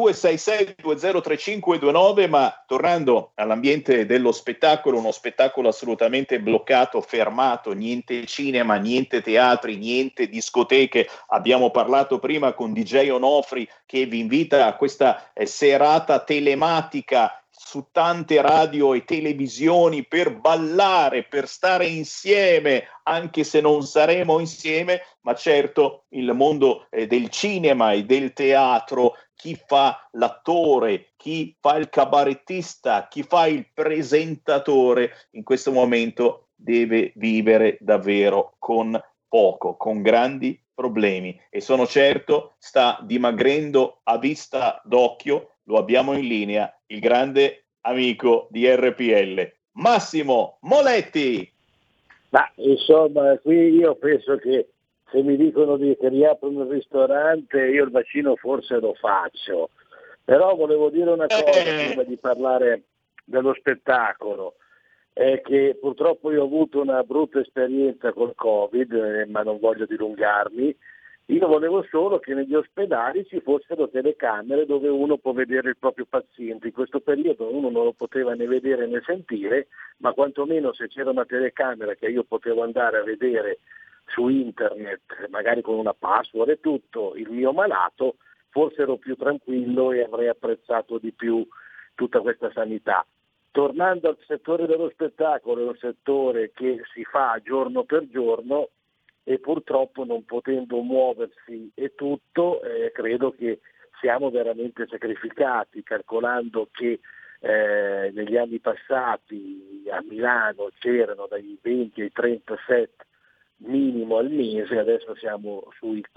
0266203529, ma tornando all'ambiente dello spettacolo, uno spettacolo assolutamente bloccato, fermato, niente cinema, niente teatri, niente discoteche. Abbiamo parlato prima con DJ Onofri che vi invita a questa serata telematica su tante radio e televisioni per ballare, per stare insieme, anche se non saremo insieme, ma certo il mondo del cinema e del teatro, chi fa l'attore, chi fa il cabarettista, chi fa il presentatore, in questo momento deve vivere davvero con poco, con grandi problemi, e sono certo sta dimagrendo a vista d'occhio. Lo abbiamo in linea, il grande amico di RPL, Massimo Moletti. Ma insomma, qui io penso che se mi dicono che riaprono il ristorante, io il vaccino forse lo faccio. Però volevo dire una cosa prima di parlare dello spettacolo, è che purtroppo io ho avuto una brutta esperienza col Covid, ma non voglio dilungarmi. Io volevo solo che negli ospedali ci fossero telecamere dove uno può vedere il proprio paziente. In questo periodo uno non lo poteva né vedere né sentire, ma quantomeno se c'era una telecamera che io potevo andare a vedere su internet, magari con una password e tutto, il mio malato, forse ero più tranquillo e avrei apprezzato di più tutta questa sanità. Tornando al settore dello spettacolo, è un settore che si fa giorno per giorno, e purtroppo non potendo muoversi e tutto, credo che siamo veramente sacrificati, calcolando che negli anni passati a Milano c'erano dai 20 ai 37 minimo al mese, adesso siamo sui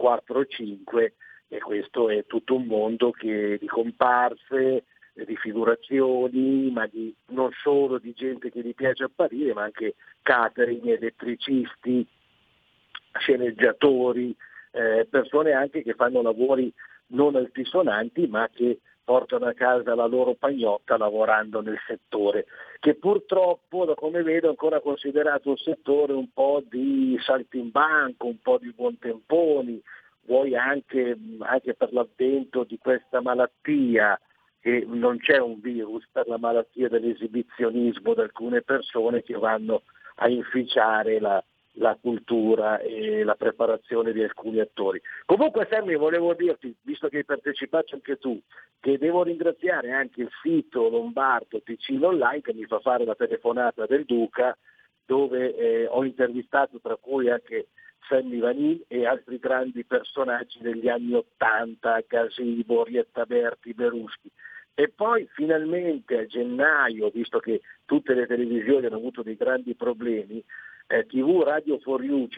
4-5, e questo è tutto un mondo di comparse, di figurazioni, ma non solo di gente che gli piace apparire, ma anche catering, elettricisti, sceneggiatori, persone anche che fanno lavori non altisonanti ma che portano a casa la loro pagnotta lavorando nel settore, che purtroppo, da come vedo, è ancora considerato un settore un po' di saltimbanco, un po' di buontemponi, vuoi anche per l'avvento di questa malattia, che non c'è un virus, per la malattia dell'esibizionismo di alcune persone che vanno a inficiare la cultura e la preparazione di alcuni attori. Comunque, Sammy, volevo dirti, visto che hai partecipato anche tu, che devo ringraziare anche il sito lombardo Ticino Online che mi fa fare la telefonata del Duca, dove ho intervistato tra cui anche Sammy Vanin e altri grandi personaggi degli anni '80, Gazebo, Orietta Berti, Beruschi. E poi finalmente a gennaio, visto che tutte le televisioni hanno avuto dei grandi problemi, TV Radio for You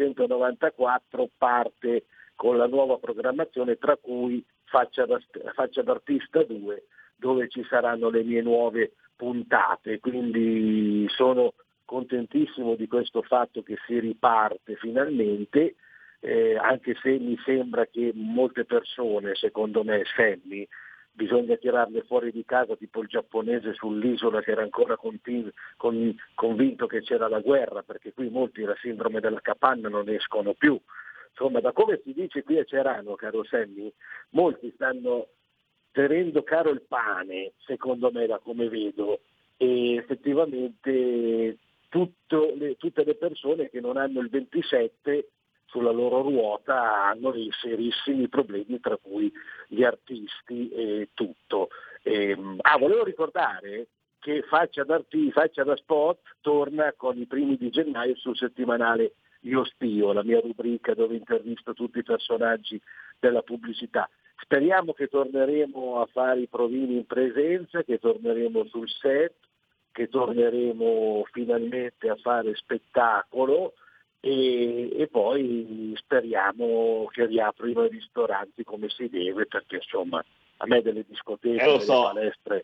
194 parte con la nuova programmazione, tra cui Faccia d'Artista 2, dove ci saranno le mie nuove puntate, quindi sono contentissimo di questo fatto che si riparte finalmente, anche se mi sembra che molte persone, secondo me, Sammy, bisogna tirarle fuori di casa tipo il giapponese sull'isola che era ancora convinto che c'era la guerra, perché qui molti la sindrome della capanna non escono più. Insomma, da come si dice qui a Cerano, caro Sammy, molti stanno tenendo caro il pane, secondo me, da come vedo, e effettivamente tutte le persone che non hanno il 27 sulla loro ruota hanno dei serissimi problemi, tra cui gli artisti e tutto. Volevo ricordare che Faccia da Spot torna con i primi di gennaio sul settimanale Io Stio, la mia rubrica dove intervisto tutti i personaggi della pubblicità. Speriamo che torneremo a fare i provini in presenza, che torneremo sul set, che torneremo finalmente a fare spettacolo, e poi speriamo che riaprino i ristoranti come si deve, perché insomma a me delle discoteche, delle palestre,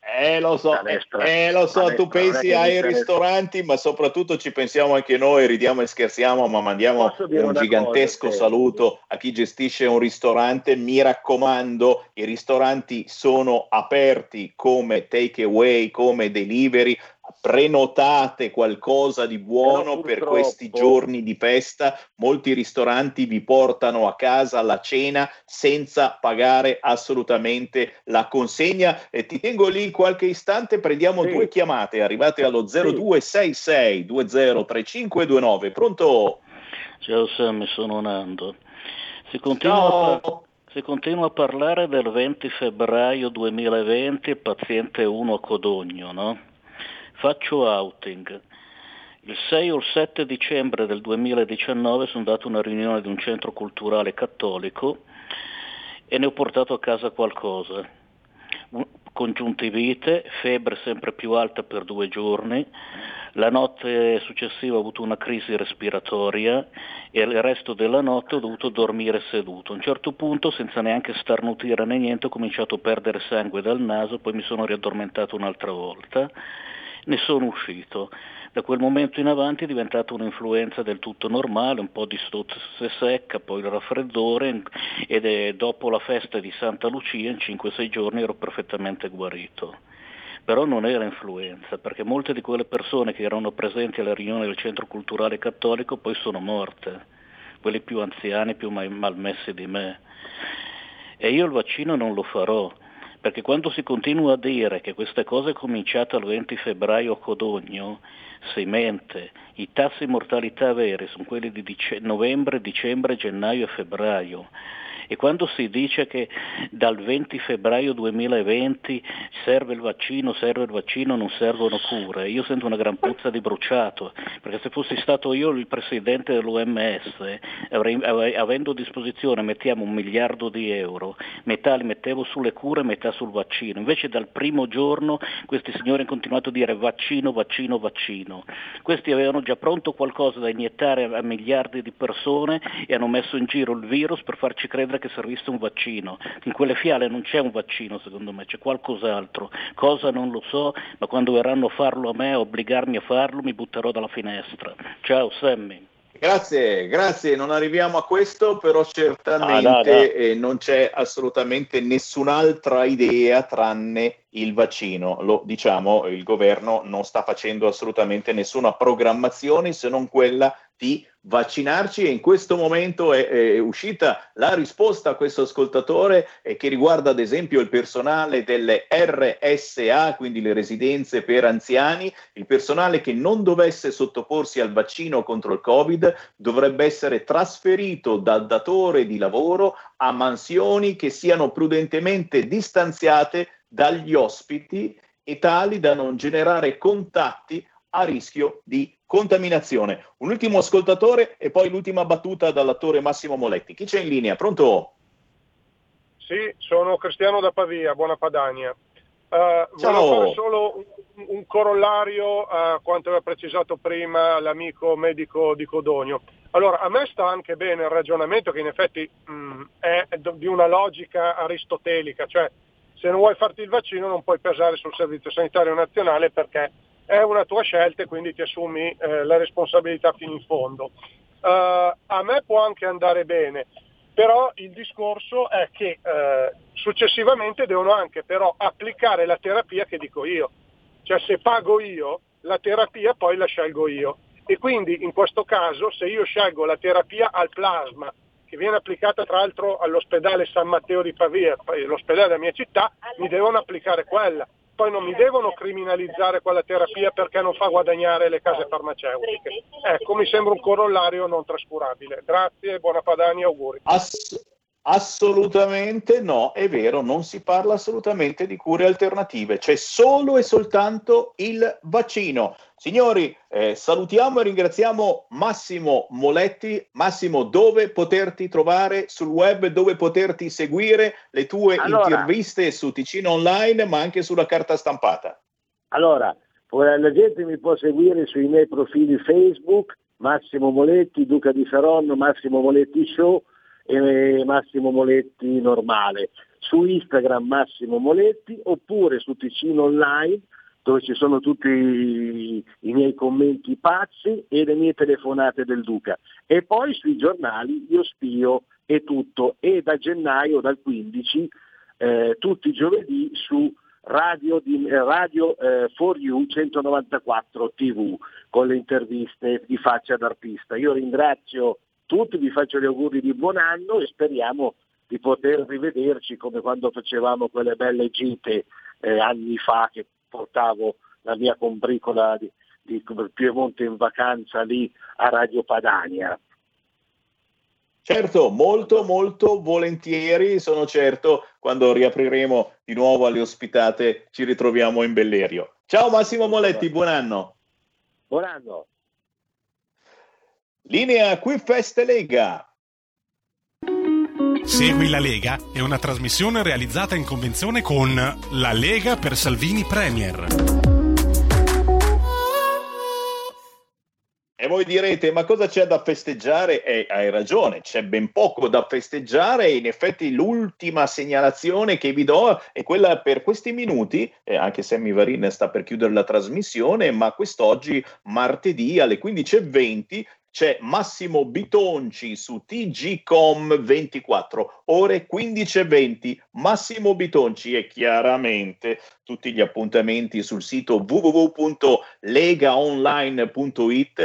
tu pensi ai ristoranti, ma soprattutto ci pensiamo anche noi, ridiamo e scherziamo, ma mandiamo un gigantesco saluto a chi gestisce un ristorante. Mi raccomando, i ristoranti sono aperti come take away, come delivery. Prenotate qualcosa di buono per questi giorni di festa. Molti ristoranti vi portano a casa la cena senza pagare assolutamente la consegna. Ti tengo lì qualche istante, prendiamo due chiamate arrivate allo 0266 203529. Pronto? Ciao Sammy, sono Nando. Si continua a parlare del 20 febbraio 2020 e paziente 1 a Codogno, no? Faccio outing. Il 6 o il 7 dicembre del 2019 sono andato a una riunione di un centro culturale cattolico e ne ho portato a casa qualcosa. Congiuntivite, febbre sempre più alta per 2 giorni, la notte successiva ho avuto una crisi respiratoria e il resto della notte ho dovuto dormire seduto. A un certo punto, senza neanche starnutire né niente, ho cominciato a perdere sangue dal naso, poi mi sono riaddormentato un'altra volta. Ne sono uscito. Da quel momento in avanti è diventata un'influenza del tutto normale, un po' di tosse secca, poi il raffreddore, ed dopo la festa di Santa Lucia in 5-6 giorni ero perfettamente guarito. Però non era influenza, perché molte di quelle persone che erano presenti alla riunione del Centro Culturale Cattolico poi sono morte, quelli più anziani, più malmessi di me. E io il vaccino non lo farò, perché quando si continua a dire che questa cosa è cominciata il 20 febbraio a Codogno, si mente. I tassi di mortalità veri sono quelli di novembre, dicembre, gennaio e febbraio. E quando si dice che dal 20 febbraio 2020 serve il vaccino, non servono cure, io sento una gran puzza di bruciato, perché se fossi stato io il presidente dell'OMS, avendo a disposizione, mettiamo 1 miliardo di euro, metà li mettevo sulle cure, metà sul vaccino. Invece dal primo giorno questi signori hanno continuato a dire vaccino. Questi avevano già pronto qualcosa da iniettare a miliardi di persone e hanno messo in giro il virus per farci credere che servisse un vaccino. In quelle fiale non c'è un vaccino, secondo me, c'è qualcos'altro. Cosa non lo so, ma quando verranno a farlo a me, a obbligarmi a farlo, mi butterò dalla finestra. Ciao Sammy. Grazie, non arriviamo a questo, però certamente non c'è assolutamente nessun'altra idea tranne il vaccino. Lo diciamo, il governo non sta facendo assolutamente nessuna programmazione se non quella di vaccinarci, e in questo momento è uscita la risposta a questo ascoltatore che riguarda ad esempio il personale delle RSA, quindi le residenze per anziani. Il personale che non dovesse sottoporsi al vaccino contro il Covid dovrebbe essere trasferito dal datore di lavoro a mansioni che siano prudentemente distanziate dagli ospiti e tali da non generare contatti a rischio di contaminazione. Un ultimo ascoltatore e poi l'ultima battuta dall'attore Massimo Moletti. Chi c'è in linea? Pronto? Sì, sono Cristiano da Pavia, buona Padania. Volevo fare solo un corollario a quanto aveva precisato prima l'amico medico di Codogno. Allora, a me sta anche bene il ragionamento che in effetti è di una logica aristotelica, cioè se non vuoi farti il vaccino non puoi pesare sul Servizio Sanitario Nazionale perché è una tua scelta e quindi ti assumi la responsabilità fino in fondo. A me può anche andare bene, però il discorso è che successivamente devono anche però applicare la terapia che dico io, cioè se pago io, la terapia poi la scelgo io, e quindi in questo caso se io scelgo la terapia al plasma, che viene applicata tra l'altro all'ospedale San Matteo di Pavia, l'ospedale della mia città, mi devono applicare quella. Poi non mi devono criminalizzare quella terapia perché non fa guadagnare le case farmaceutiche. Ecco, mi sembra un corollario non trascurabile. Grazie, buona Padania, auguri. Assolutamente no, è vero, non si parla assolutamente di cure alternative, c'è solo e soltanto il vaccino. Signori, salutiamo e ringraziamo Massimo Moletti. Massimo, dove poterti trovare sul web, dove poterti seguire le tue interviste su Ticino Online, ma anche sulla carta stampata? Allora, la gente mi può seguire sui miei profili Facebook, Massimo Moletti, Duca di Saronno, Massimo Moletti Show e Massimo Moletti normale. Su Instagram Massimo Moletti, oppure su Ticino Online, dove ci sono tutti i miei commenti pazzi e le mie telefonate del Duca. E poi sui giornali Io Spio e tutto, e da gennaio, dal 15, tutti i giovedì su Radio For You 194 TV, con le interviste di faccia d'artista. Io ringrazio tutti, vi faccio gli auguri di buon anno e speriamo di poter rivederci come quando facevamo quelle belle gite anni fa, che portavo la mia combricola di Piemonte in vacanza lì a Radio Padania. Certo, molto molto volentieri, sono certo, quando riapriremo di nuovo alle ospitate ci ritroviamo in Bellerio. Ciao Massimo Moletti, buon anno. Buon anno. Linea Qui Feste Lega. Segui la Lega è una trasmissione realizzata in convenzione con La Lega per Salvini Premier. E voi direte, ma cosa c'è da festeggiare? Hai ragione, c'è ben poco da festeggiare. In effetti l'ultima segnalazione che vi do è quella per questi minuti, anche se Sammy Varin sta per chiudere la trasmissione, ma quest'oggi, martedì alle 15:20, c'è Massimo Bitonci su TGcom 24, ore 15:20, Massimo Bitonci, e chiaramente tutti gli appuntamenti sul sito www.legaonline.it,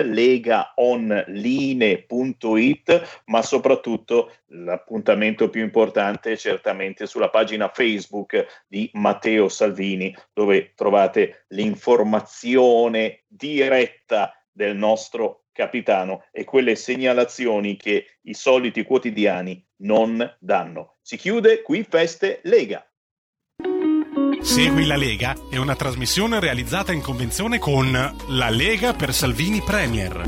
legaonline.it, ma soprattutto l'appuntamento più importante è certamente sulla pagina Facebook di Matteo Salvini, dove trovate l'informazione diretta del nostro capitano e quelle segnalazioni che i soliti quotidiani non danno. Si chiude Qui Feste Lega. Segui la Lega è una trasmissione realizzata in convenzione con La Lega per Salvini Premier.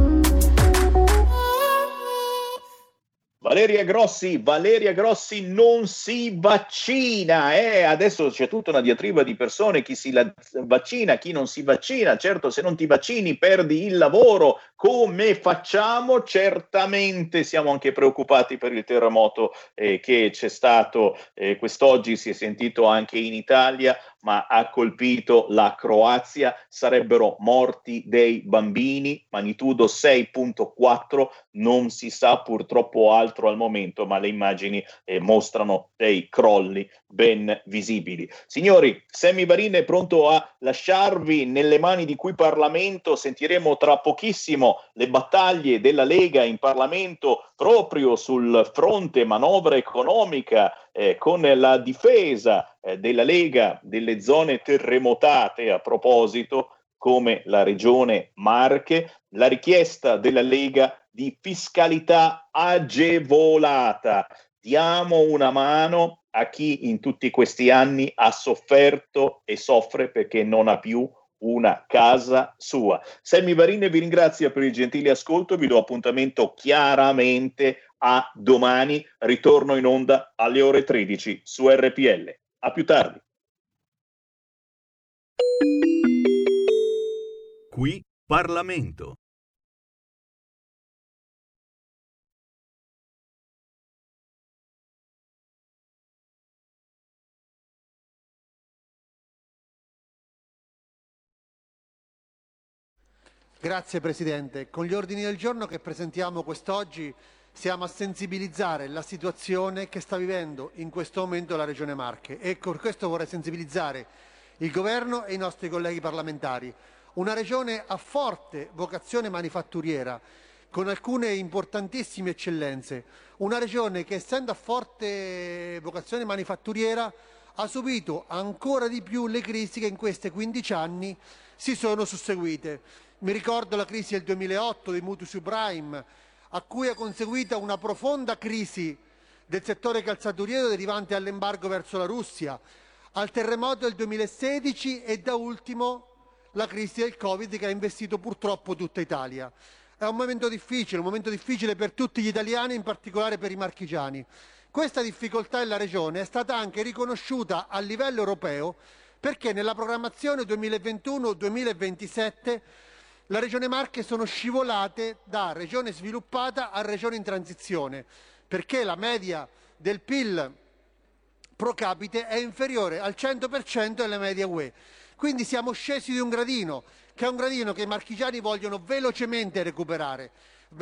Valeria Grossi non si vaccina, adesso c'è tutta una diatriba di persone, chi si vaccina, chi non si vaccina. Certo, se non ti vaccini perdi il lavoro, come facciamo? Certamente siamo anche preoccupati per il terremoto che c'è stato quest'oggi, si è sentito anche in Italia, ma ha colpito la Croazia, sarebbero morti dei bambini, magnitudo 6.4, non si sa purtroppo altro al momento, ma le immagini mostrano dei crolli ben visibili. Signori, Sammy Varin è pronto a lasciarvi nelle mani di Qui Parlamento, sentiremo tra pochissimo le battaglie della Lega in Parlamento proprio sul fronte manovra economica, con la difesa della Lega delle zone terremotate, a proposito, come la regione Marche, la richiesta della Lega di fiscalità agevolata. Diamo una mano a chi in tutti questi anni ha sofferto e soffre perché non ha più una casa sua. Sammy Varin vi ringrazia per il gentile ascolto, vi do appuntamento chiaramente a domani, ritorno in onda alle ore 13 su RPL. A più tardi. Qui Parlamento. Grazie Presidente. Con gli ordini del giorno che presentiamo quest'oggi siamo a sensibilizzare la situazione che sta vivendo in questo momento la Regione Marche e per questo vorrei sensibilizzare il Governo e i nostri colleghi parlamentari. Una regione a forte vocazione manifatturiera, con alcune importantissime eccellenze, una regione che essendo a forte vocazione manifatturiera ha subito ancora di più le crisi che in questi 15 anni si sono susseguite. Mi ricordo la crisi del 2008 dei mutui subprime, a cui è conseguita una profonda crisi del settore calzaturiero derivante dall'embargo verso la Russia, al terremoto del 2016 e da ultimo la crisi del Covid che ha investito purtroppo tutta Italia. È un momento difficile per tutti gli italiani, in particolare per i marchigiani. Questa difficoltà della Regione è stata anche riconosciuta a livello europeo perché nella programmazione 2021-2027 la Regione Marche sono scivolate da regione sviluppata a regione in transizione, perché la media del PIL pro capite è inferiore al 100% della media UE. Quindi siamo scesi di un gradino, che è un gradino che i marchigiani vogliono velocemente recuperare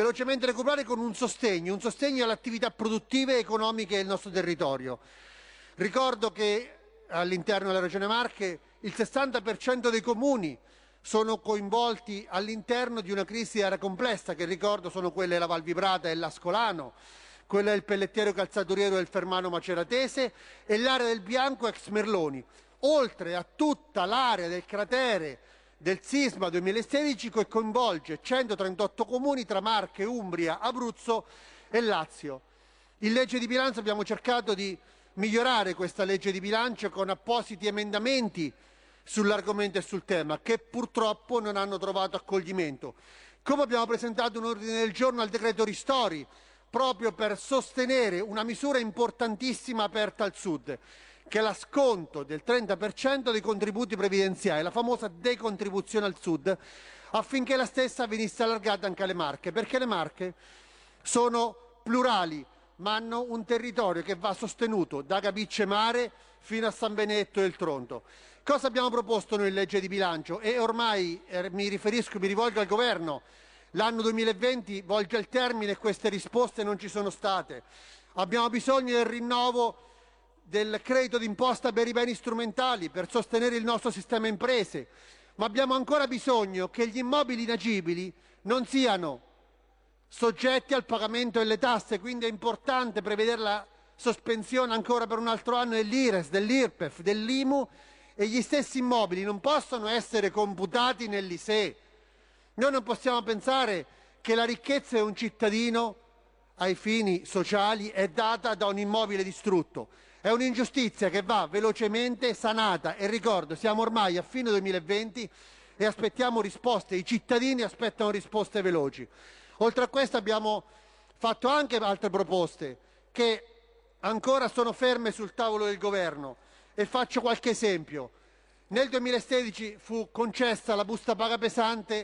con un sostegno alle attività produttive e economiche del nostro territorio. Ricordo che all'interno della Regione Marche il 60% dei comuni sono coinvolti all'interno di una crisi di area complessa, che ricordo sono quelle della Val Vibrata e l'Ascolano, quella del pellettiero calzaturiero del Fermano Maceratese e l'area del Bianco ex Merloni, oltre a tutta l'area del cratere del sisma 2016 che coinvolge 138 comuni tra Marche, Umbria, Abruzzo e Lazio. In legge di bilancio abbiamo cercato di migliorare questa legge di bilancio con appositi emendamenti sull'argomento e sul tema che purtroppo non hanno trovato accoglimento. Come abbiamo presentato un ordine del giorno al decreto ristori proprio per sostenere una misura importantissima aperta al Sud, che è la sconto del 30% dei contributi previdenziali, la famosa decontribuzione al Sud, affinché la stessa venisse allargata anche alle Marche, perché le Marche sono plurali, ma hanno un territorio che va sostenuto da Capicce Mare fino a San Benedetto del Tronto. Cosa abbiamo proposto noi in legge di bilancio? E ormai mi rivolgo al Governo, l'anno 2020 volge al termine e queste risposte non ci sono state. Abbiamo bisogno del rinnovo del credito d'imposta per i beni strumentali per sostenere il nostro sistema imprese, ma abbiamo ancora bisogno che gli immobili inagibili non siano soggetti al pagamento delle tasse, quindi è importante prevedere la sospensione ancora per un altro anno dell'IRES, dell'IRPEF, dell'IMU, e gli stessi immobili non possono essere computati nell'ISEE. Noi non possiamo pensare che la ricchezza di un cittadino ai fini sociali è data da un immobile distrutto. È un'ingiustizia che va velocemente sanata e ricordo, siamo ormai a fine 2020 e aspettiamo risposte, i cittadini aspettano risposte veloci. Oltre a questo abbiamo fatto anche altre proposte che ancora sono ferme sul tavolo del Governo e faccio qualche esempio. Nel 2016 fu concessa la busta paga pesante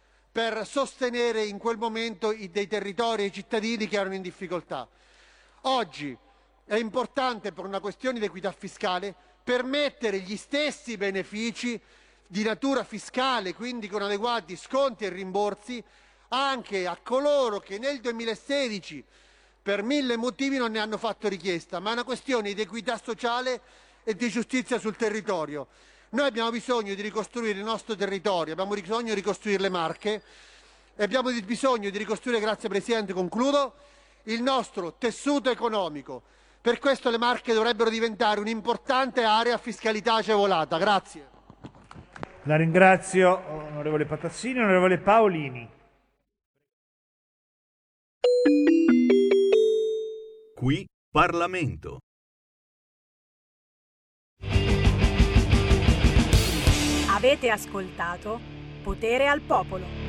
per sostenere in quel momento dei territori e i cittadini che erano in difficoltà. Oggi è importante, per una questione di equità fiscale, permettere gli stessi benefici di natura fiscale, quindi con adeguati sconti e rimborsi, anche a coloro che nel 2016 per 1000 motivi non ne hanno fatto richiesta, ma è una questione di equità sociale e di giustizia sul territorio. Noi abbiamo bisogno di ricostruire il nostro territorio, abbiamo bisogno di ricostruire le Marche e abbiamo bisogno di ricostruire, grazie Presidente, concludo, il nostro tessuto economico. Per questo le Marche dovrebbero diventare un'importante area a fiscalità agevolata. Grazie. La ringrazio, onorevole Patazzini. Onorevole Paolini. Qui Parlamento. Avete ascoltato Potere al Popolo.